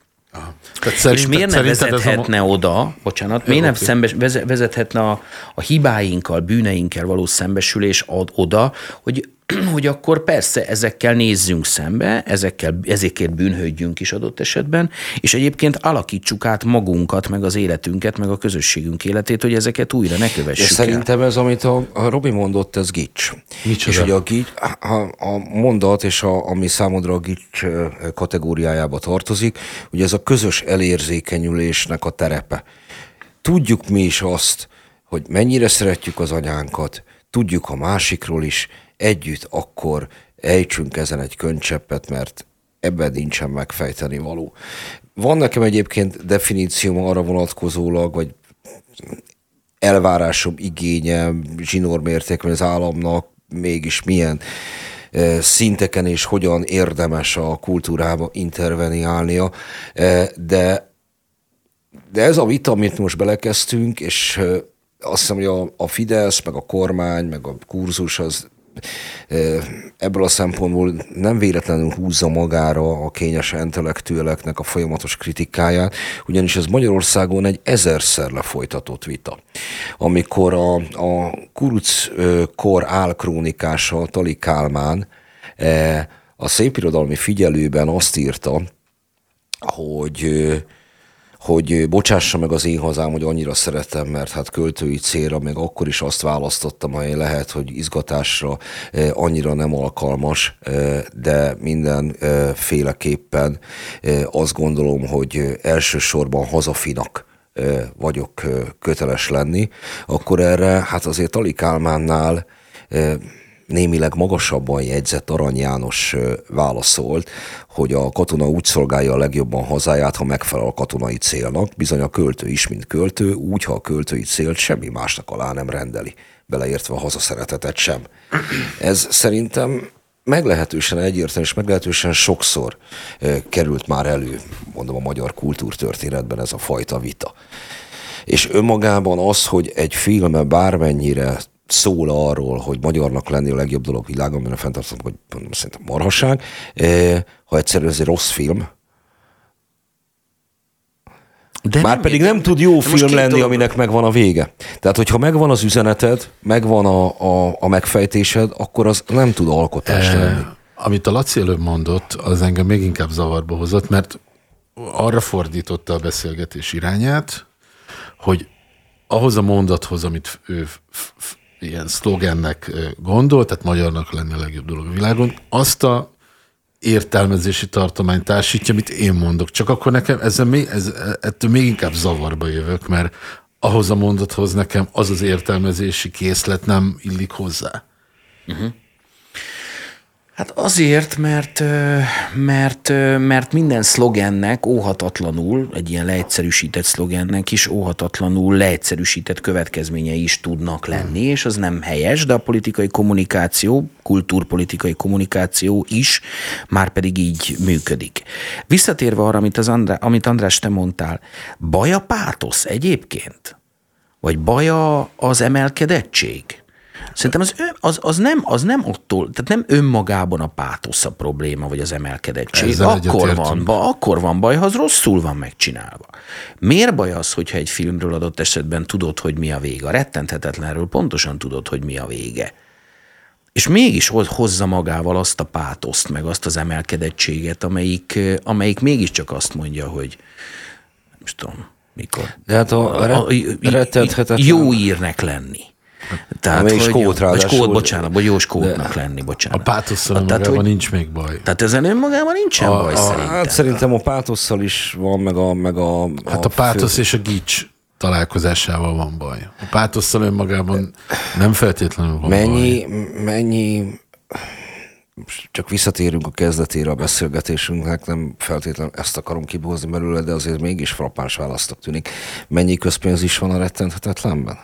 És miért ne vezethetne a... oda, bocsánat, miért nem szembes, vezethetne a, a hibáinkkal, bűneinkkel való szembesülés ad oda, hogy, hogy akkor persze ezekkel nézzünk szembe, ezekkel, ezekért bűnhődjünk is adott esetben, és egyébként alakítsuk át magunkat, meg az életünket, meg a közösségünk életét, hogy ezeket újra ne kövessük és el. Szerintem ez, amit a, a Robi mondott, ez gics. Micsoda? És hogy a, gics, a, a mondat, és a, ami számodra a gics kategóriájába tartozik, hogy ez a közös elérzékenyülésnek a terepe. Tudjuk mi is azt, hogy mennyire szeretjük az anyánkat, tudjuk a másikról is, együtt akkor ejtsünk ezen egy könycseppet, mert ebben nincsen megfejteni való. Van nekem egyébként definícióm arra vonatkozólag, vagy elvárásom, igényem, zsinórmértékben az államnak mégis milyen szinteken és hogyan érdemes a kultúrába interveniálnia, de, de ez a vita, amit most belekezdtünk, és azt hiszem, hogy a, a Fidesz, meg a kormány, meg a kurzus az ebből a szempontból nem véletlenül húzza magára a kényes intellektueleknek a folyamatos kritikáját, ugyanis ez Magyarországon egy ezerszer lefolytatott vita. Amikor a, a kuruc kor álkrónikása Tali Kálmán a szépirodalmi figyelőben azt írta, hogy hogy bocsássa meg az én hazám, hogy annyira szeretem, mert hát költői célra még akkor is azt választottam, amely lehet, hogy izgatásra annyira nem alkalmas, de mindenféleképpen azt gondolom, hogy elsősorban hazafinak vagyok köteles lenni, akkor erre hát azért Tali Kálmánnál némileg magasabban jegyzett Arany János válaszolt, hogy a katona úgy szolgálja a legjobban hazáját, ha megfelel a katonai célnak, bizony a költő is, mint költő, úgy, ha a költői célt semmi másnak alá nem rendeli, beleértve a hazaszeretetet sem. Ez szerintem meglehetősen egyértelmű, és meglehetősen sokszor került már elő, mondom, a magyar kultúrtörténetben ez a fajta vita. És önmagában az, hogy egy film bármennyire szól arról, hogy magyarnak lenni a legjobb dolog világon, mert fenntartom, hogy szerintem marhaság, ha egyszerűen ez egy rossz film, de már nem pedig nem tud jó film lenni, dolog... aminek megvan a vége. Tehát, hogyha megvan az üzeneted, megvan a, a, a megfejtésed, akkor az nem tud alkotás e, lenni. Amit a Laci előbb mondott, az engem még inkább zavarba hozott, mert arra fordította a beszélgetés irányát, hogy ahhoz a mondathoz, amit ő f- f- ilyen szlogennek gondol, tehát magyarnak lenne a legjobb dolog a világon, azt a értelmezési tartományt társítja, amit én mondok. Csak akkor nekem ezzel még, ez, ettől még inkább zavarba jövök, mert ahhoz a mondathoz nekem az az értelmezési készlet nem illik hozzá. Uh-huh. Hát azért, mert, mert, mert minden szlogennek óhatatlanul, egy ilyen leegyszerűsített szlogennek is óhatatlanul leegyszerűsített következményei is tudnak lenni, és az nem helyes, de a politikai kommunikáció, kultúrpolitikai kommunikáció is már pedig így működik. Visszatérve arra, amit, az Andrá, amit András te mondtál, baj a pátosz egyébként? Vagy baj az emelkedettség? Szerintem az, az, az, nem, az nem attól, tehát nem önmagában a pátosz a probléma, vagy az emelkedettség. Akkor van, ba, akkor van baj, ha az rosszul van megcsinálva. Miért baj az, hogyha egy filmről adott esetben tudod, hogy mi a vége? A rettenthetetlenről pontosan tudod, hogy mi a vége. És mégis hozza magával azt a pátoszt, meg azt az emelkedettséget, amelyik, amelyik mégiscsak azt mondja, hogy nem is tudom, mikor. De hát a, a, a, a rettenthetetlen... Jó írnek lenni. Tehát, hogy, skót, vagy skót, bocsánat, vagy jó skótnak lenni, bocsánat. A pátosszal önmagában hogy, nincs még baj. Tehát ezen önmagában nincsen a, baj a, szerintem. Hát szerintem a pátosszal is van, meg a... Meg a, a hát a pátosz fő... és a gics találkozásával van baj. A pátosszal önmagában nem feltétlenül van mennyi, baj. Mennyi... Csak visszatérünk a kezdetére a beszélgetésünknek, nem feltétlenül ezt akarom kibozni belőle, de azért mégis frappáns választok tűnik. Mennyi közpénz is van a rettenthetetlenben?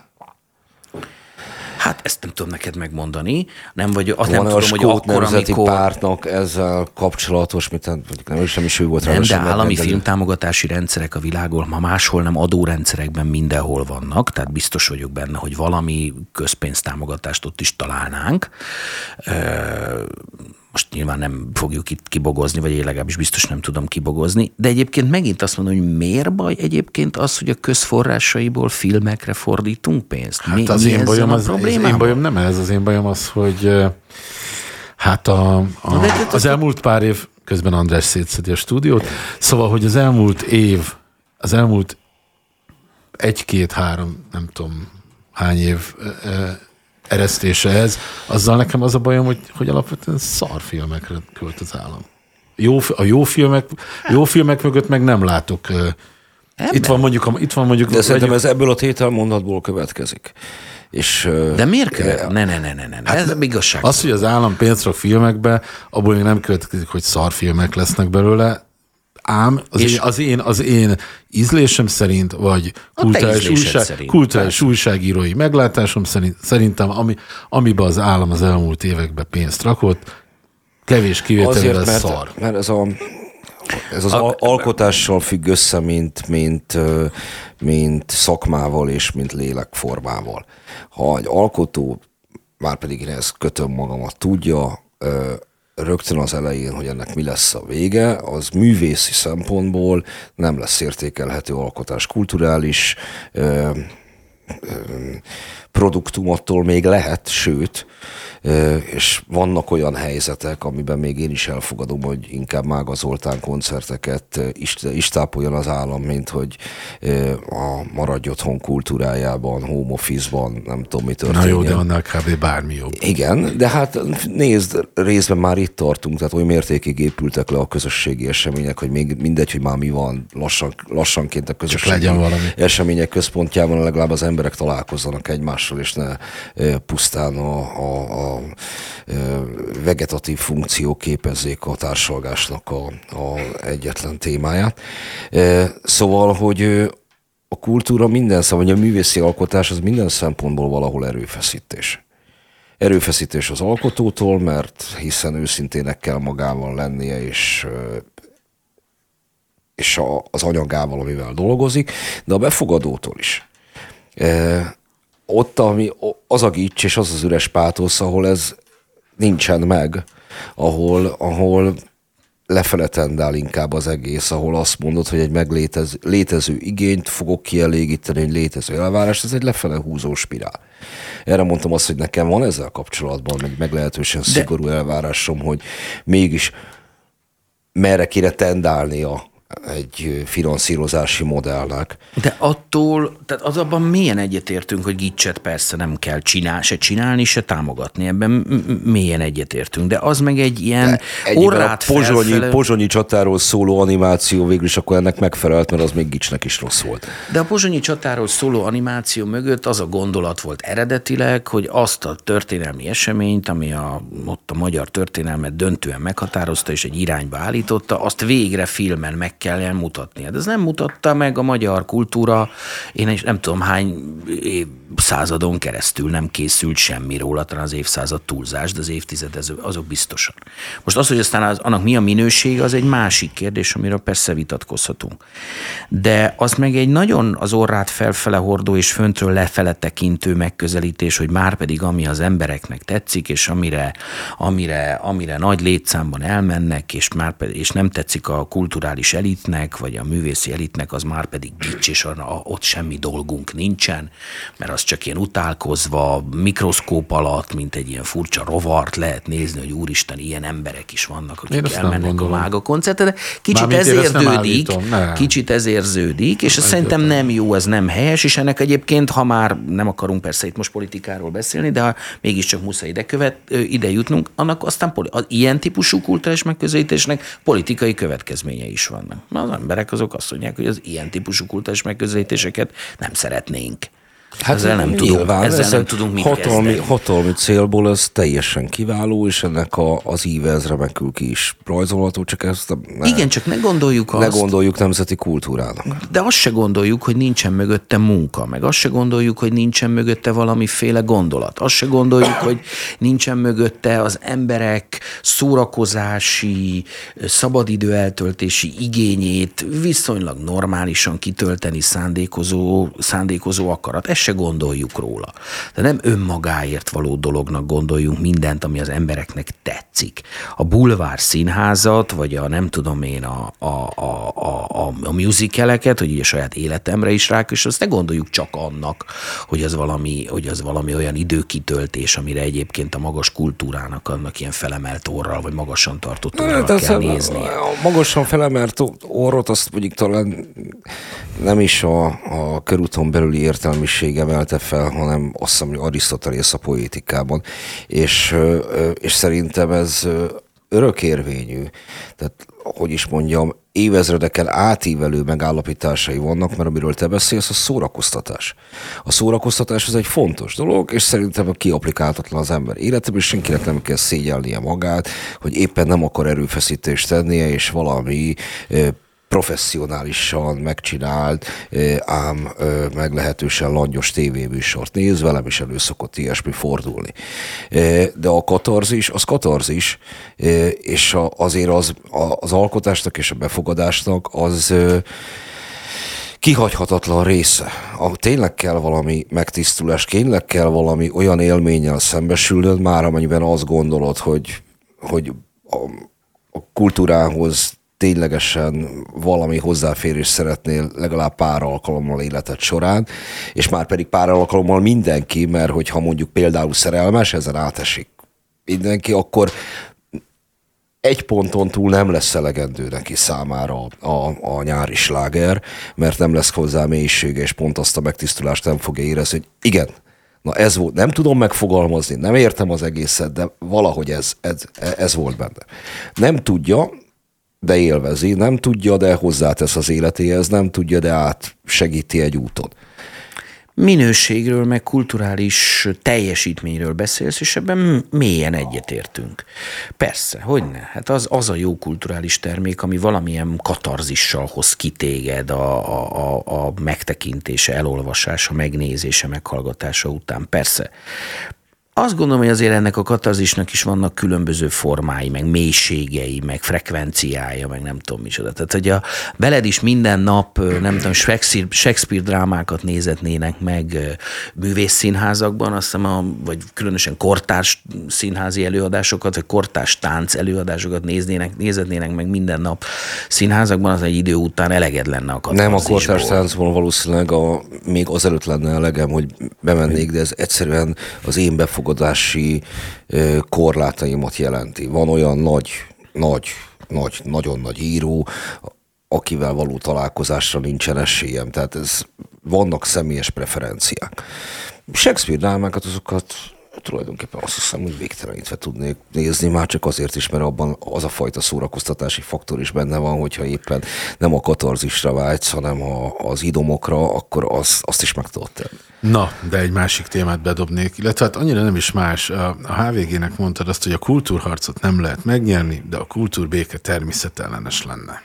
Hát ezt nem tudom neked megmondani. Nem vagy, azt van nem tudom, hogy akkor, nemzeti amikor... pártnak ezzel kapcsolatos, mint nem, nem, nem is ő volt rá. Nem, de állami filmtámogatási rendszerek a világon ma máshol nem adórendszerekben mindenhol vannak, tehát biztos vagyok benne, hogy valami közpénztámogatást ott is találnánk. Most nyilván nem fogjuk itt kibogozni, vagy én legalábbis biztos nem tudom kibogozni, de egyébként megint azt mondom, hogy miért baj egyébként az, hogy a közforrásaiból filmekre fordítunk pénzt? Hát mi, az, mi én bajom, az, az én bajom nem ez, az én bajom az, hogy hát a, a, az elmúlt pár év, közben András szétszedi a stúdiót, szóval, hogy az elmúlt év, az elmúlt egy-két-három, nem tudom hány év eresztése ez, azzal nekem az a bajom, hogy, hogy alapvetően szarfilmekre költ az állam. Jó, a jó filmek, jó filmek mögött meg nem látok. Ebben? Itt van mondjuk... Itt van mondjuk de szerintem ez ebből a tételmondatból következik. És, de miért követ? Ne, ne, ne, ne, ne. Hát ez igazság. Az, hogy az állam pénzt rak filmekbe, abból még nem következik, hogy szarfilmek lesznek belőle. ám az, én, az, én, az én ízlésem szerint, vagy kulturális, újság, szerint, kulturális újságírói meglátásom szerint, szerintem, ami, amiben az állam az elmúlt években pénzt rakott, kevés kivételével mert, szar. Mert ez, a, ez az a, alkotással függ össze, mint, mint, mint szakmával és mint lélekformával. Ha egy alkotó, már pedig én ezt kötöm magamat, tudja rögtön az elején, hogy ennek mi lesz a vége, az művészi szempontból nem lesz értékelhető alkotás. Kulturális ö, ö, produktum attól még lehet, sőt, ö, és vannak olyan helyzetek, amiben még én is elfogadom, hogy inkább Mága Zoltán koncerteket is, is tápoljon az állam, mint hogy ö, a Maradj Otthon kultúrájában, home office-ban, nem tudom, mi történjen. Na jó, de annál kb. Bármi jobb. Igen, de hát nézd, részben már itt tartunk, tehát oly mértékig épültek le a közösségi események, hogy még mindegy, hogy már mi van lassan, lassanként a közösségi események központjában, legalább az emberek találkozzanak egymással, és ne e, pusztán a, a, a e, vegetatív funkció képezzék a társalgásnak a, a egyetlen témáját. E, szóval, hogy a kultúra minden szem, vagy a művészi alkotás az minden szempontból valahol erőfeszítés. Erőfeszítés az alkotótól, mert hiszen őszintének kell magával lennie, és, és a, az anyagával, amivel dolgozik, de a befogadótól is. E, ott ami, az a gics és az az üres pátosz, ahol ez nincsen meg, ahol, ahol lefele tendál inkább az egész, ahol azt mondod, hogy egy meglétező létező igényt fogok kielégíteni, egy létező elvárást, ez egy lefele húzó spirál. Erre mondtam azt, hogy nekem van ezzel kapcsolatban meg meglehetősen De... szigorú elvárásom, hogy mégis merre kéne tendálnia egy finanszírozási modellnek. De attól, tehát az abban mélyen egyetértünk, hogy gicset persze nem kell csinál, se csinálni, se támogatni. Ebben mélyen egyetértünk. De az meg egy ilyen orrát a pozsonyi, felfele... pozsonyi csatáról szóló animáció végül is akkor ennek megfelelt, mert az még gicsnek is rossz volt. De a pozsonyi csatáról szóló animáció mögött az a gondolat volt eredetileg, hogy azt a történelmi eseményt, ami a, ott a magyar történelmet döntően meghatározta és egy irányba állította, azt végre filmen meg kell mutatnia. De ez nem mutatta meg a magyar kultúra, én is nem tudom hány századon keresztül nem készült semmi róla, talán az évszázad túlzás, de az évtized azok biztosan. Most az, hogy aztán az, annak mi a minősége, az egy másik kérdés, amiről persze vitatkozhatunk. De az meg egy nagyon az orrát felfele hordó és föntről lefele tekintő megközelítés, hogy már pedig ami az embereknek tetszik, és amire, amire, amire nagy létszámban elmennek, és, már pedig, és nem tetszik a kulturális elitnek, vagy a művészi elitnek, az már pedig gics, és ott semmi dolgunk nincsen, mert az csak ilyen utálkozva, mikroszkóp alatt, mint egy ilyen furcsa rovart lehet nézni, hogy úristen, ilyen emberek is vannak, akik elmennek a Mága koncertre, de kicsit ez érződik, kicsit ez érződik, és ez szerintem nem jó, ez nem helyes, és ennek egyébként, ha már nem akarunk persze itt most politikáról beszélni, de ha mégiscsak muszáj ide, követ, ide jutnunk, annak aztán az ilyen típusú kulturális megközelítésnek politikai következményei is vannak. Az emberek azok azt mondják, hogy az ilyen típusú kulturális megközelítéseket nem szeretnénk. Hát ezzel nem, tudom, ezzel nem tudunk mit hatalmi, kezdeni. Hatalmi célból ez teljesen kiváló, és ennek a, az íve ez remekül ki is rajzolható, csak ezt ne, Igen, csak ne gondoljuk ne azt. Ne gondoljuk nemzeti kultúrának. De azt se gondoljuk, hogy nincsen mögötte munka, meg azt se gondoljuk, hogy nincsen mögötte valamiféle gondolat. Azt se gondoljuk, hogy nincsen mögötte az emberek szórakozási, szabadidő eltöltési igényét viszonylag normálisan kitölteni szándékozó, szándékozó akarat. Ezt se gondoljuk róla. De nem önmagáért való dolognak gondoljunk mindent, ami az embereknek tetszik. A bulvár színházat, vagy a nem tudom én a, a, a, a, a musicaleket, hogy így a saját életemre is rák, és azt ne gondoljuk csak annak, hogy az valami, hogy az valami olyan időkitöltés, amire egyébként a magas kultúrának annak ilyen felemelt orral, vagy magasan tartott orral kell kell nézni. A magasan felemelt orrot azt mondjuk talán nem is a, a körúton belüli értelmiség emelte fel, hanem azt hiszem, hogy Arisztotelész a poétikában. És, és szerintem ez örökérvényű. Tehát, hogy is mondjam, évezredeken átívelő megállapításai vannak, mert amiről te beszélsz, a szórakoztatás. A szórakoztatás az egy fontos dolog, és szerintem kiapplikáltatlan az ember életében, és senkinek nem kell szégyelnie magát, hogy éppen nem akar erőfeszítést tennie, és valami professzionálisan megcsinált, ám meglehetősen langyos tévéműsort néz, velem is elő szokott ilyesmi fordulni. De a katarzis, az katarzis, és azért az, az alkotásnak és a befogadásnak az kihagyhatatlan része. A, tényleg kell valami megtisztulás, tényleg kell valami olyan élménnyel szembesülnöd már, amennyiben azt gondolod, hogy, hogy a, a kultúrához ténylegesen valami hozzáférés szeretnél legalább pár alkalommal életed során, és már pedig pár alkalommal mindenki, mert hogyha mondjuk például szerelmes, ezen átesik mindenki, akkor egy ponton túl nem lesz elegendő neki számára a, a nyári sláger, mert nem lesz hozzá mélysége, és pont azt a megtisztulást nem fogja érezni, hogy igen, na ez volt, nem tudom megfogalmazni, nem értem az egészet, de valahogy ez, ez, ez volt benne. Nem tudja, de élvezi, nem tudja, de hozzátesz az életéhez, nem tudja, de átsegíti egy úton. Minőségről, meg kulturális teljesítményről beszélsz, és ebben mélyen egyetértünk. Persze, hogyne? Hát az, az a jó kulturális termék, ami valamilyen katarzissal hoz ki téged a, a, a megtekintése, elolvasása, megnézése, meghallgatása után. Persze. Azt gondolom, hogy azért ennek a katarzisnak is vannak különböző formái, meg mélységei, meg frekvenciája, meg nem tudom micsoda. Tehát, hogy a veled is minden nap, nem tudom, Shakespeare, Shakespeare drámákat nézetnének meg művészszínházakban, azt hiszem, a, vagy különösen kortárs színházi előadásokat, vagy kortárs tánc előadásokat néznének, nézetnének meg minden nap színházakban, az egy idő után eleged lenne a katarzisból. Nem, a kortárs táncból valószínűleg a, még azelőtt lenne elegem, hogy bemennék, de ez egyszerűen az én befogadási korlátaimat jelenti. Van olyan nagy, nagy, nagy, nagyon nagy író, akivel való találkozásra nincsen esélyem. Tehát ez, vannak személyes preferenciák. Shakespeare drámákat, azokat tulajdonképpen azt hiszem, hogy végtelenítve tudnék nézni, már csak azért is, mert abban az a fajta szórakoztatási faktor is benne van, hogyha éppen nem a katarzisra vágysz, hanem a, az idomokra, akkor az, azt is meg tudod tenni. Na, de egy másik témát bedobnék, illetve hát annyira nem is más. A há vé gének mondtad azt, hogy a kultúrharcot nem lehet megnyerni, de a kultúrbéke természetellenes lenne.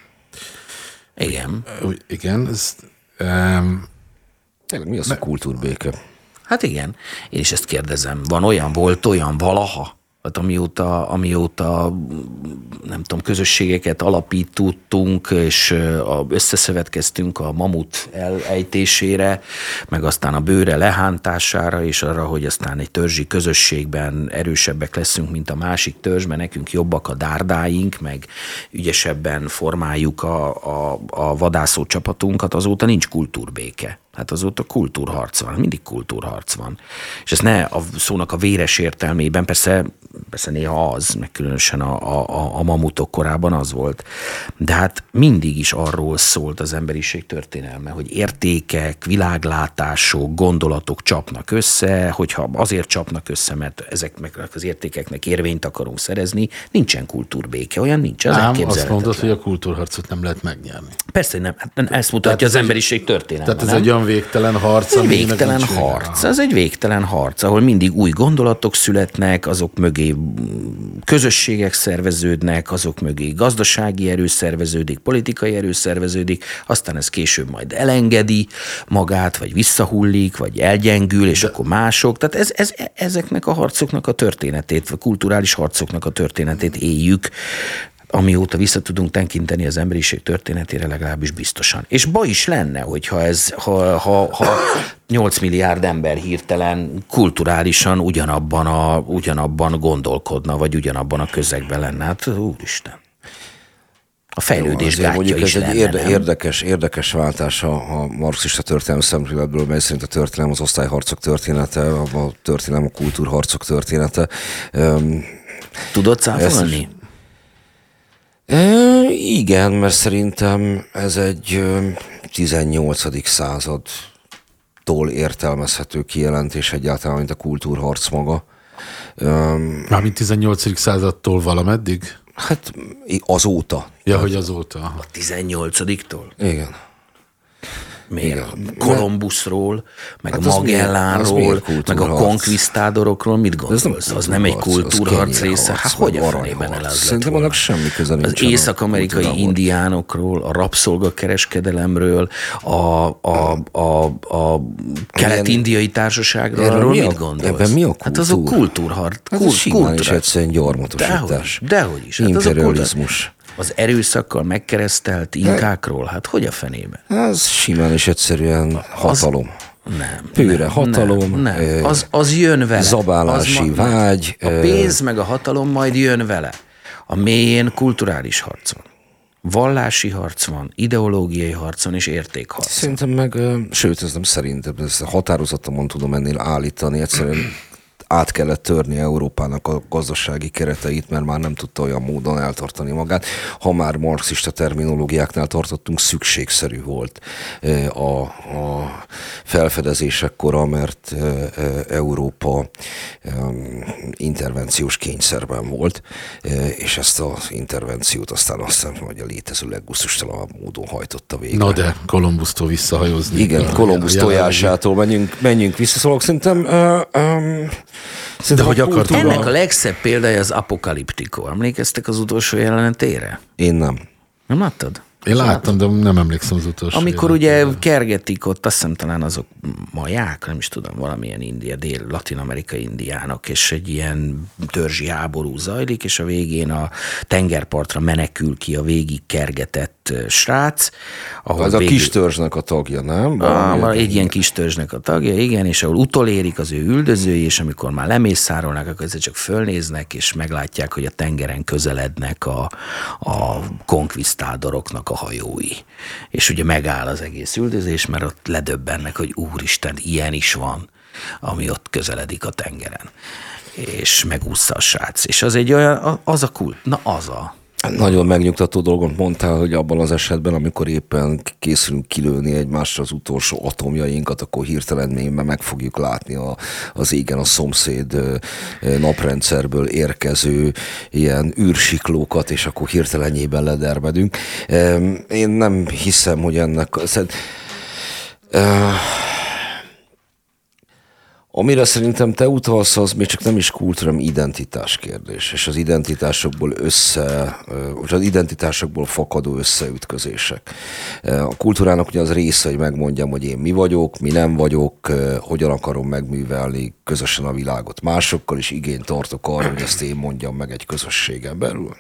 Igen. Úgy, igen, ez... Um, Tényleg, mi az ne, a kultúrbéke? Hát igen, én is ezt kérdezem. Van olyan, volt olyan valaha, hát amióta, amióta nem tudom, közösségeket alapítottunk, és összeszövetkeztünk a mamut elejtésére, meg aztán a bőre lehántására, és arra, hogy aztán egy törzsi közösségben erősebbek leszünk, mint a másik törzs, mert nekünk jobbak a dárdáink, meg ügyesebben formáljuk a, a, a vadászó csapatunkat, azóta nincs kultúrbéke. Hát azóta kultúrharc van, mindig kultúrharc van. És ez ne a szónak a véres értelmében, persze, persze néha az, meg különösen a, a, a mamutok korában az volt, de hát mindig is arról szólt az emberiség történelme, hogy értékek, világlátások, gondolatok csapnak össze, hogyha azért csapnak össze, mert ezeknek az értékeknek érvényt akarunk szerezni, nincsen kultúrbéke, olyan nincs, az elképzelhetetlen. Azt mondod, hogy a kultúrharcot nem lehet megnyerni. Persze, nem, hát ezt mutatja tehát az emberiség történelme. Tehát ez nem? Egy olyan végtelen harc, egy végtelen harc. Ez egy végtelen harc, ahol mindig új gondolatok születnek, azok mögé közösségek szerveződnek, azok mögé gazdasági erő szerveződik, politikai erő szerveződik, aztán ez később majd elengedi magát, vagy visszahullik, vagy elgyengül, és De... akkor mások. Tehát ez, ez, ezeknek a harcoknak a történetét, vagy kulturális harcoknak a történetét éljük, amióta vissza tudunk tekinteni az emberiség történetére, legalábbis biztosan. És baj is lenne, hogyha ez, ha, ha, ha nyolc milliárd ember hirtelen kulturálisan ugyanabban, a, ugyanabban gondolkodna, vagy ugyanabban a közegben lenne. Hát úristen. A fejlődés Jó, gátja is ez lenne, egy érde, nem? érdekes, érdekes váltás a, a marxista történelmi szemléletből, mely szerint a történelem az osztályharcok története, a történelem a kultúrharcok története. Tudod cáfolni? E, igen, mert szerintem ez egy tizennyolcadik századtól értelmezhető kijelentés egyáltalán, mint a kultúrharc maga. Mármint tizennyolcadik századtól valameddig? Hát azóta. Ja, hogy azóta. A tizennyolcadiktól Igen. Miért? Kolumbuszról, meg Hát a az Magellánról, miért- az miért meg a kultúrharc? konkvisztádorokról mit gondolsz? nem Az, az nem egy kultúrharc, az kultúrharc kenyérharc, része? Hát vagy hogy a fenében aranyharc. el az lett Szerintem volna? annak semmi köze Az nincsen a észak-amerikai kultúrához. indiánokról, a rabszolgakereskedelemről, a, a, a, a kelet-indiai társaságról, Erről arról mi a- mit gondolsz? ebben mi a Hát azok kultúr? kultúrharc. Hát kul- ez simán is kultúra. egyszerűen gyarmatosítás. Dehogy, dehogy is. Hát azok Imperializmus. Az erőszakkal megkeresztelt inkákról, hát hogy a fenében? Ez simán is egyszerűen hatalom. Nem. Pőre nem, hatalom, Nem, nem. ö, Az, az jön vele. zabálási az ma- vágy, A ö, pénz meg a hatalom majd jön vele. A mélyén kulturális harc van. Vallási harc van, ideológiai harc van és értékharc. Szerintem meg, ö, sőt, ez nem szerintem, ezt határozottan tudom ennél állítani, egyszerűen át kellett törni Európának a gazdasági kereteit, mert már nem tudta olyan módon eltartani magát. Ha már marxista terminológiáknál tartottunk, szükségszerű volt a, a felfedezések kora, mert Európa intervenciós kényszerben volt, és ezt az intervenciót aztán aztán, hogy a létező leggusztustalanabb módon hajtotta végre. Na de Kolumbusztól visszahajózni. Igen, A- Kolumbusz a jelenlegi- tojásától menjünk, menjünk vissza. Szóval szerintem... Uh, um, De hogy akartuk Ennek a legszebb példája az Apokaliptikó. Emlékeztek az utolsó jelenetére? Én nem. Nem láttad? Én láttam, de nem emlékszem az utolsó. Amikor jelenetére. ugye kergetik ott, azt hiszem talán azok maják, nem is tudom, valamilyen India, dél-latin-amerikai indiánok, és egy ilyen törzsi háború zajlik, és a végén a tengerpartra menekül ki a végig kergetett srác. Ahol Az a végül- kis törzsnek a tagja, nem? Ah, Valami- van egy ilyen kis törzsnek a tagja, igen, és ahol utolérik az ő üldözői, és amikor már lemészárolnak, akkor ezzel csak fölnéznek, és meglátják, hogy a tengeren közelednek a, a konkvisztádoroknak a hajói. És ugye megáll az egész üldözés, mert ott ledöbbennek, hogy úristen, ilyen is van, ami ott közeledik a tengeren. És megúszza a srác. És az egy olyan, az a kult, na az a... Nagyon megnyugtató dolgot mondtál, hogy abban az esetben, amikor éppen készülünk kilőni egymásra az utolsó atomjainkat, akkor hirtelen mélyben meg fogjuk látni a, az égen a szomszéd ö, ö, naprendszerből érkező ilyen űrsiklókat, és akkor hirtelenjében ledermedünk. Ö, Én nem hiszem, hogy ennek... Szerint, ö, Amire szerintem te utalsz, az még csak nem is kultúra, hanem identitás kérdés, és az identitásokból össze, vagy az identitásokból fakadó összeütközések. A kultúrának ugye az része, hogy megmondjam, hogy én mi vagyok, mi nem vagyok, hogyan akarom megművelni közösen a világot másokkal, és igényt tartok arra, hogy ezt én mondjam meg egy közösségen belül.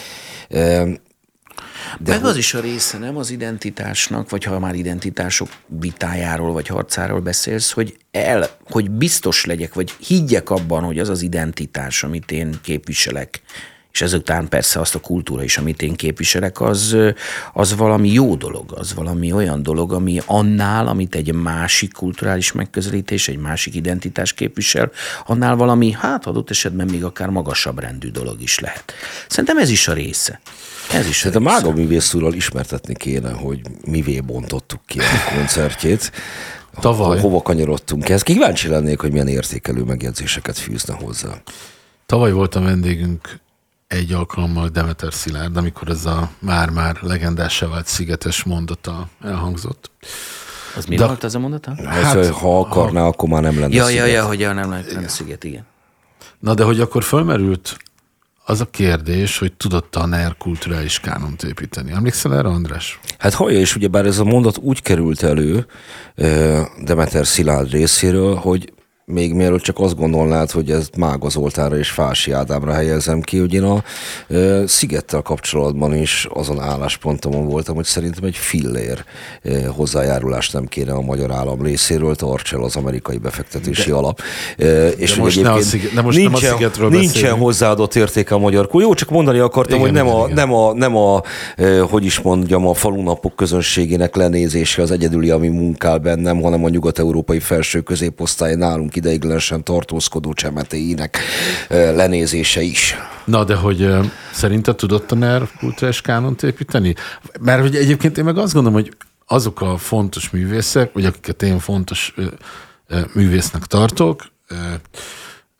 De meg az is a része, nem az identitásnak, vagy ha már identitások vitájáról, vagy harcáról beszélsz, hogy, el, hogy biztos legyek, vagy higgyek abban, hogy az az identitás, amit én képviselek, és ezután persze azt a kultúra is, amit én képviselek, az, az valami jó dolog, az valami olyan dolog, ami annál, amit egy másik kulturális megközelítés, egy másik identitás képvisel, annál valami, hát adott esetben még akár magasabb rendű dolog is lehet. Szerintem ez is a része. Ez is Szerintem Mága művész úrral ismertetni kéne, hogy mivé bontottuk ki a koncertjét. Tavaly. Hova kanyarodtunk ezt? Kíváncsi lennék, hogy milyen értékelő megjegyzéseket fűzne hozzá. Tavaly volt a vendégünk egy alkalommal Demeter Szilárd, amikor ez a már-már legendássá vált szigetes mondata elhangzott. Az mi De- volt az a mondata? Hát, ez, ha akarná, ha... akkor már nem lenne Ja, sziget. ja, ja, hogy ja, nem lehet nem sziget, igen. Na de hogy akkor fölmerült az a kérdés, hogy tudott a NER kulturális kánont építeni. Emlékszel erre, András? Hát hallja, és ugyebár ez a mondat úgy került elő ö, Demeter Szilárd részéről, hogy még mielőtt csak azt gondolnád, hogy ezt Mága Zoltánra és Fási Ádámra helyezem ki, hogy én a ö, Szigettel kapcsolatban is azon álláspontomon voltam, hogy szerintem egy fillér ö, hozzájárulást nem kéne a magyar állam részéről, tarts el az amerikai befektetési de, alap. Ö, és most hogy ne a egyébként sziget- de most nem a nincsen, Szigetről nincsen beszélünk. hozzáadott értéke a magyar kul. Jó, csak mondani akartam, Igen, hogy nem igen, a, igen. nem a, nem a ö, hogy is mondjam, a falunapok közönségének lenézése az egyedüli, ami munkál bennem, hanem a nyugat-európai felső középosztály nálunk ideiglenesen tartózkodó csemetéinek ö, lenézése is. Na, de hogy uh, szerinted tudott a NER kulturális kánont építeni? Mert hogy egyébként én meg azt gondolom, hogy azok a fontos művészek, vagy akiket én fontos uh, uh, művésznek tartok, uh,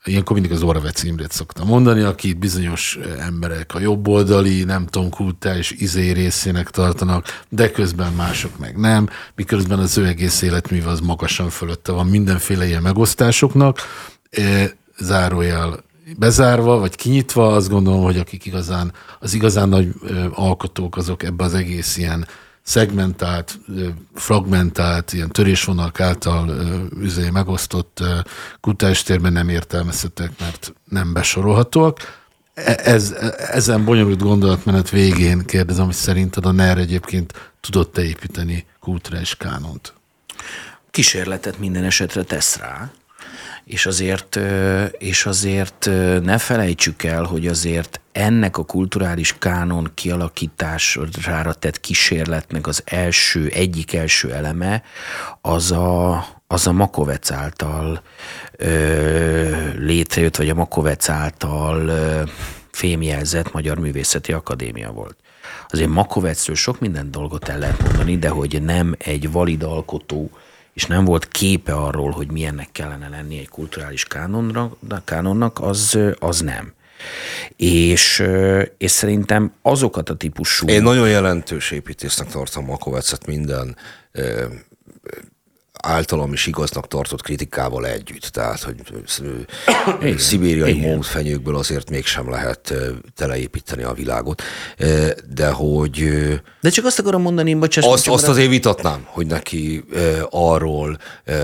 ilyenkor mindig az Oravec Imrét szoktam mondani, akit bizonyos emberek a jobboldali, nem tudom, kultúrális izé részének tartanak, de közben mások meg nem, miközben az ő egész életműve az magasan fölötte van mindenféle ilyen megosztásoknak. Zárójel bezárva, vagy kinyitva, azt gondolom, hogy akik igazán, az igazán nagy alkotók, azok ebbe az egész ilyen szegmentált, fragmentált, ilyen törésvonalak által üzé megosztott kutástérben nem értelmezhetek, mert nem besorolhatóak. Ez, ezen bonyolult gondolatmenet végén kérdezem, hogy szerinted a en e er egyébként tudott-e építeni kulturális kánont? Kísérletet minden esetre tesz rá, és azért, és azért ne felejtsük el, hogy azért ennek a kulturális kánon kialakítására tett kísérletnek az első, egyik első eleme az a, az a Makovec által ö, létrejött, vagy a Makovec által ö, fémjelzett Magyar Művészeti Akadémia volt. Azért Makovecről sok minden dolgot el lehet mondani, de hogy nem egy valid alkotó, és nem volt képe arról, hogy milyennek kellene lenni egy kulturális kánonra, kánonnak, az, az nem. És, és szerintem azokat a típusú... Én nagyon jelentős építésznek tartom Makovecet minden ö, általam is igaznak tartott kritikával együtt. Tehát, hogy igen, szibériai módfenyőkből azért mégsem lehet teleépíteni a világot. De hogy... De csak azt akarom mondani, bocsáss, azt, azt azért vitatnám, hogy neki arról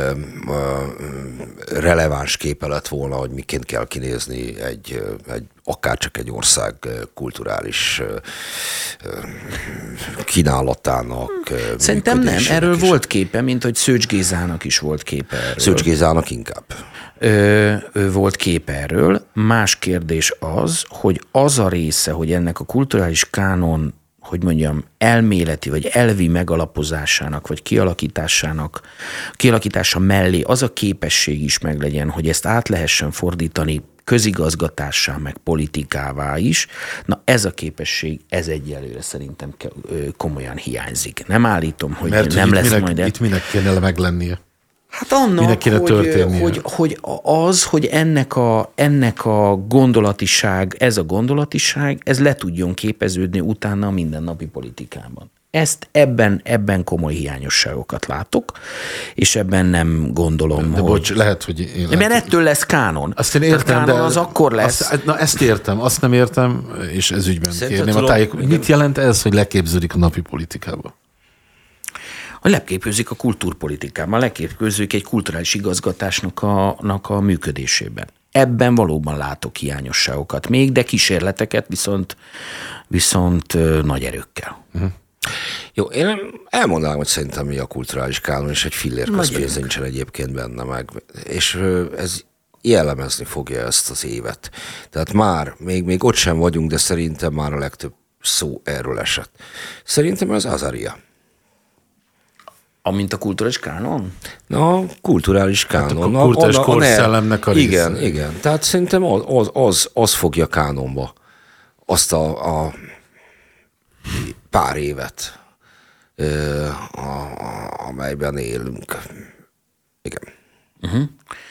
releváns képe lett volna, hogy miként kell kinézni egy, egy akár csak egy ország kulturális kínálatának. Szerintem nem, erről is volt képe, mint hogy Szőcs Gézának is volt képe erről. Szőcs Gézának inkább. Ö, ő volt képe erről. Más kérdés az, hogy az a része, hogy ennek a kulturális kánon, hogy mondjam, elméleti vagy elvi megalapozásának, vagy kialakításának, kialakítása mellé az a képesség is meglegyen, hogy ezt át lehessen fordítani közigazgatássá, meg politikává is. Na ez a képesség, ez egyelőre szerintem komolyan hiányzik. Nem állítom, hogy Mert nem hogy lesz minek, majd... Itt minek kéne meglennie? Hát annak, hogy, hogy, hogy az, hogy ennek a, ennek a gondolatiság, ez a gondolatiság, ez le tudjon képeződni utána a mindennapi politikában. Ezt ebben, ebben komoly hiányosságokat látok, és ebben nem gondolom, de hogy... bocs, lehet, hogy én... Mert lehet, ettől lesz kánon. Azt én értem, kánon de... az akkor lesz. Azt, na ezt értem, azt nem értem, és ez ügyben Szerintem kérném a tudom, tájék... Mit jelent ez, hogy leképződik a napi politikába? Hogy leképőzik a kultúrpolitikában, leképőzik egy kulturális igazgatásnak a, a működésében. Ebben valóban látok hiányosságokat még, de kísérleteket viszont, viszont nagy erőkkel. Uh-huh. Jó, én elmondanám, hogy szerintem mi a kulturális kánon, és egy fillér közpénz nincsen egyébként benne meg. És ez jellemezni fogja ezt az évet. Tehát már, még, még ott sem vagyunk, de szerintem már a legtöbb szó erről esett. Szerintem ez Azaria. Amint a kulturális kánon? Na, kulturális kánon. Hát a kulturális a, a, a korszellemnek a része. Igen, igen. Tehát szerintem az, az, az, az fogja kánonba azt a, a pár évet, a, a, amelyben élünk. Igen. Uh-huh.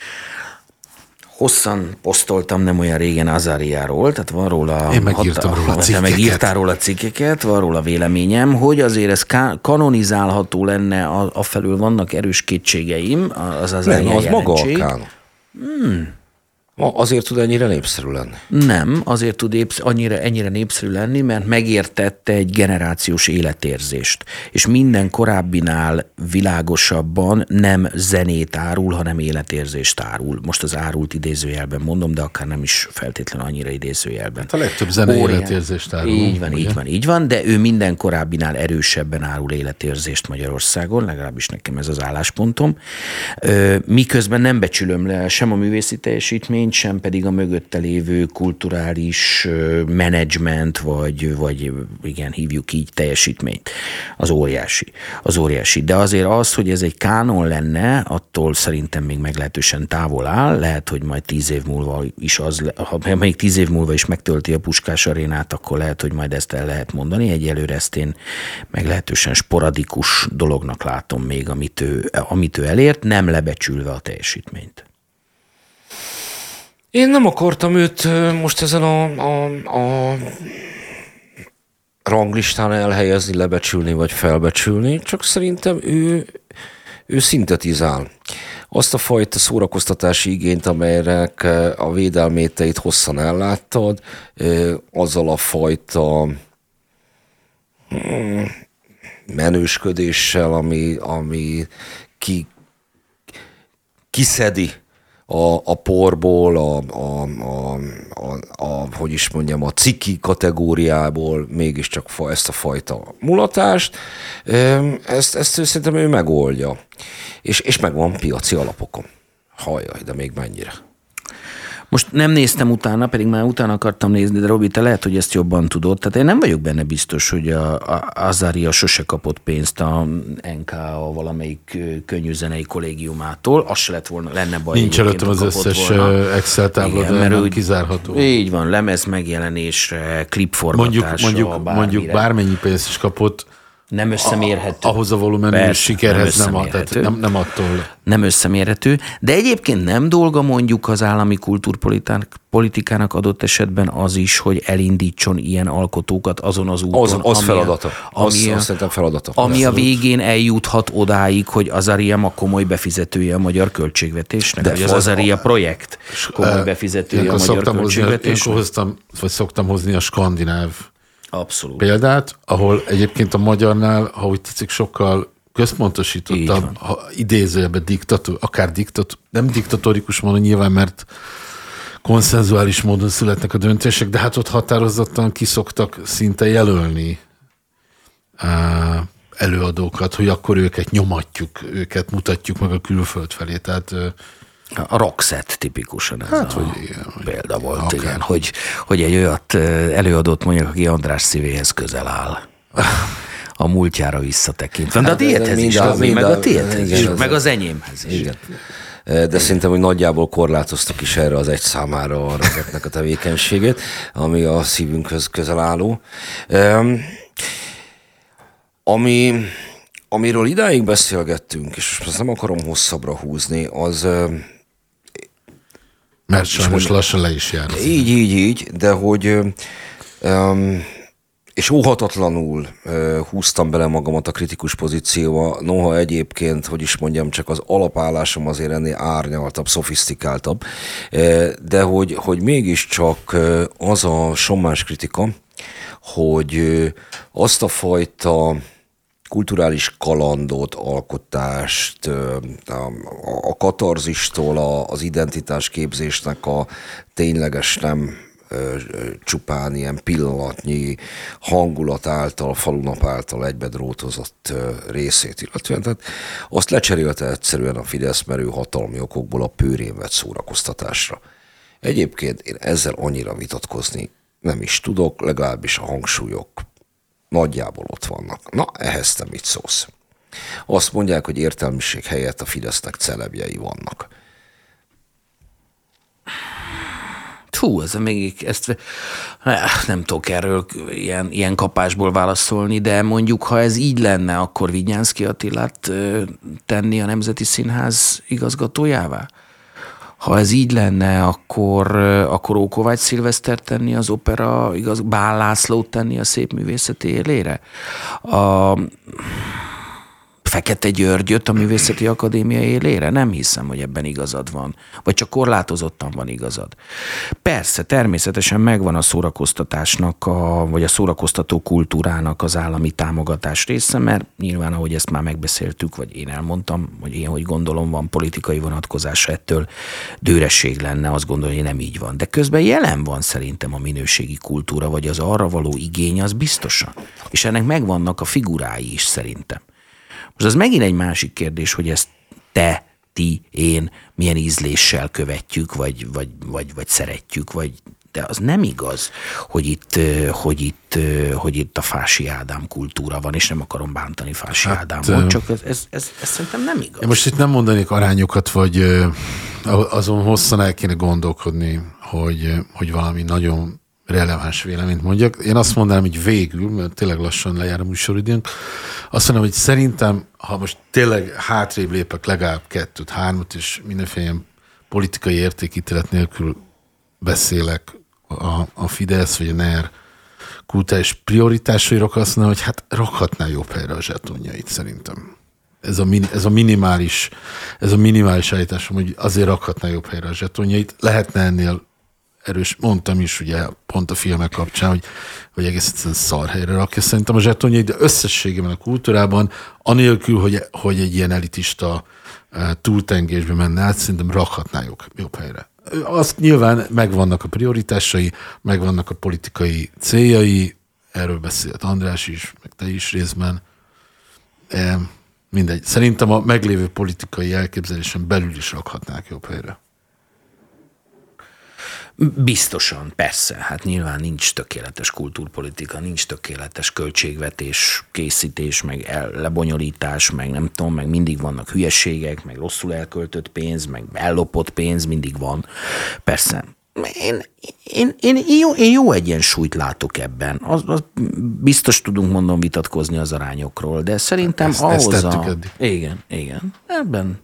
Hosszan posztoltam nem olyan régen Azariáról, tehát van róla... Én megírtam hat, róla cikkeket. Te megírtál róla cikkeket, van róla véleményem, hogy azért ez kanonizálható lenne, a, a felül vannak erős kétségeim, az Azaria az jelentség. maga a kánon. Hmm. Azért tud ennyire népszerű lenni? Nem, azért tud épsz, annyira, ennyire népszerű lenni, mert megértette egy generációs életérzést. És minden korábbinál világosabban nem zenét árul, hanem életérzést árul. Most az árult idézőjelben mondom, de akár nem is feltétlenül annyira idézőjelben. Hát a legtöbb zene Órián. Életérzést árul. Így van, ugye? így van, így van, de ő minden korábbinál erősebben árul életérzést Magyarországon, legalábbis nekem ez az álláspontom. Miközben nem becsülöm le sem a művészi teljesítményt, sem pedig a mögötte lévő kulturális menedzsment, vagy, vagy igen, hívjuk így, teljesítményt. Az óriási. Az óriási. De azért az, hogy ez egy kánon lenne, attól szerintem még meglehetősen távol áll. Lehet, hogy majd tíz év múlva is az, ha még tíz év múlva is megtölti a Puskás arénát, akkor lehet, hogy majd ezt el lehet mondani. Egyelőre ezt én meglehetősen sporadikus dolognak látom még, amit ő, amit ő elért, nem lebecsülve a teljesítményt. Én nem akartam őt most ezen a, a, a ranglistán elhelyezni, lebecsülni vagy felbecsülni, csak szerintem ő, ő szintetizál. Azt a fajta szórakoztatási igényt, amelynek a védelmét te itt hosszan elláttad, azzal a fajta menősködéssel, ami, ami ki, kiszedi a, a porból, a, a, a, a, a, hogy is mondjam, a ciki kategóriából mégiscsak ezt a fajta mulatást. Ezt, ezt szerintem ő megoldja. És, és megvan piaci alapokon. Hajjaj, de még mennyire. Most nem néztem utána, pedig már utána akartam nézni, de Robi, te lehet, hogy ezt jobban tudod. Tehát én nem vagyok benne biztos, hogy a, a Azaria sose kapott pénzt a en ká á valamelyik könnyűzenei kollégiumától. Az se lett volna, lenne baj. Nincs előttem az összes volna. Excel tábla, igen, de nem úgy, kizárható. Így van, lemez megjelenésre, klipforgatásra. Mondjuk, mondjuk, mondjuk bármennyi pénzt is kapott, nem összemérhető. A, ahhoz a volumenű sikerhez nem, nem, tehát nem, nem attól. Nem összemérhető, de egyébként nem dolga mondjuk az állami kultúrpolitikának adott esetben az is, hogy elindítson ilyen alkotókat azon az úton. Az, az ami feladata. A, ami az, a, azt szerintem feladata. Ami a végén eljuthat odáig, hogy Azaria a komoly befizetője a magyar költségvetésnek, de vagy az Azaria projekt komoly befizetője a magyar költségvetésnek. Ilyenkor hoztam, vagy szoktam hozni a skandináv Abszolút. példát, ahol egyébként a magyarnál, ha úgy tetszik, sokkal központosítottabb, idézőjebben diktató, akár diktató, nem diktatórikus módon nyilván, mert konszenzuális módon születnek a döntések, de hát ott határozottan kiszoktak szinte jelölni előadókat, hogy akkor őket nyomatjuk, őket mutatjuk meg a külföld felé. Tehát a Roxette tipikusan ez hát, a hogy igen, példa volt, akár. Igen, hogy, hogy egy olyat előadott mondjuk, aki András szívéhez közel áll. A múltjára visszatekintve. De a tiédhez is, Robi, meg a tiédhez is, meg az enyémhez is. Igen. De szerintem, hogy nagyjából korlátoztuk is erre az egy számára a Roxette-nek a tevékenységét, ami a szívünkhöz közel álló. Um, ami, amiről idáig beszélgettünk, és most nem akarom hosszabbra húzni, az... Mert sajnos lassan le is jár. Így, így, így, de hogy um, és óhatatlanul uh, húztam bele magamat a kritikus pozícióba, noha egyébként, hogy is mondjam, csak az alapállásom azért ennél árnyaltabb, szofisztikáltabb, uh, de hogy, hogy mégiscsak uh, az a sommás kritika, hogy uh, azt a fajta kulturális kalandot, alkotást, a katarzistól az identitásképzésnek a tényleges nem csupán ilyen pillanatnyi hangulat által, falunap által egybedrótozott részét, illetően tehát azt lecserélte egyszerűen a Fidesz merő hatalmi okokból a pőrén vett szórakoztatásra. Egyébként én ezzel annyira vitatkozni nem is tudok, legalábbis a hangsúlyok nagyjából ott vannak. Na, ehhez te mit szólsz? Azt mondják, hogy értelmiség helyett a Fidesznek celebjei vannak. Hú, ez még ezt nem tudok erről ilyen, ilyen kapásból válaszolni, de mondjuk, ha ez így lenne, akkor Vignyánszky Attilát tenni a Nemzeti Színház igazgatójává? Ha ez így lenne, akkor, akkor Ókovács Szilvesztert tenni az opera, igaz, Bál Lászlót tenni a szépművészeti élére? A Fekete Györgyöt a Művészeti Akadémia élére? Nem hiszem, hogy ebben igazad van. Vagy csak korlátozottan van igazad. Persze, természetesen megvan a szórakoztatásnak, a, vagy a szórakoztató kultúrának az állami támogatás része, mert nyilván, ahogy ezt már megbeszéltük, vagy én elmondtam, hogy én, hogy gondolom, van politikai vonatkozása ettől, dőresség lenne, azt gondolom, hogy nem így van. De közben jelen van szerintem a minőségi kultúra, vagy az arra való igény, az biztosan. És ennek megvannak a figurái is szerintem. Most az megint egy másik kérdés, hogy ezt te, ti, én milyen ízléssel követjük, vagy, vagy, vagy, vagy szeretjük, vagy, de az nem igaz, hogy itt, hogy, itt, hogy itt a Fási Ádám kultúra van, és nem akarom bántani Fási hát, Ádámot, csak ez, ez, ez, ez szerintem nem igaz. Én most itt nem mondanék arányokat, vagy azon hosszan el kéne gondolkodni, hogy, hogy valami nagyon releváns véleményt mondjak. Én azt mondanám, hogy végül, mert tényleg lassan lejár a műsoridőnk, azt mondom, hogy szerintem, ha most tényleg hátrébb lépek legalább kettőt, hármat, és mindenféle ilyen politikai értékítélet nélkül beszélek a, a Fidesz vagy a NER kulturális prioritásairól, azt mondom, hogy hát rakhatná jobb helyre a zsetonjait szerintem. Ez a, min, ez a minimális, ez a minimális állításom, hogy azért rakhatná jobb helyre a zsetonjait. Lehetne ennél erős, mondtam is ugye pont a filmek kapcsán, hogy, hogy egész egyszerűen szar helyre rakja szerintem a zsetonjait, de összességében a kultúrában, anélkül, hogy, hogy egy ilyen elitista túltengésbe menne át, szerintem rakhatná jobb, jobb helyre. Azt nyilván megvannak a prioritásai, megvannak a politikai céljai, erről beszélt András is, meg te is részben. E, mindegy. Szerintem a meglévő politikai elképzelésen belül is rakhatnák jobb helyre. Biztosan, persze. Hát nyilván nincs tökéletes kultúrpolitika, nincs tökéletes költségvetés, készítés, meg el, lebonyolítás, meg nem tudom, meg mindig vannak hülyeségek, meg rosszul elköltött pénz, meg ellopott pénz, mindig van. Persze. Én, én, én, én, jó, én jó egyensúlyt látok ebben. Az, az biztos tudunk, mondom, vitatkozni az arányokról, de szerintem ezt, ahhoz ezt a... eddig. Igen, igen. Ebben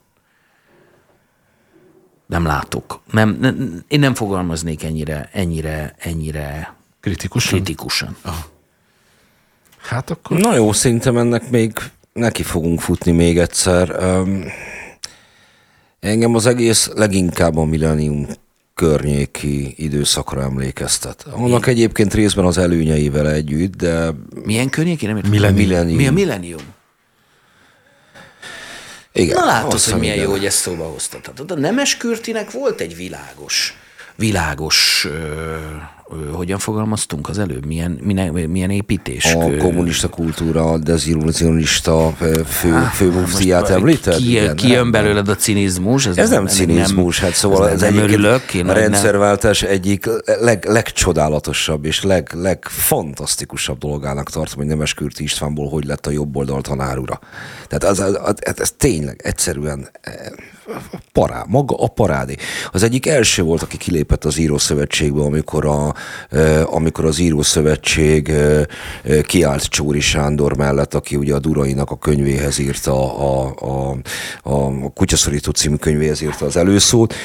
nem látok. Nem, nem, én nem fogalmaznék ennyire, ennyire, ennyire Kritikusan? kritikusan. Ah. Hát akkor... Na jó, szerintem ennek még neki fogunk futni még egyszer. Um, engem az egész leginkább a millennium környéki időszakra emlékeztet. Annak egyébként részben az előnyeivel együtt, de... Milyen környéki? Nem értem. Millennium. Mi a millennium? Igen, Na látod, hogy milyen igen. jó, hogy ezt szóba hoztatod. A Nemeskürtinek volt egy világos, világos, ö, ö, hogyan fogalmaztunk az előbb? Milyen, milyen, milyen építés? A kommunista kultúra, a dezillusionista fő, főmuftiát említed? Ki, Igen, ki jön belőled a cinizmus? Ez nem, nem cinizmus, hát szóval ez nem örülök. Én a rendszerváltás nem... egyik leg, legcsodálatosabb és leg, legfantasztikusabb dolgának tartom, hogy Nemeskürti Istvánból hogy lett a jobboldal tanárura. Tehát az, az, az, ez tényleg egyszerűen pará, maga a parádé. Az egyik első volt, aki kilépett az Írószövetségbe, amikor, a, amikor az Írószövetség kiállt Csóri Sándor mellett, aki ugye a Durainak a könyvéhez írta, a, a, a Kutyaszorító című könyvéhez írta az előszót.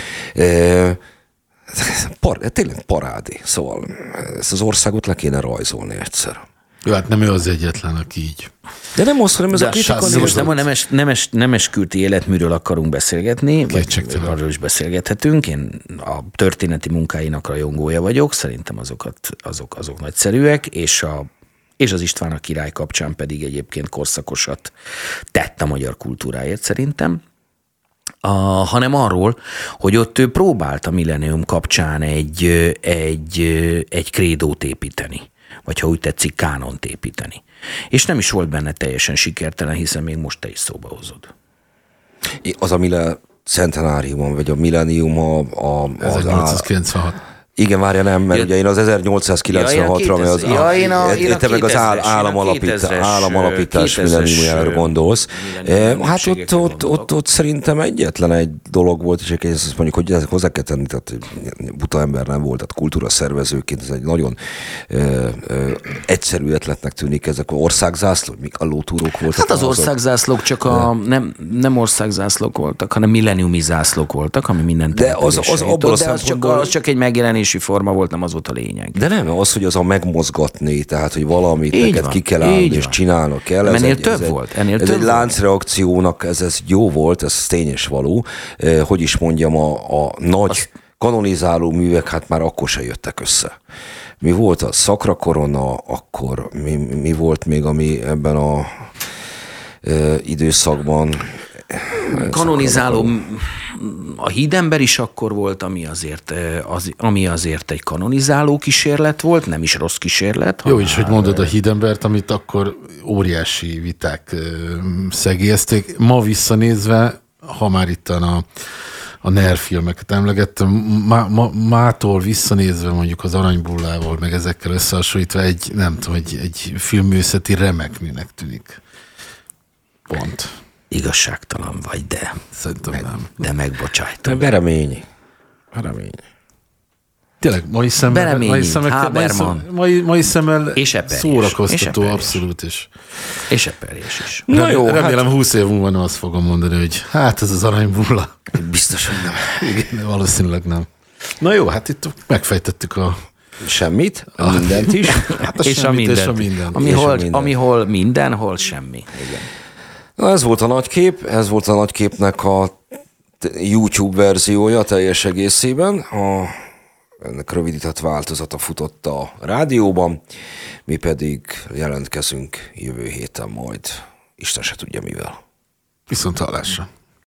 Par, tényleg parádé. Szóval ezt az országot le kéne rajzolni egyszer. Jó, hát nem ő az egyetlen, aki így. De nem az, hanem ez a kritika. Most nem a nemes, nemes, Nemeskürti életműről akarunk beszélgetni, vagy arról is beszélgethetünk. Én a történeti munkáinak rajongója vagyok, szerintem azokat, azok, azok nagyszerűek, és, a, és az István a király kapcsán pedig egyébként korszakosat tett a magyar kultúráért szerintem. A, hanem arról, hogy ott ő próbált a millennium kapcsán egy, egy, egy krédót építeni, vagy ha úgy tetszik, kánont építeni. És nem is volt benne teljesen sikertelen, hiszen még most te is szóba hozod. Az a Mille Centenáriumon, vagy a Millennium a... a ezernyolcszázkilencvenhat. Igen, várja, nem, mert ja, ugye én az ezernyolcszázkilencvenhatra, ja, az, ja, én a, én a te meg az áll, államalapítás, államalapítás millenniumjára gondolsz. Hát ott, ott, ott, ott szerintem egyetlen egy dolog volt, és ezt mondjuk, hogy ezek hozzá kell tenni, tehát buta ember nem volt, tehát kultúra szervezőként ez egy nagyon ö, ö, egyszerű ötletnek tűnik, ezek országzászlók, mik a lótúrók voltak. Hát az országzászlók csak a, nem, nem országzászlók voltak, hanem milleniumi zászlók voltak, ami mindent de az, az, abból de az, csak, az csak egy megjelenési forma volt, nem az volt a lényeg. De nem, az, hogy az a megmozgatni, tehát, hogy valamit így neked van, ki kell állni, és van. csinálnok kell. Ez ennél egy, több ez volt. Egy, ennél ez több egy láncreakciónak, ez, ez jó volt, ez tény és való. Eh, hogy is mondjam, a, a nagy az... kanonizáló művek hát már akkor se jöttek össze. Mi volt a Szakra Korona, akkor mi, mi volt még, ami ebben a eh, időszakban kanonizáló, a Hídember is akkor volt, ami azért, az, ami azért egy kanonizáló kísérlet volt, nem is rossz kísérlet. Jó is, hogy mondod a Hídembert, amit akkor óriási viták szegélyezték. Ma visszanézve, ha már itt a, a NER filmeket emlegettem, má, má, mától visszanézve mondjuk az Aranybullával, meg ezekkel összehasonlítva egy, nem tudom, egy, egy filmművészeti remekműnek tűnik. Pont. Igazságtalan vagy, de, Szerintem meg, nem. de megbocsájtom. Beremény. Beremény. Tényleg, mai szemmel, Bereményi, mai szemmel, Haberman. mai, mai szemmel és eperés, szórakoztató, és abszolút is. És eperés is. Na Remélem, jó, remélem hát... húsz év múlva nem azt fogom mondani, hogy hát ez az Aranybulla. Biztos, hogy nem. Igen, valószínűleg nem. Na jó, hát itt megfejtettük a... Semmit, a mindent is. Hát a és, a semmit mindent, és a mindent. Ami, És a hol, mindent. ami hol minden, hol semmi. Igen. Na, ez volt a nagykép, ez volt a nagyképnek a YouTube verziója teljes egészében. A, ennek rövidített változata futott a rádióban, mi pedig jelentkezünk jövő héten majd, Isten se tudja mivel. Viszont hallásra.